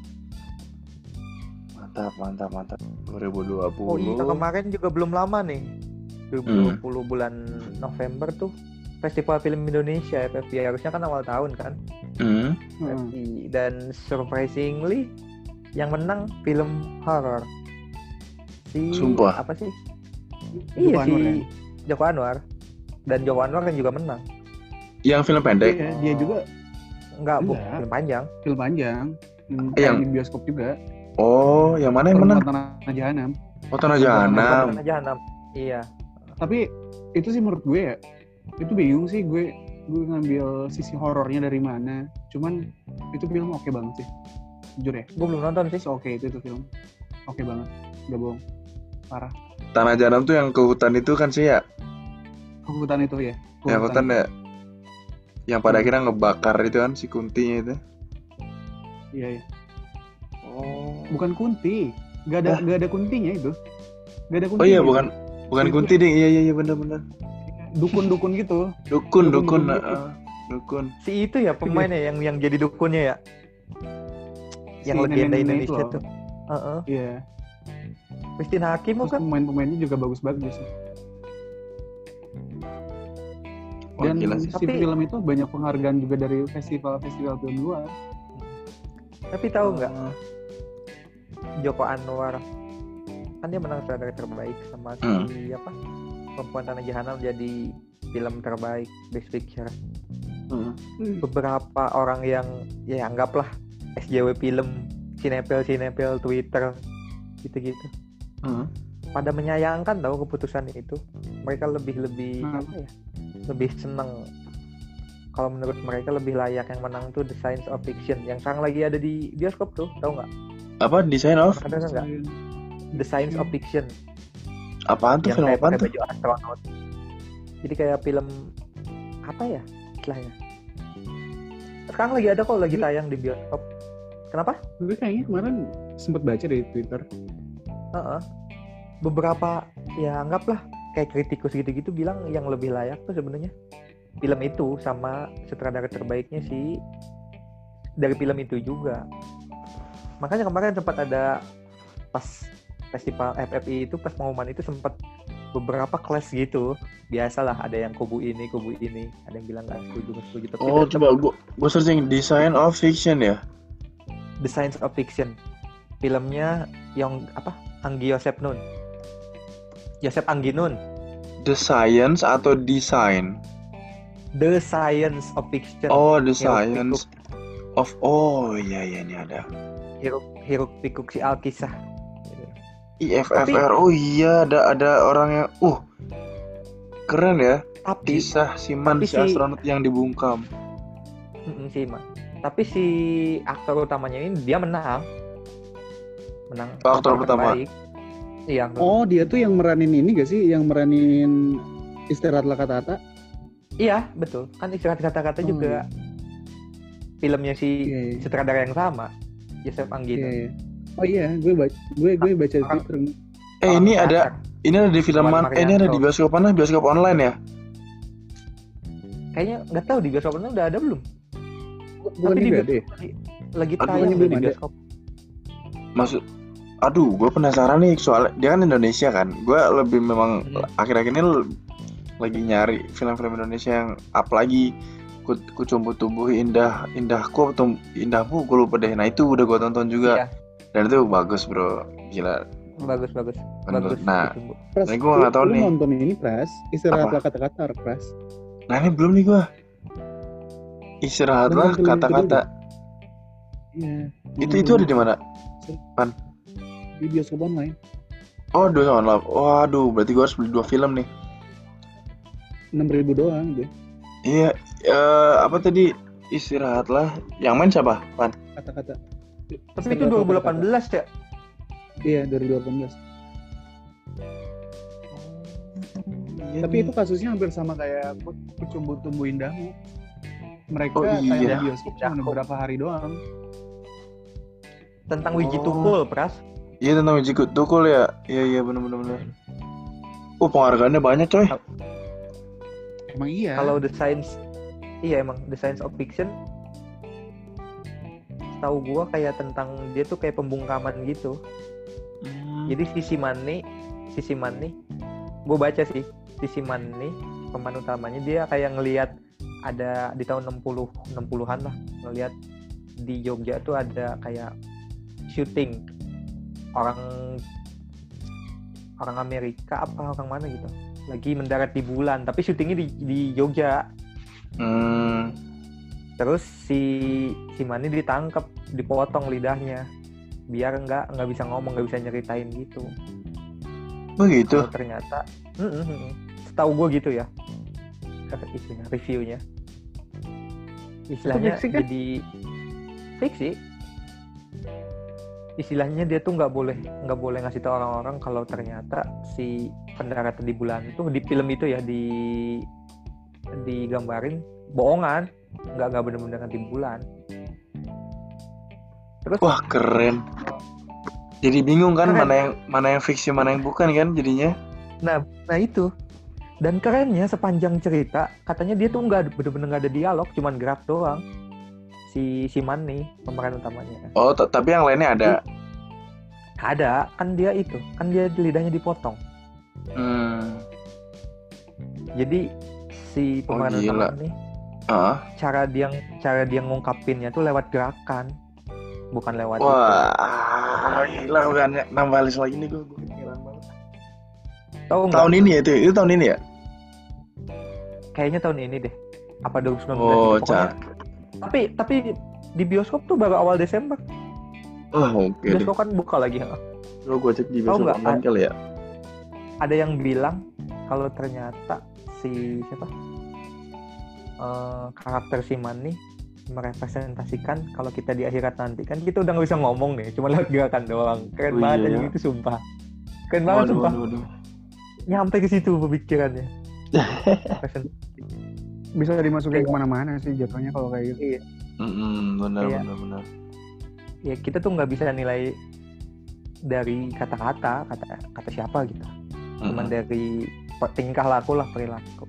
Mantap, mantap, mantap. dua ribu dua puluh. Oh iya, kemarin juga belum lama nih. dua ribu dua puluh bulan November tuh Festival Film Indonesia F F I, harusnya kan awal tahun kan. Hmm. Hmm. F F I. Dan surprisingly yang menang film horor. Si Sumpah. apa sih? Joko Iya Anwar si ya? Joko Anwar. Dan Joko Anwar kan juga menang. Yang film pendek. Iya, dia juga Enggak, bu, Enggak. film panjang. film panjang. Hmm, Yang- kayak di bioskop juga. Oh, yang mana yang menang? Perempuan Tanah Jahanam. Oh, Tanah Jahanam. Tanah Jahanam. Iya. Tapi itu sih menurut gue ya, itu bingung sih gue gue ngambil sisi horornya dari mana. Cuman itu film oke banget sih, jujur ya. Gue belum nonton sih. So, oke itu itu film oke banget, gak bohong, parah. Tanah Jahanam tuh yang ke hutan itu kan sih ya? Ke hutan itu ya. Ke Yang hutan ya. Yang pada Hmm. akhirnya ngebakar itu kan si Kuntinya itu. Iya, iya. Oh. Bukan Kunti, gak ada gak ada kuntinya itu. Gak ada Oh kuntinya. iya, bukan bukan Itu- Kunti ding. Iya iya iya benar-benar. Dukun-dukun gitu. Dukun, dukun, Dukun, dukun nah, gitu. ah, dukun. Si itu ya pemainnya yang yang jadi dukunnya ya. Yang Si legenda nenek-nenek Indonesia itu loh. tuh. Heeh. Iya. Christine Hakim Terus kan. pemain-pemainnya juga bagus-bagus. Oh, Dan gila sih. si Tapi- film itu banyak penghargaan juga dari festival-festival film luar. Tapi tahu nggak Oh. Joko Anwar kan dia menang sutradara terbaik sama si Hmm. apa Perempuan Tanah Jahanam jadi film terbaik Best Picture. Hmm. Beberapa orang yang ya anggaplah S J W film, sinepil sinepil Twitter gitu-gitu Hmm. pada menyayangkan tahu keputusan itu. Mereka lebih lebih Hmm. apa ya? Lebih seneng. Kalau menurut mereka lebih layak yang menang tuh The Science of Fiction yang sekarang lagi ada di bioskop tuh, tahu nggak? Apa design of? Pernah dengar nggak? The Science of Fiction Apaan tuh yang film kayak apaan pakai tuh? baju astronaut. Jadi kayak film apa ya istilahnya? Sekarang lagi ada kok, lagi tayang di bioskop. Kenapa? Gue kayaknya kemarin sempat baca di Twitter. Heeh. Beberapa ya anggaplah kayak kritikus gitu-gitu bilang yang lebih layak tuh sebenarnya film itu sama sutradara terbaiknya si dari film itu juga. Makanya kemarin sempat ada pas festival F F I itu pas pengumuman itu sempat beberapa kelas gitu. Biasalah ada yang kubu ini, kubu ini, ada yang bilang nggak setuju, nggak setuju. Tapi Oh, tetap coba gua gua searching design of fiction ya. The Science of Fiction. Filmnya yang apa? Anggi Yosep Nun. Yosep Anggi Nun. The Science atau Design? The Science of Fiction. Oh, The Hiruk Science of Oh, iya iya ini ada. Hiruk Hiruk Pikuk si Alkisah. I F F R. Oh iya, ada ada orang yang uh keren ya. Tapi Kisah Siman tapi si si- astronot yang dibungkam. Mm-mm, sih, Mas. Tapi si aktor utamanya ini dia menang. Menang. Oh, aktor aktor pertama. terbaik. Iya. Oh, dia tuh yang meranin ini gak sih? Yang meranin Istirahatlah Kata-Kata? Iya, betul. Kan istirahat kata-kata Oh, juga filmnya si Iya, iya. sutradara yang sama, Yosep Anggi Iya, Nun. iya. Oh iya, gue baca, gue gue baca di Orang- Twitter. Eh Orang ini teater. ada ini ada di filman. Wan Eh ini ada di Marianto. bioskop mana? Bioskop online ya? Kayaknya nggak tahu di bioskop mana udah ada belum? Bukan Tapi di juga bioskop deh. lagi, lagi Aduh, tayang ini tuh belum di ada. bioskop. Maksud Aduh, gue penasaran nih soal dia kan Indonesia kan. Gue lebih memang Hmm. akhir-akhir ini l- lagi nyari film-film Indonesia yang up lagi. Ku, Kucumbu Tubuh Indah Indahku atau Indahmu gue lupa deh. Nah itu udah gue tonton juga. Iya. Dan itu bagus bro, gila. Bagus bagus Bener. bagus. Nah, Ditunggu. Pras, Nah, gua nggak tahu lu nih. nonton ini, Pras. Istirahatlah Kata-Kata, Pras. Nah ini belum nih gue. Istirahatlah Bener, film itu kata-kata. Iya. Itu itu ada di mana? Di bioskop online. Oh dua online. Waduh, berarti gue harus beli dua film nih. enam ribu doang deh. Iya, eh, apa tadi istirahatlah. Yang main siapa? Pan? Kata-kata. Tapi itu dua ribu delapan belas ya. Iya, dua ribu delapan belas. Tapi itu kasusnya hampir sama kayak Ku- Kucumbu Tumbuh Indahmu. Mereka Oh, tayang iya. di bioskop cuma Indahku. beberapa hari doang. Tentang Wiji Oh. Tukul, Pras. Iya tentang Wiji Tukul ya. Iya iya benar-benar benar. Oh penghargaannya banyak coy. Emang iya. Kalau The Science, iya emang The Science of Fiction. Tahu gua kayak tentang dia tuh kayak pembungkaman gitu. Hmm. Jadi Sisi Mani, Sisi Mani, gue baca sih Sisi Mani pemain utamanya dia kayak ngelihat ada di tahun enam puluh enam puluhan lah, ngelihat di Jogja tuh ada kayak syuting orang orang Amerika apa orang mana gitu lagi mendarat di bulan, tapi syutingnya di di Jogja. Hmm. Terus si si Mani ditangkap, dipotong lidahnya biar nggak nggak bisa ngomong, nggak bisa nyeritain gitu. Begitu. Kalau ternyata, mm-mm, setahu gue gitu ya, istilahnya reviewnya, istilahnya fiksi kan? jadi fiksi. Istilahnya dia tuh nggak boleh nggak boleh ngasih tahu orang-orang kalau ternyata si pendaratan di bulan itu di film itu ya di digambarin bohongan, nggak nggak benar-benar di bulan. Terus Wah, keren. Jadi bingung kan Keren. mana yang mana yang fiksi mana yang bukan kan jadinya. nah nah itu, dan kerennya sepanjang cerita katanya dia tuh nggak benar-benar nggak ada dialog, cuman gerak doang. Si si Man nih pemeran utamanya. Oh, t- tapi yang lainnya ada. Ada, kan dia itu, kan dia lidahnya dipotong. Hmm. Jadi si Oh, pemeran gila. utama nih Ah. cara dia cara dia ngungkapinnya tuh lewat gerakan, bukan lewat itu. Wah, gila bukan nambah list lagi nih gue gue kepikiran banget. Tahu nggak? Tahun ini ya itu, itu tahun ini ya? Kayaknya tahun ini deh. Apa dua ribu sembilan belas? Oh, Pokoknya. cak. Tapi tapi di bioskop tuh baru awal Desember. Oh, oke deh. Bioskop kan buka lagi. Gue gue cek di Tahu besok nggak, online kali ya. Ada yang bilang kalau ternyata si siapa eh, karakter si Man nih merepresentasikan kalau kita di akhirat nanti, kan kita udah nggak bisa ngomong nih, cuma lewat gerakan doang. Keren Oh, banget iya, aja ya. itu, sumpah. Keren banget Waduh, sumpah. waduh, waduh. Nyampe ke situ pemikirannya. Present- Bisa dimasukin kemana-mana sih jatuhnya kalau kayak gitu. Iya. Mm-mm, benar, Iya. benar, benar. Ya kita tuh nggak bisa nilai dari kata-kata, kata kata siapa gitu. Cuman Mm-mm. dari pe- tingkah laku lah, perilaku.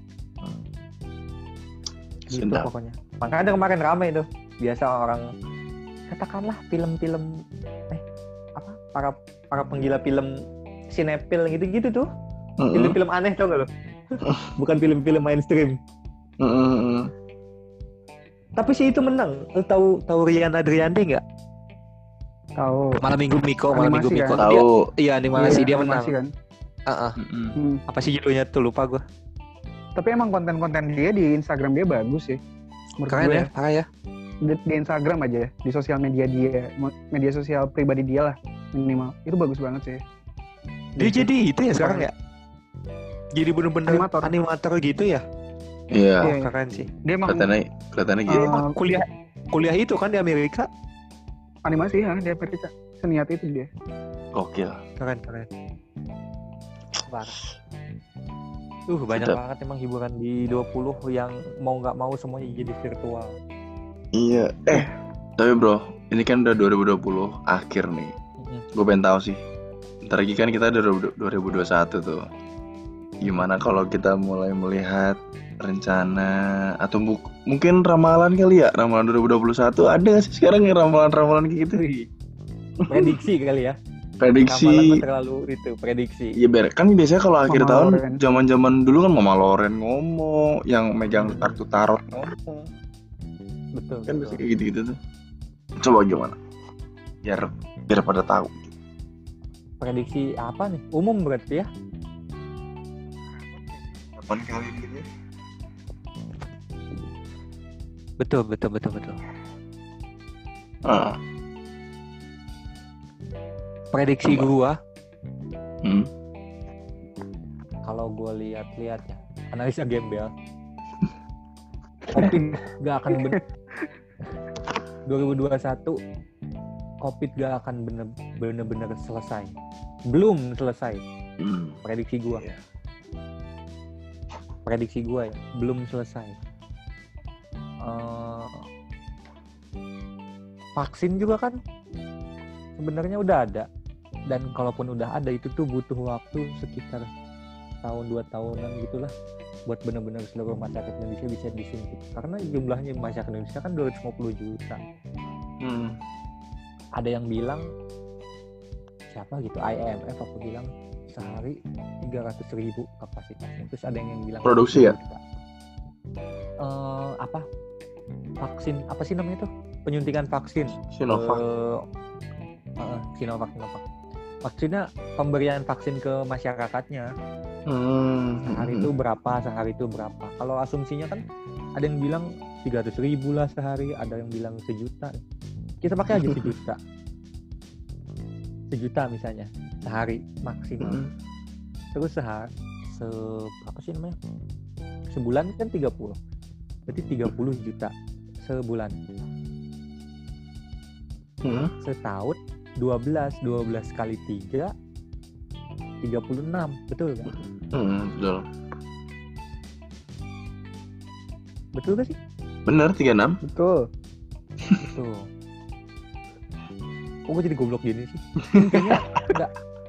Gitu Sedap. pokoknya. Makanya kemarin ramai tuh. Biasa orang katakanlah film-film eh apa para para penggila film sinepil gitu-gitu tuh. Mm-mm. Film-film aneh tau gak lo? Bukan film-film mainstream. Mm-mm. Tapi sih itu menang. Lo tahu tahu Rian Adrianti nggak? Tahu. Malam Minggu Miko, Malam Minggu Animasi Miko. kan? Dia, Tahu. iya animasi Iya, dia menang. animasi kan. Ah, ah. Mm-mm. Hmm. Apa sih judulnya tuh, lupa gue. Tapi emang konten-konten dia di Instagram dia bagus sih. Menurut Keren gue ya, parah ya. Di, di Instagram aja ya, di sosial media dia, media sosial pribadi dia lah minimal. Itu bagus banget sih. Dia Gitu. jadi itu ya sekarang ya. Jadi bener-bener Animator. animator gitu ya. Iya. Iya. Keren sih. Dia emang Kelihatannya kelihatannya Eh, gitu. Dia emang kuliah kuliah itu kan di Amerika. animasi ya, dia Amerika. Seniat itu dia. Gokil. Keren keren. Parah. Uh banyak Sedap. banget emang hiburan di dua puluh yang mau nggak mau semuanya jadi virtual. Iya. Eh, tapi bro, ini kan udah dua ribu dua puluh akhir nih. Mm-mm. Gue pengen tahu sih. Ntar lagi kan kita udah dua ribu dua puluh satu tuh. Gimana kalau kita mulai melihat rencana atau bu- mungkin ramalan kali ya, ramalan dua ribu dua puluh satu ada nggak sih sekarang yang ramalan-ramalan kayak gitu? Prediksi kali ya. Prediksi. Ramalan mah terlalu itu prediksi. Iya ber, kan biasanya kalau akhir Mama tahun Loren. zaman-zaman dulu kan Mama Loren ngomong, yang megang kartu tarot ngomong, Betul. kan betul. biasanya kayak gitu-gitu tuh. Coba gimana? Biar biar pada tahu. Prediksi apa nih? Umum berarti ya. Kapan kali gitu? Betul betul betul betul. Ah, Prediksi Coba. gua hmm. kalau gue lihat-lihat ya, analisa gembel, Covid gak akan ben dua ribu dua puluh satu Covid gak akan bener- bener-bener selesai, belum selesai. Hmm. Prediksi gue, Iya. prediksi gue ya, belum selesai. Eh, vaksin juga kan sebenarnya udah ada, dan kalaupun udah ada itu tuh butuh waktu sekitar tahun dua tahunan gitulah buat benar-benar seluruh masyarakat Indonesia bisa disuntik, karena jumlahnya masyarakat Indonesia kan dua ratus lima puluh juta. Hmm. Ada yang bilang siapa gitu, I M F apa bilang sehari tiga ratus ribu kapasitasnya. Terus ada yang bilang Produksi ya? Eh, apa vaksin apa sih namanya tuh, penyuntikan vaksin Sinovac. ke uh, Sinovac Sinovac vaksinnya, pemberian vaksin ke masyarakatnya Hmm. sehari itu berapa, sehari itu berapa. Kalau asumsinya kan Ada yang bilang tiga ratus ribu lah sehari, ada yang bilang sejuta. Kita pakai aja sejuta. Sejuta misalnya sehari maksimal. Mm. Terus sehari se apa sih namanya? Sebulan kan tiga puluh. Berarti tiga puluh juta sebulan. Mm. Setahun dua belas, dua belas kali tiga tiga puluh enam, betul kan? Mm, betul. Betul gak sih? Bener tiga puluh enam. Betul. Betul. Kok gue jadi goblok gini sih? Intinya enggak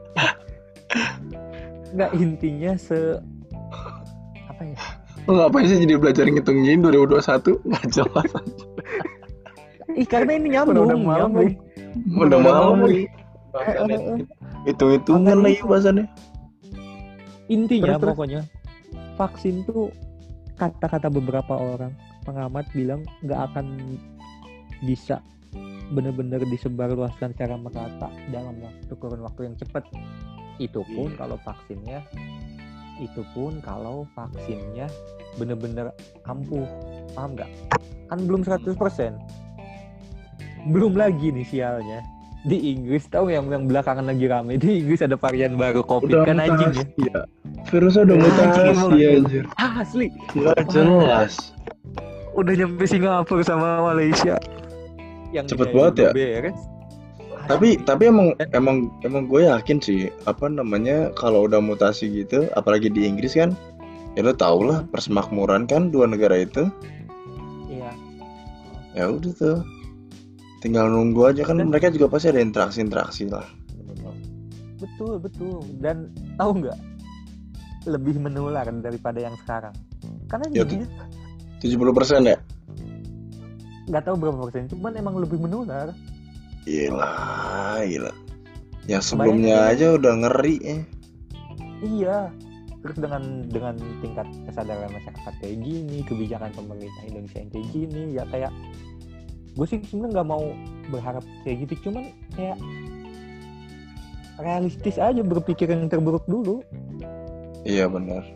enggak intinya se apa ya? Lo ngapain sih jadi belajar ngitung gini dua ribu dua puluh satu? Nggak jelas. Ih, karena ini nyambung, Udah malam nyambung. nih. Udah malam nih. nih. Bahasannya hitung-hitungan lagi bahasannya. Intinya Terus, terus. pokoknya vaksin tuh kata-kata beberapa orang pengamat bilang nggak akan bisa benar-benar disebarluaskan secara merata dalam waktu kurun waktu yang cepat. Itu pun Iya. kalau vaksinnya, itu pun kalau vaksinnya benar-benar ampuh, paham nggak? Kan belum seratus persen. Belum lagi nih sialnya. Di Inggris tahu yang yang belakangan lagi rame, di Inggris ada varian baru Covid kan anjing ya. ya. Virusnya udah Anjing, mutasi emang. anjir. Asli. Nggak jelas. Udah nyampe Singapura sama Malaysia. Yang Cepet ini banget juga ya. beres. Tapi Asli. tapi emang emang emang gue yakin sih apa namanya kalau udah mutasi gitu, apalagi di Inggris kan, ya lo tau lah persemakmuran kan dua negara itu. Iya. Ya udah tuh, tinggal nunggu aja kan Dan- mereka juga pasti ada interaksi-interaksi lah. Betul, betul. Dan tahu nggak? Lebih menular daripada yang sekarang. Karena Ya, jadinya tujuh puluh persen ya? nggak tahu berapa persen, cuman emang lebih menular. Gila, gila. Yang sebelumnya Bayangin. aja udah ngeri ya. Iya. Terus dengan dengan tingkat kesadaran masyarakat kayak gini, kebijakan pemerintah Indonesia yang kayak gini, ya kayak gue sih sebenarnya nggak mau berharap kayak gitu, cuman kayak realistis aja, berpikir yang terburuk dulu. Iya benar.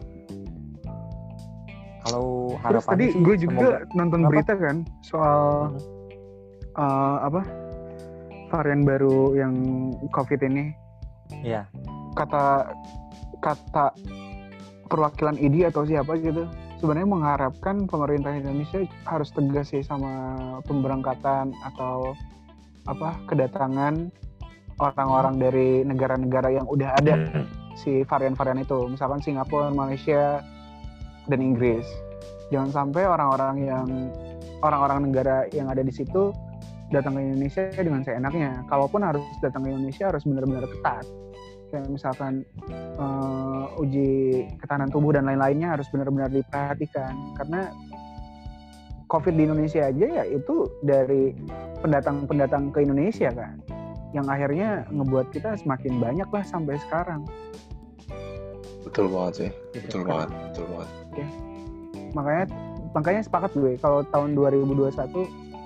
Kalau Terus harapan tadi sih gue juga semoga- nonton Apa? berita kan soal Hmm. eh, apa varian baru yang COVID ini. Iya. Kata kata perwakilan I D I atau siapa gitu sebenarnya mengharapkan pemerintah Indonesia harus tegas sih sama pemberangkatan atau apa kedatangan orang-orang dari negara-negara yang udah ada si varian-varian itu, misalkan Singapura, Malaysia, dan Inggris. Jangan sampai orang-orang yang orang-orang negara yang ada di situ datang ke Indonesia dengan seenaknya. Kalaupun harus datang ke Indonesia harus benar-benar ketat. Kayak misalkan uh, uji ketahanan tubuh dan lain-lainnya harus benar-benar diperhatikan. Karena COVID di Indonesia aja ya itu dari pendatang-pendatang ke Indonesia kan, yang akhirnya ngebuat kita semakin banyak lah sampai sekarang. Betul banget sih. Gitu. Betul banget. Betul banget. Makanya makanya sepakat gue kalau tahun dua ribu dua puluh satu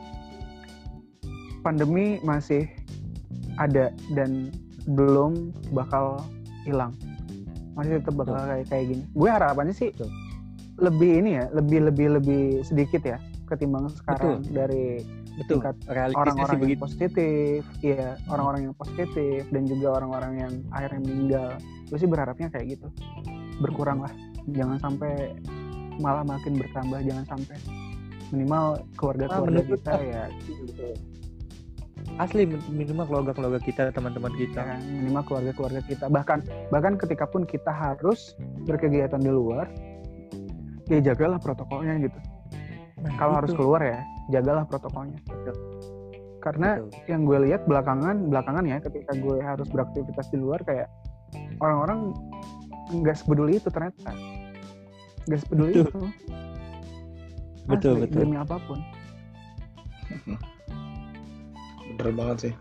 pandemi masih ada dan belum bakal hilang, masih tetap bakal Betul. kayak kayak gini. Gue harapannya sih Betul. lebih ini ya, lebih lebih lebih sedikit ya ketimbang sekarang. Betul. dari Betul. tingkat Realistisnya sih orang-orang yang begitu. positif, iya orang-orang yang positif dan juga orang-orang yang akhirnya meninggal. Gue sih berharapnya kayak gitu, berkurang lah, jangan sampai malah makin bertambah, jangan sampai minimal keluarga-keluarga menurut- kita ya gitu. Asli minimal keluarga-keluarga kita, teman-teman kita. Ya kan, minimal keluarga-keluarga kita, bahkan bahkan ketika pun kita harus berkegiatan di luar ya jagalah protokolnya gitu. Nah, Kalau harus itu. keluar ya jagalah protokolnya. Betul. Karena Betul. yang gue lihat belakangan belakangan ya ketika gue harus beraktivitas di luar kayak orang-orang nggak sepeduli itu ternyata, nggak sepeduli Betul. itu. Betul, Asli, betul. demi apapun. Bener banget sih.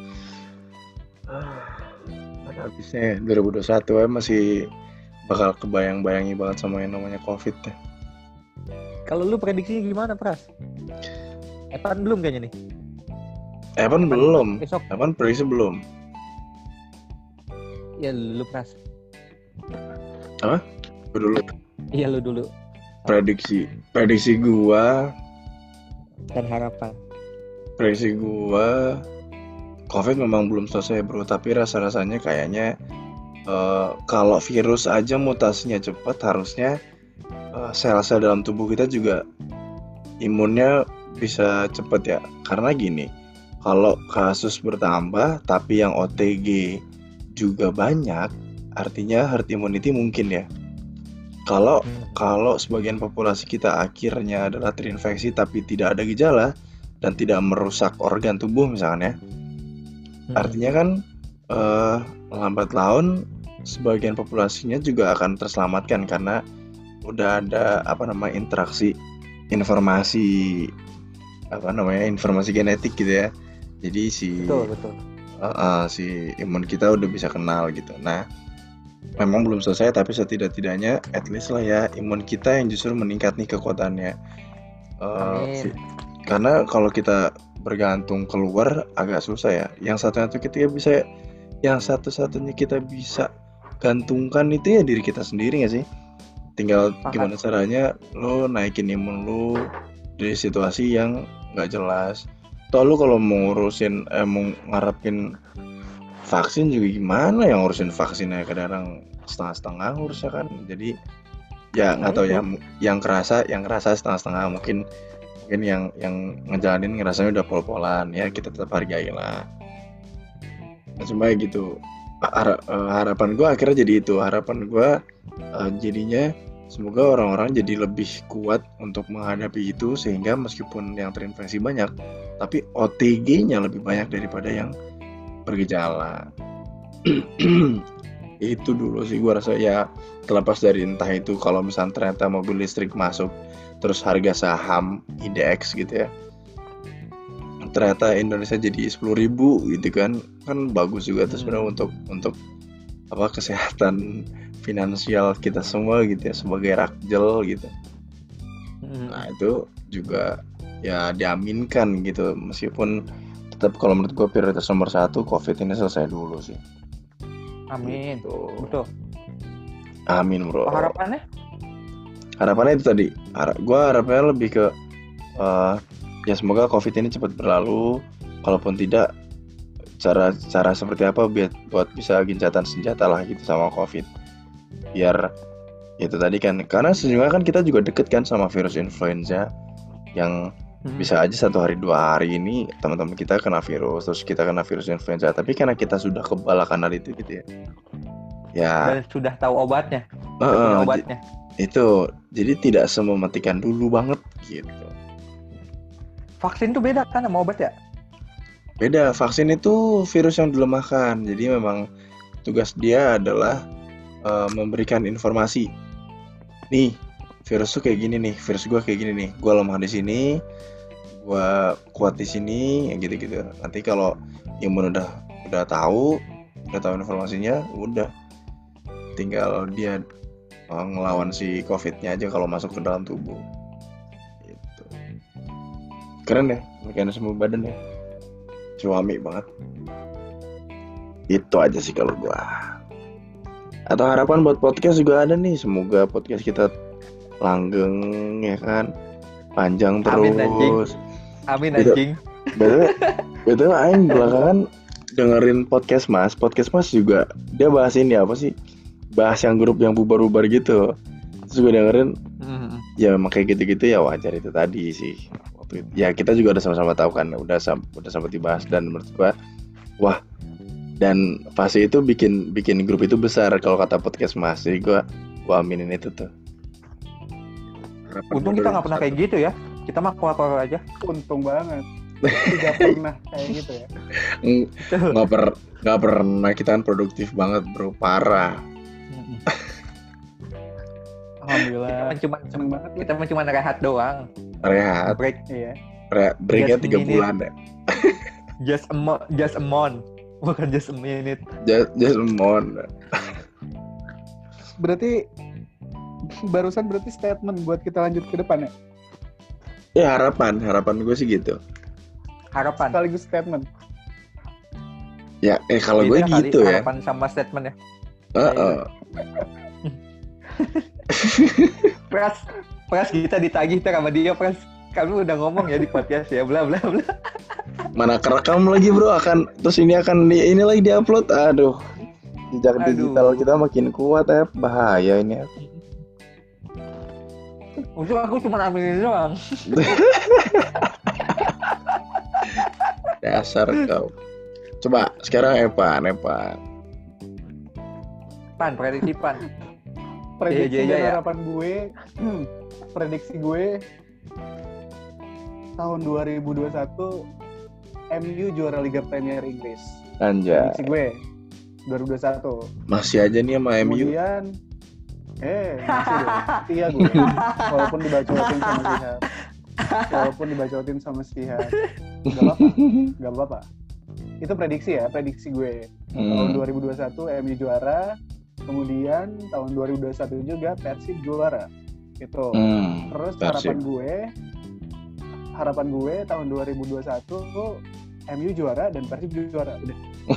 Ada habisnya ya, dua ribu dua puluh satu ya masih bakal kebayang-bayangi banget sama yang namanya COVID ya. Kalau lu prediksinya gimana, Pras? Evan belum kayaknya nih. Evan belum. Besok. Evan prediksi belum. Ya lu Pras. Gue dulu. Iya lu dulu. prediksi prediksi gua dan harapan. prediksi gua COVID memang belum selesai bro, tapi rasa-rasanya kayaknya uh, kalau virus aja mutasinya cepat, harusnya uh, sel-sel dalam tubuh kita juga imunnya bisa cepat ya. Karena gini, kalau kasus bertambah tapi yang O T G juga banyak, artinya herd immunity mungkin ya. Kalau Hmm. kalau sebagian populasi kita akhirnya adalah terinfeksi tapi tidak ada gejala dan tidak merusak organ tubuh misalnya, Hmm. artinya kan eh, lambat laun sebagian populasinya juga akan terselamatkan karena udah ada apa namanya interaksi informasi apa namanya informasi genetik gitu ya. Jadi si Betul, betul. eh, eh, si imun kita udah bisa kenal gitu. Nah, memang belum selesai tapi setidak-tidaknya at least lah ya imun kita yang justru meningkat nih kekuatannya. Eh, Amin. si- karena kalau kita bergantung keluar agak susah ya. Yang satu-satunya kita bisa yang satu-satunya kita bisa gantungkan itu ya diri kita sendiri nggak sih? Tinggal Sepakat. gimana caranya lo naikin imun lo dari situasi yang nggak jelas. Toh lo kalau mau ngurusin eh, mau ngarepin vaksin juga gimana yang ngurusin vaksinnya kadang setengah-setengah ngurusnya kan. Jadi ya nggak Nah, tahu itu. ya mu- yang kerasa yang kerasa setengah-setengah mungkin mungkin yang yang ngejalanin ngerasanya udah pol-polan ya kita tetap hargai lah. Nah, cuma gitu Har- eh, harapan gue akhirnya jadi itu harapan gue eh, jadinya semoga orang-orang jadi lebih kuat untuk menghadapi itu sehingga meskipun yang terinfeksi banyak tapi O T G-nya lebih banyak daripada yang bergejala. Itu dulu sih gue rasa ya, terlepas dari entah itu kalau misalnya ternyata mobil listrik masuk terus harga saham I D X gitu ya ternyata Indonesia jadi sepuluh ribu gitu kan kan bagus juga tuh sebenarnya Hmm. untuk untuk apa kesehatan finansial kita semua gitu ya sebagai rakjel gitu. Hmm. Nah itu juga ya diaminkan gitu meskipun tetap kalau menurut gue prioritas nomor satu COVID ini selesai dulu sih. Amin. Gitu. Betul. Amin bro. Oh, harapannya? Harapannya itu tadi. Har- gue harapannya lebih ke eh, ya semoga COVID ini cepat berlalu. Kalaupun tidak, cara cara seperti apa biar buat bisa gencatan senjata lah gitu sama COVID. Biar itu tadi kan karena sejujurnya kan kita juga deket kan sama virus influenza yang Hmm. bisa aja satu hari dua hari ini teman-teman kita kena virus terus kita kena virus influenza tapi karena kita sudah kebal akan hal itu gitu ya ya Dan sudah tahu obatnya. eh, Sudah punya eh, obatnya. j- itu jadi tidak semematikan dulu banget gitu. Vaksin tuh beda kan sama obat ya? Beda, vaksin itu virus yang dilemahkan jadi memang tugas dia adalah eh, memberikan informasi nih virus tuh kayak gini nih virus gua kayak gini nih gua lemah di sini gua kuat di sini ya gitu-gitu. Nanti kalau imun udah udah tahu udah tahu informasinya udah tinggal dia uh, ngelawan si COVID-nya aja kalau masuk ke dalam tubuh gitu. Keren deh mekanisme badan ya, suami banget. Itu aja sih kalau gua. Atau harapan buat podcast juga ada nih, semoga podcast kita langgeng ya kan, panjang Amin, anjing. terus. Amin Gitu. anjing. Betul, betul. Aing belakangan dengerin podcast Mas, podcast Mas juga dia bahas ini apa sih? Bahas yang grup yang bubar-bubar gitu. Terus gue dengerin, Hmm. ya memang kayak gitu-gitu ya wajar itu tadi sih. Waktu itu, ya kita juga udah sama-sama tahu kan, udah sam- udah sempat dibahas dan menurut gua, wah. Dan fase itu bikin bikin grup itu besar kalau kata podcast Mas. Jadi gua gua aminin itu tuh. Harapan Untung gua kita dari nggak pernah satu. kayak gitu ya. Kita mah keluar-keluar aja. Untung banget. Tidak pernah kayak gitu ya. Eng- nggak per nggak pernah kita kan produktif banget bro, parah. Alhamdulillah. Cuma Seneng banget ya. kita mah cuma rehat doang. Rehat, Break Iya. re- breaknya Just tiga minute. bulan ya. just a mo- just a month. Bukan just a minute. Just, just a month. Berarti barusan berarti statement buat kita lanjut ke depan ya. Ya harapan, harapan gue sih gitu. Harapan. Sekaligus statement. Ya, eh kalau gue Beda kali gitu ya. Harapan sama statement ya. Heeh. Pras Pras kita ditagih ter sama dia, Pras. Kamu udah ngomong ya di podcast ya, bla bla bla. Mana kerekam lagi bro, akan terus ini akan di, ini lagi diupload. Aduh, jejak Aduh. digital kita makin kuat ya, bahaya ini. Untung aku cuma ambilin doang. Dasar kau. Coba sekarang Evan, Evan. Pan, prediksi Pan. Prediksi Iya, iya, dan iya. harapan gue, hmm, prediksi gue tahun dua ribu dua puluh satu M U juara Liga Premier Inggris. Anjay. Prediksi gue dua ribu dua puluh satu. Masih aja nih sama M U. Kemudian eh masih dong. Iya gue. Walaupun dibacotin sama Sihab. Walaupun dibacotin sama Sihab. Gak apa-apa. Gak apa-apa. Itu prediksi ya, prediksi gue. Tahun Hmm. dua ribu dua puluh satu M U juara. Kemudian tahun dua ribu dua puluh satu juga Persib juara. Itu. Hmm. Terus Persib. harapan gue harapan gue tahun dua ribu dua puluh satu M U juara dan Persib juara. Udah.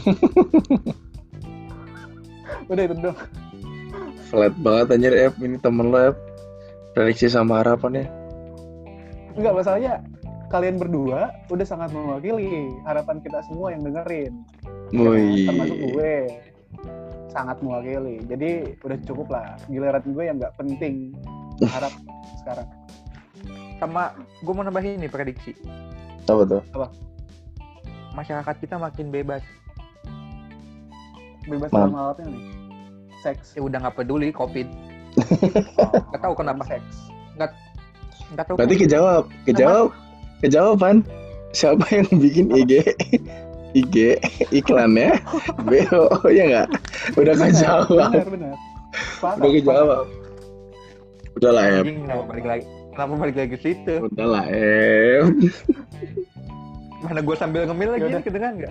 Udah itu dong. Flat banget anjir F, ini temen lo F. Prediksi sama harapannya. Enggak, masalahnya kalian berdua udah sangat mewakili harapan kita semua yang dengerin. Woi. Termasuk gue. Sangat mewakili. Jadi udah cukup lah. Giliran gue yang nggak penting. Harap sekarang. Sama gue mau nambahin nih prediksi. Apa tuh? Masyarakat kita makin bebas. Bebas Mam. dalam hal apa nih? Seks. Ya udah nggak peduli COVID. Nggak tahu kenapa. Seks. Nggak tahu. Berarti kejawab, kejawab, kejawaban. Siapa yang bikin I G, I G iklannya? B O ya nggak? Udah kejawab, Benar, benar. Sepakat, udah kejawab. Udahlah F, Anjing, kenapa balik lagi? Kenapa balik lagi ke situ? udahlah F. Mana gue sambil ngemil lagi Yaudah. nih, kedengeran nggak?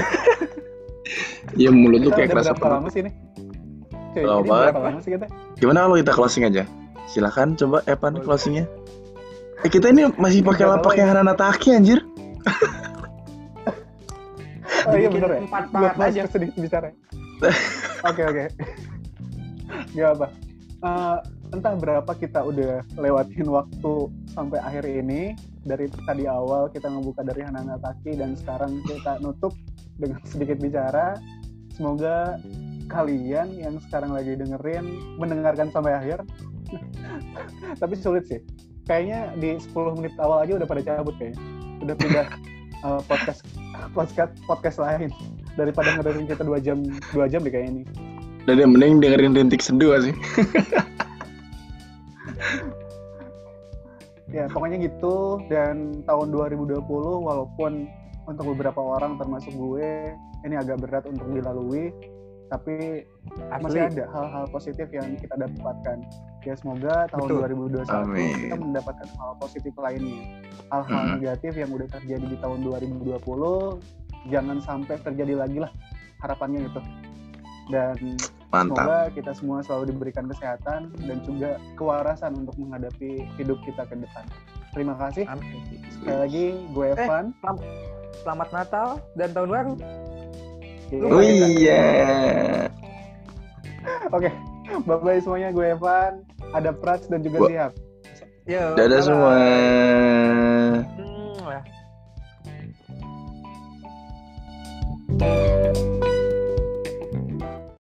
Ya mulut lu Kita kayak udah kerasa berapa perut. lama sih nih? Cuy, Lama ini banget. berapa lama sih kita? Gimana kalau kita closing aja? Silakan coba Evan closingnya. Eh kita ini masih pakai Nggak lapak tahu yang Hanana Taki anjir. Oh iya Dibikin bener ya? empat Buat part aja. masuk sedikit bicara. Oke oke. Gak apa. Eh, entah berapa kita udah lewatin waktu sampai akhir ini. Dari tadi awal kita ngebuka dari Hanana Taki dan sekarang kita nutup dengan sedikit bicara. Semoga kalian yang sekarang lagi dengerin mendengarkan sampai akhir. Tapi sulit sih. Kayaknya di sepuluh menit awal aja udah pada cabut kayaknya. Udah pindah uh, podcast podcast podcast lain daripada ngedengerin kita dua jam dua jam deh kayaknya ini. Dan yang mending dengerin Rintik Seduh sih. Ya pokoknya gitu. Dan tahun dua ribu dua puluh walaupun untuk beberapa orang termasuk gue ini agak berat untuk dilalui, tapi masih Asli. ada hal-hal positif yang kita dapatkan. Ya semoga tahun Betul. dua ribu dua puluh satu Amin. kita mendapatkan hal positif lainnya. Hal-hal Mm-mm. negatif yang udah terjadi di tahun dua ribu dua puluh jangan sampai terjadi lagi lah, harapannya gitu. Dan Mantap. semoga kita semua selalu diberikan kesehatan dan juga kewarasan untuk menghadapi hidup kita ke depan. Terima kasih. Amin. Sekali lagi gue Eh. Evan. Selamat Natal dan Tahun Baru. Oh iya. Oke, bye-bye semuanya. Gue Evan, ada Pras dan juga Gua- Siap. Yo, Dadah bye-bye. semua.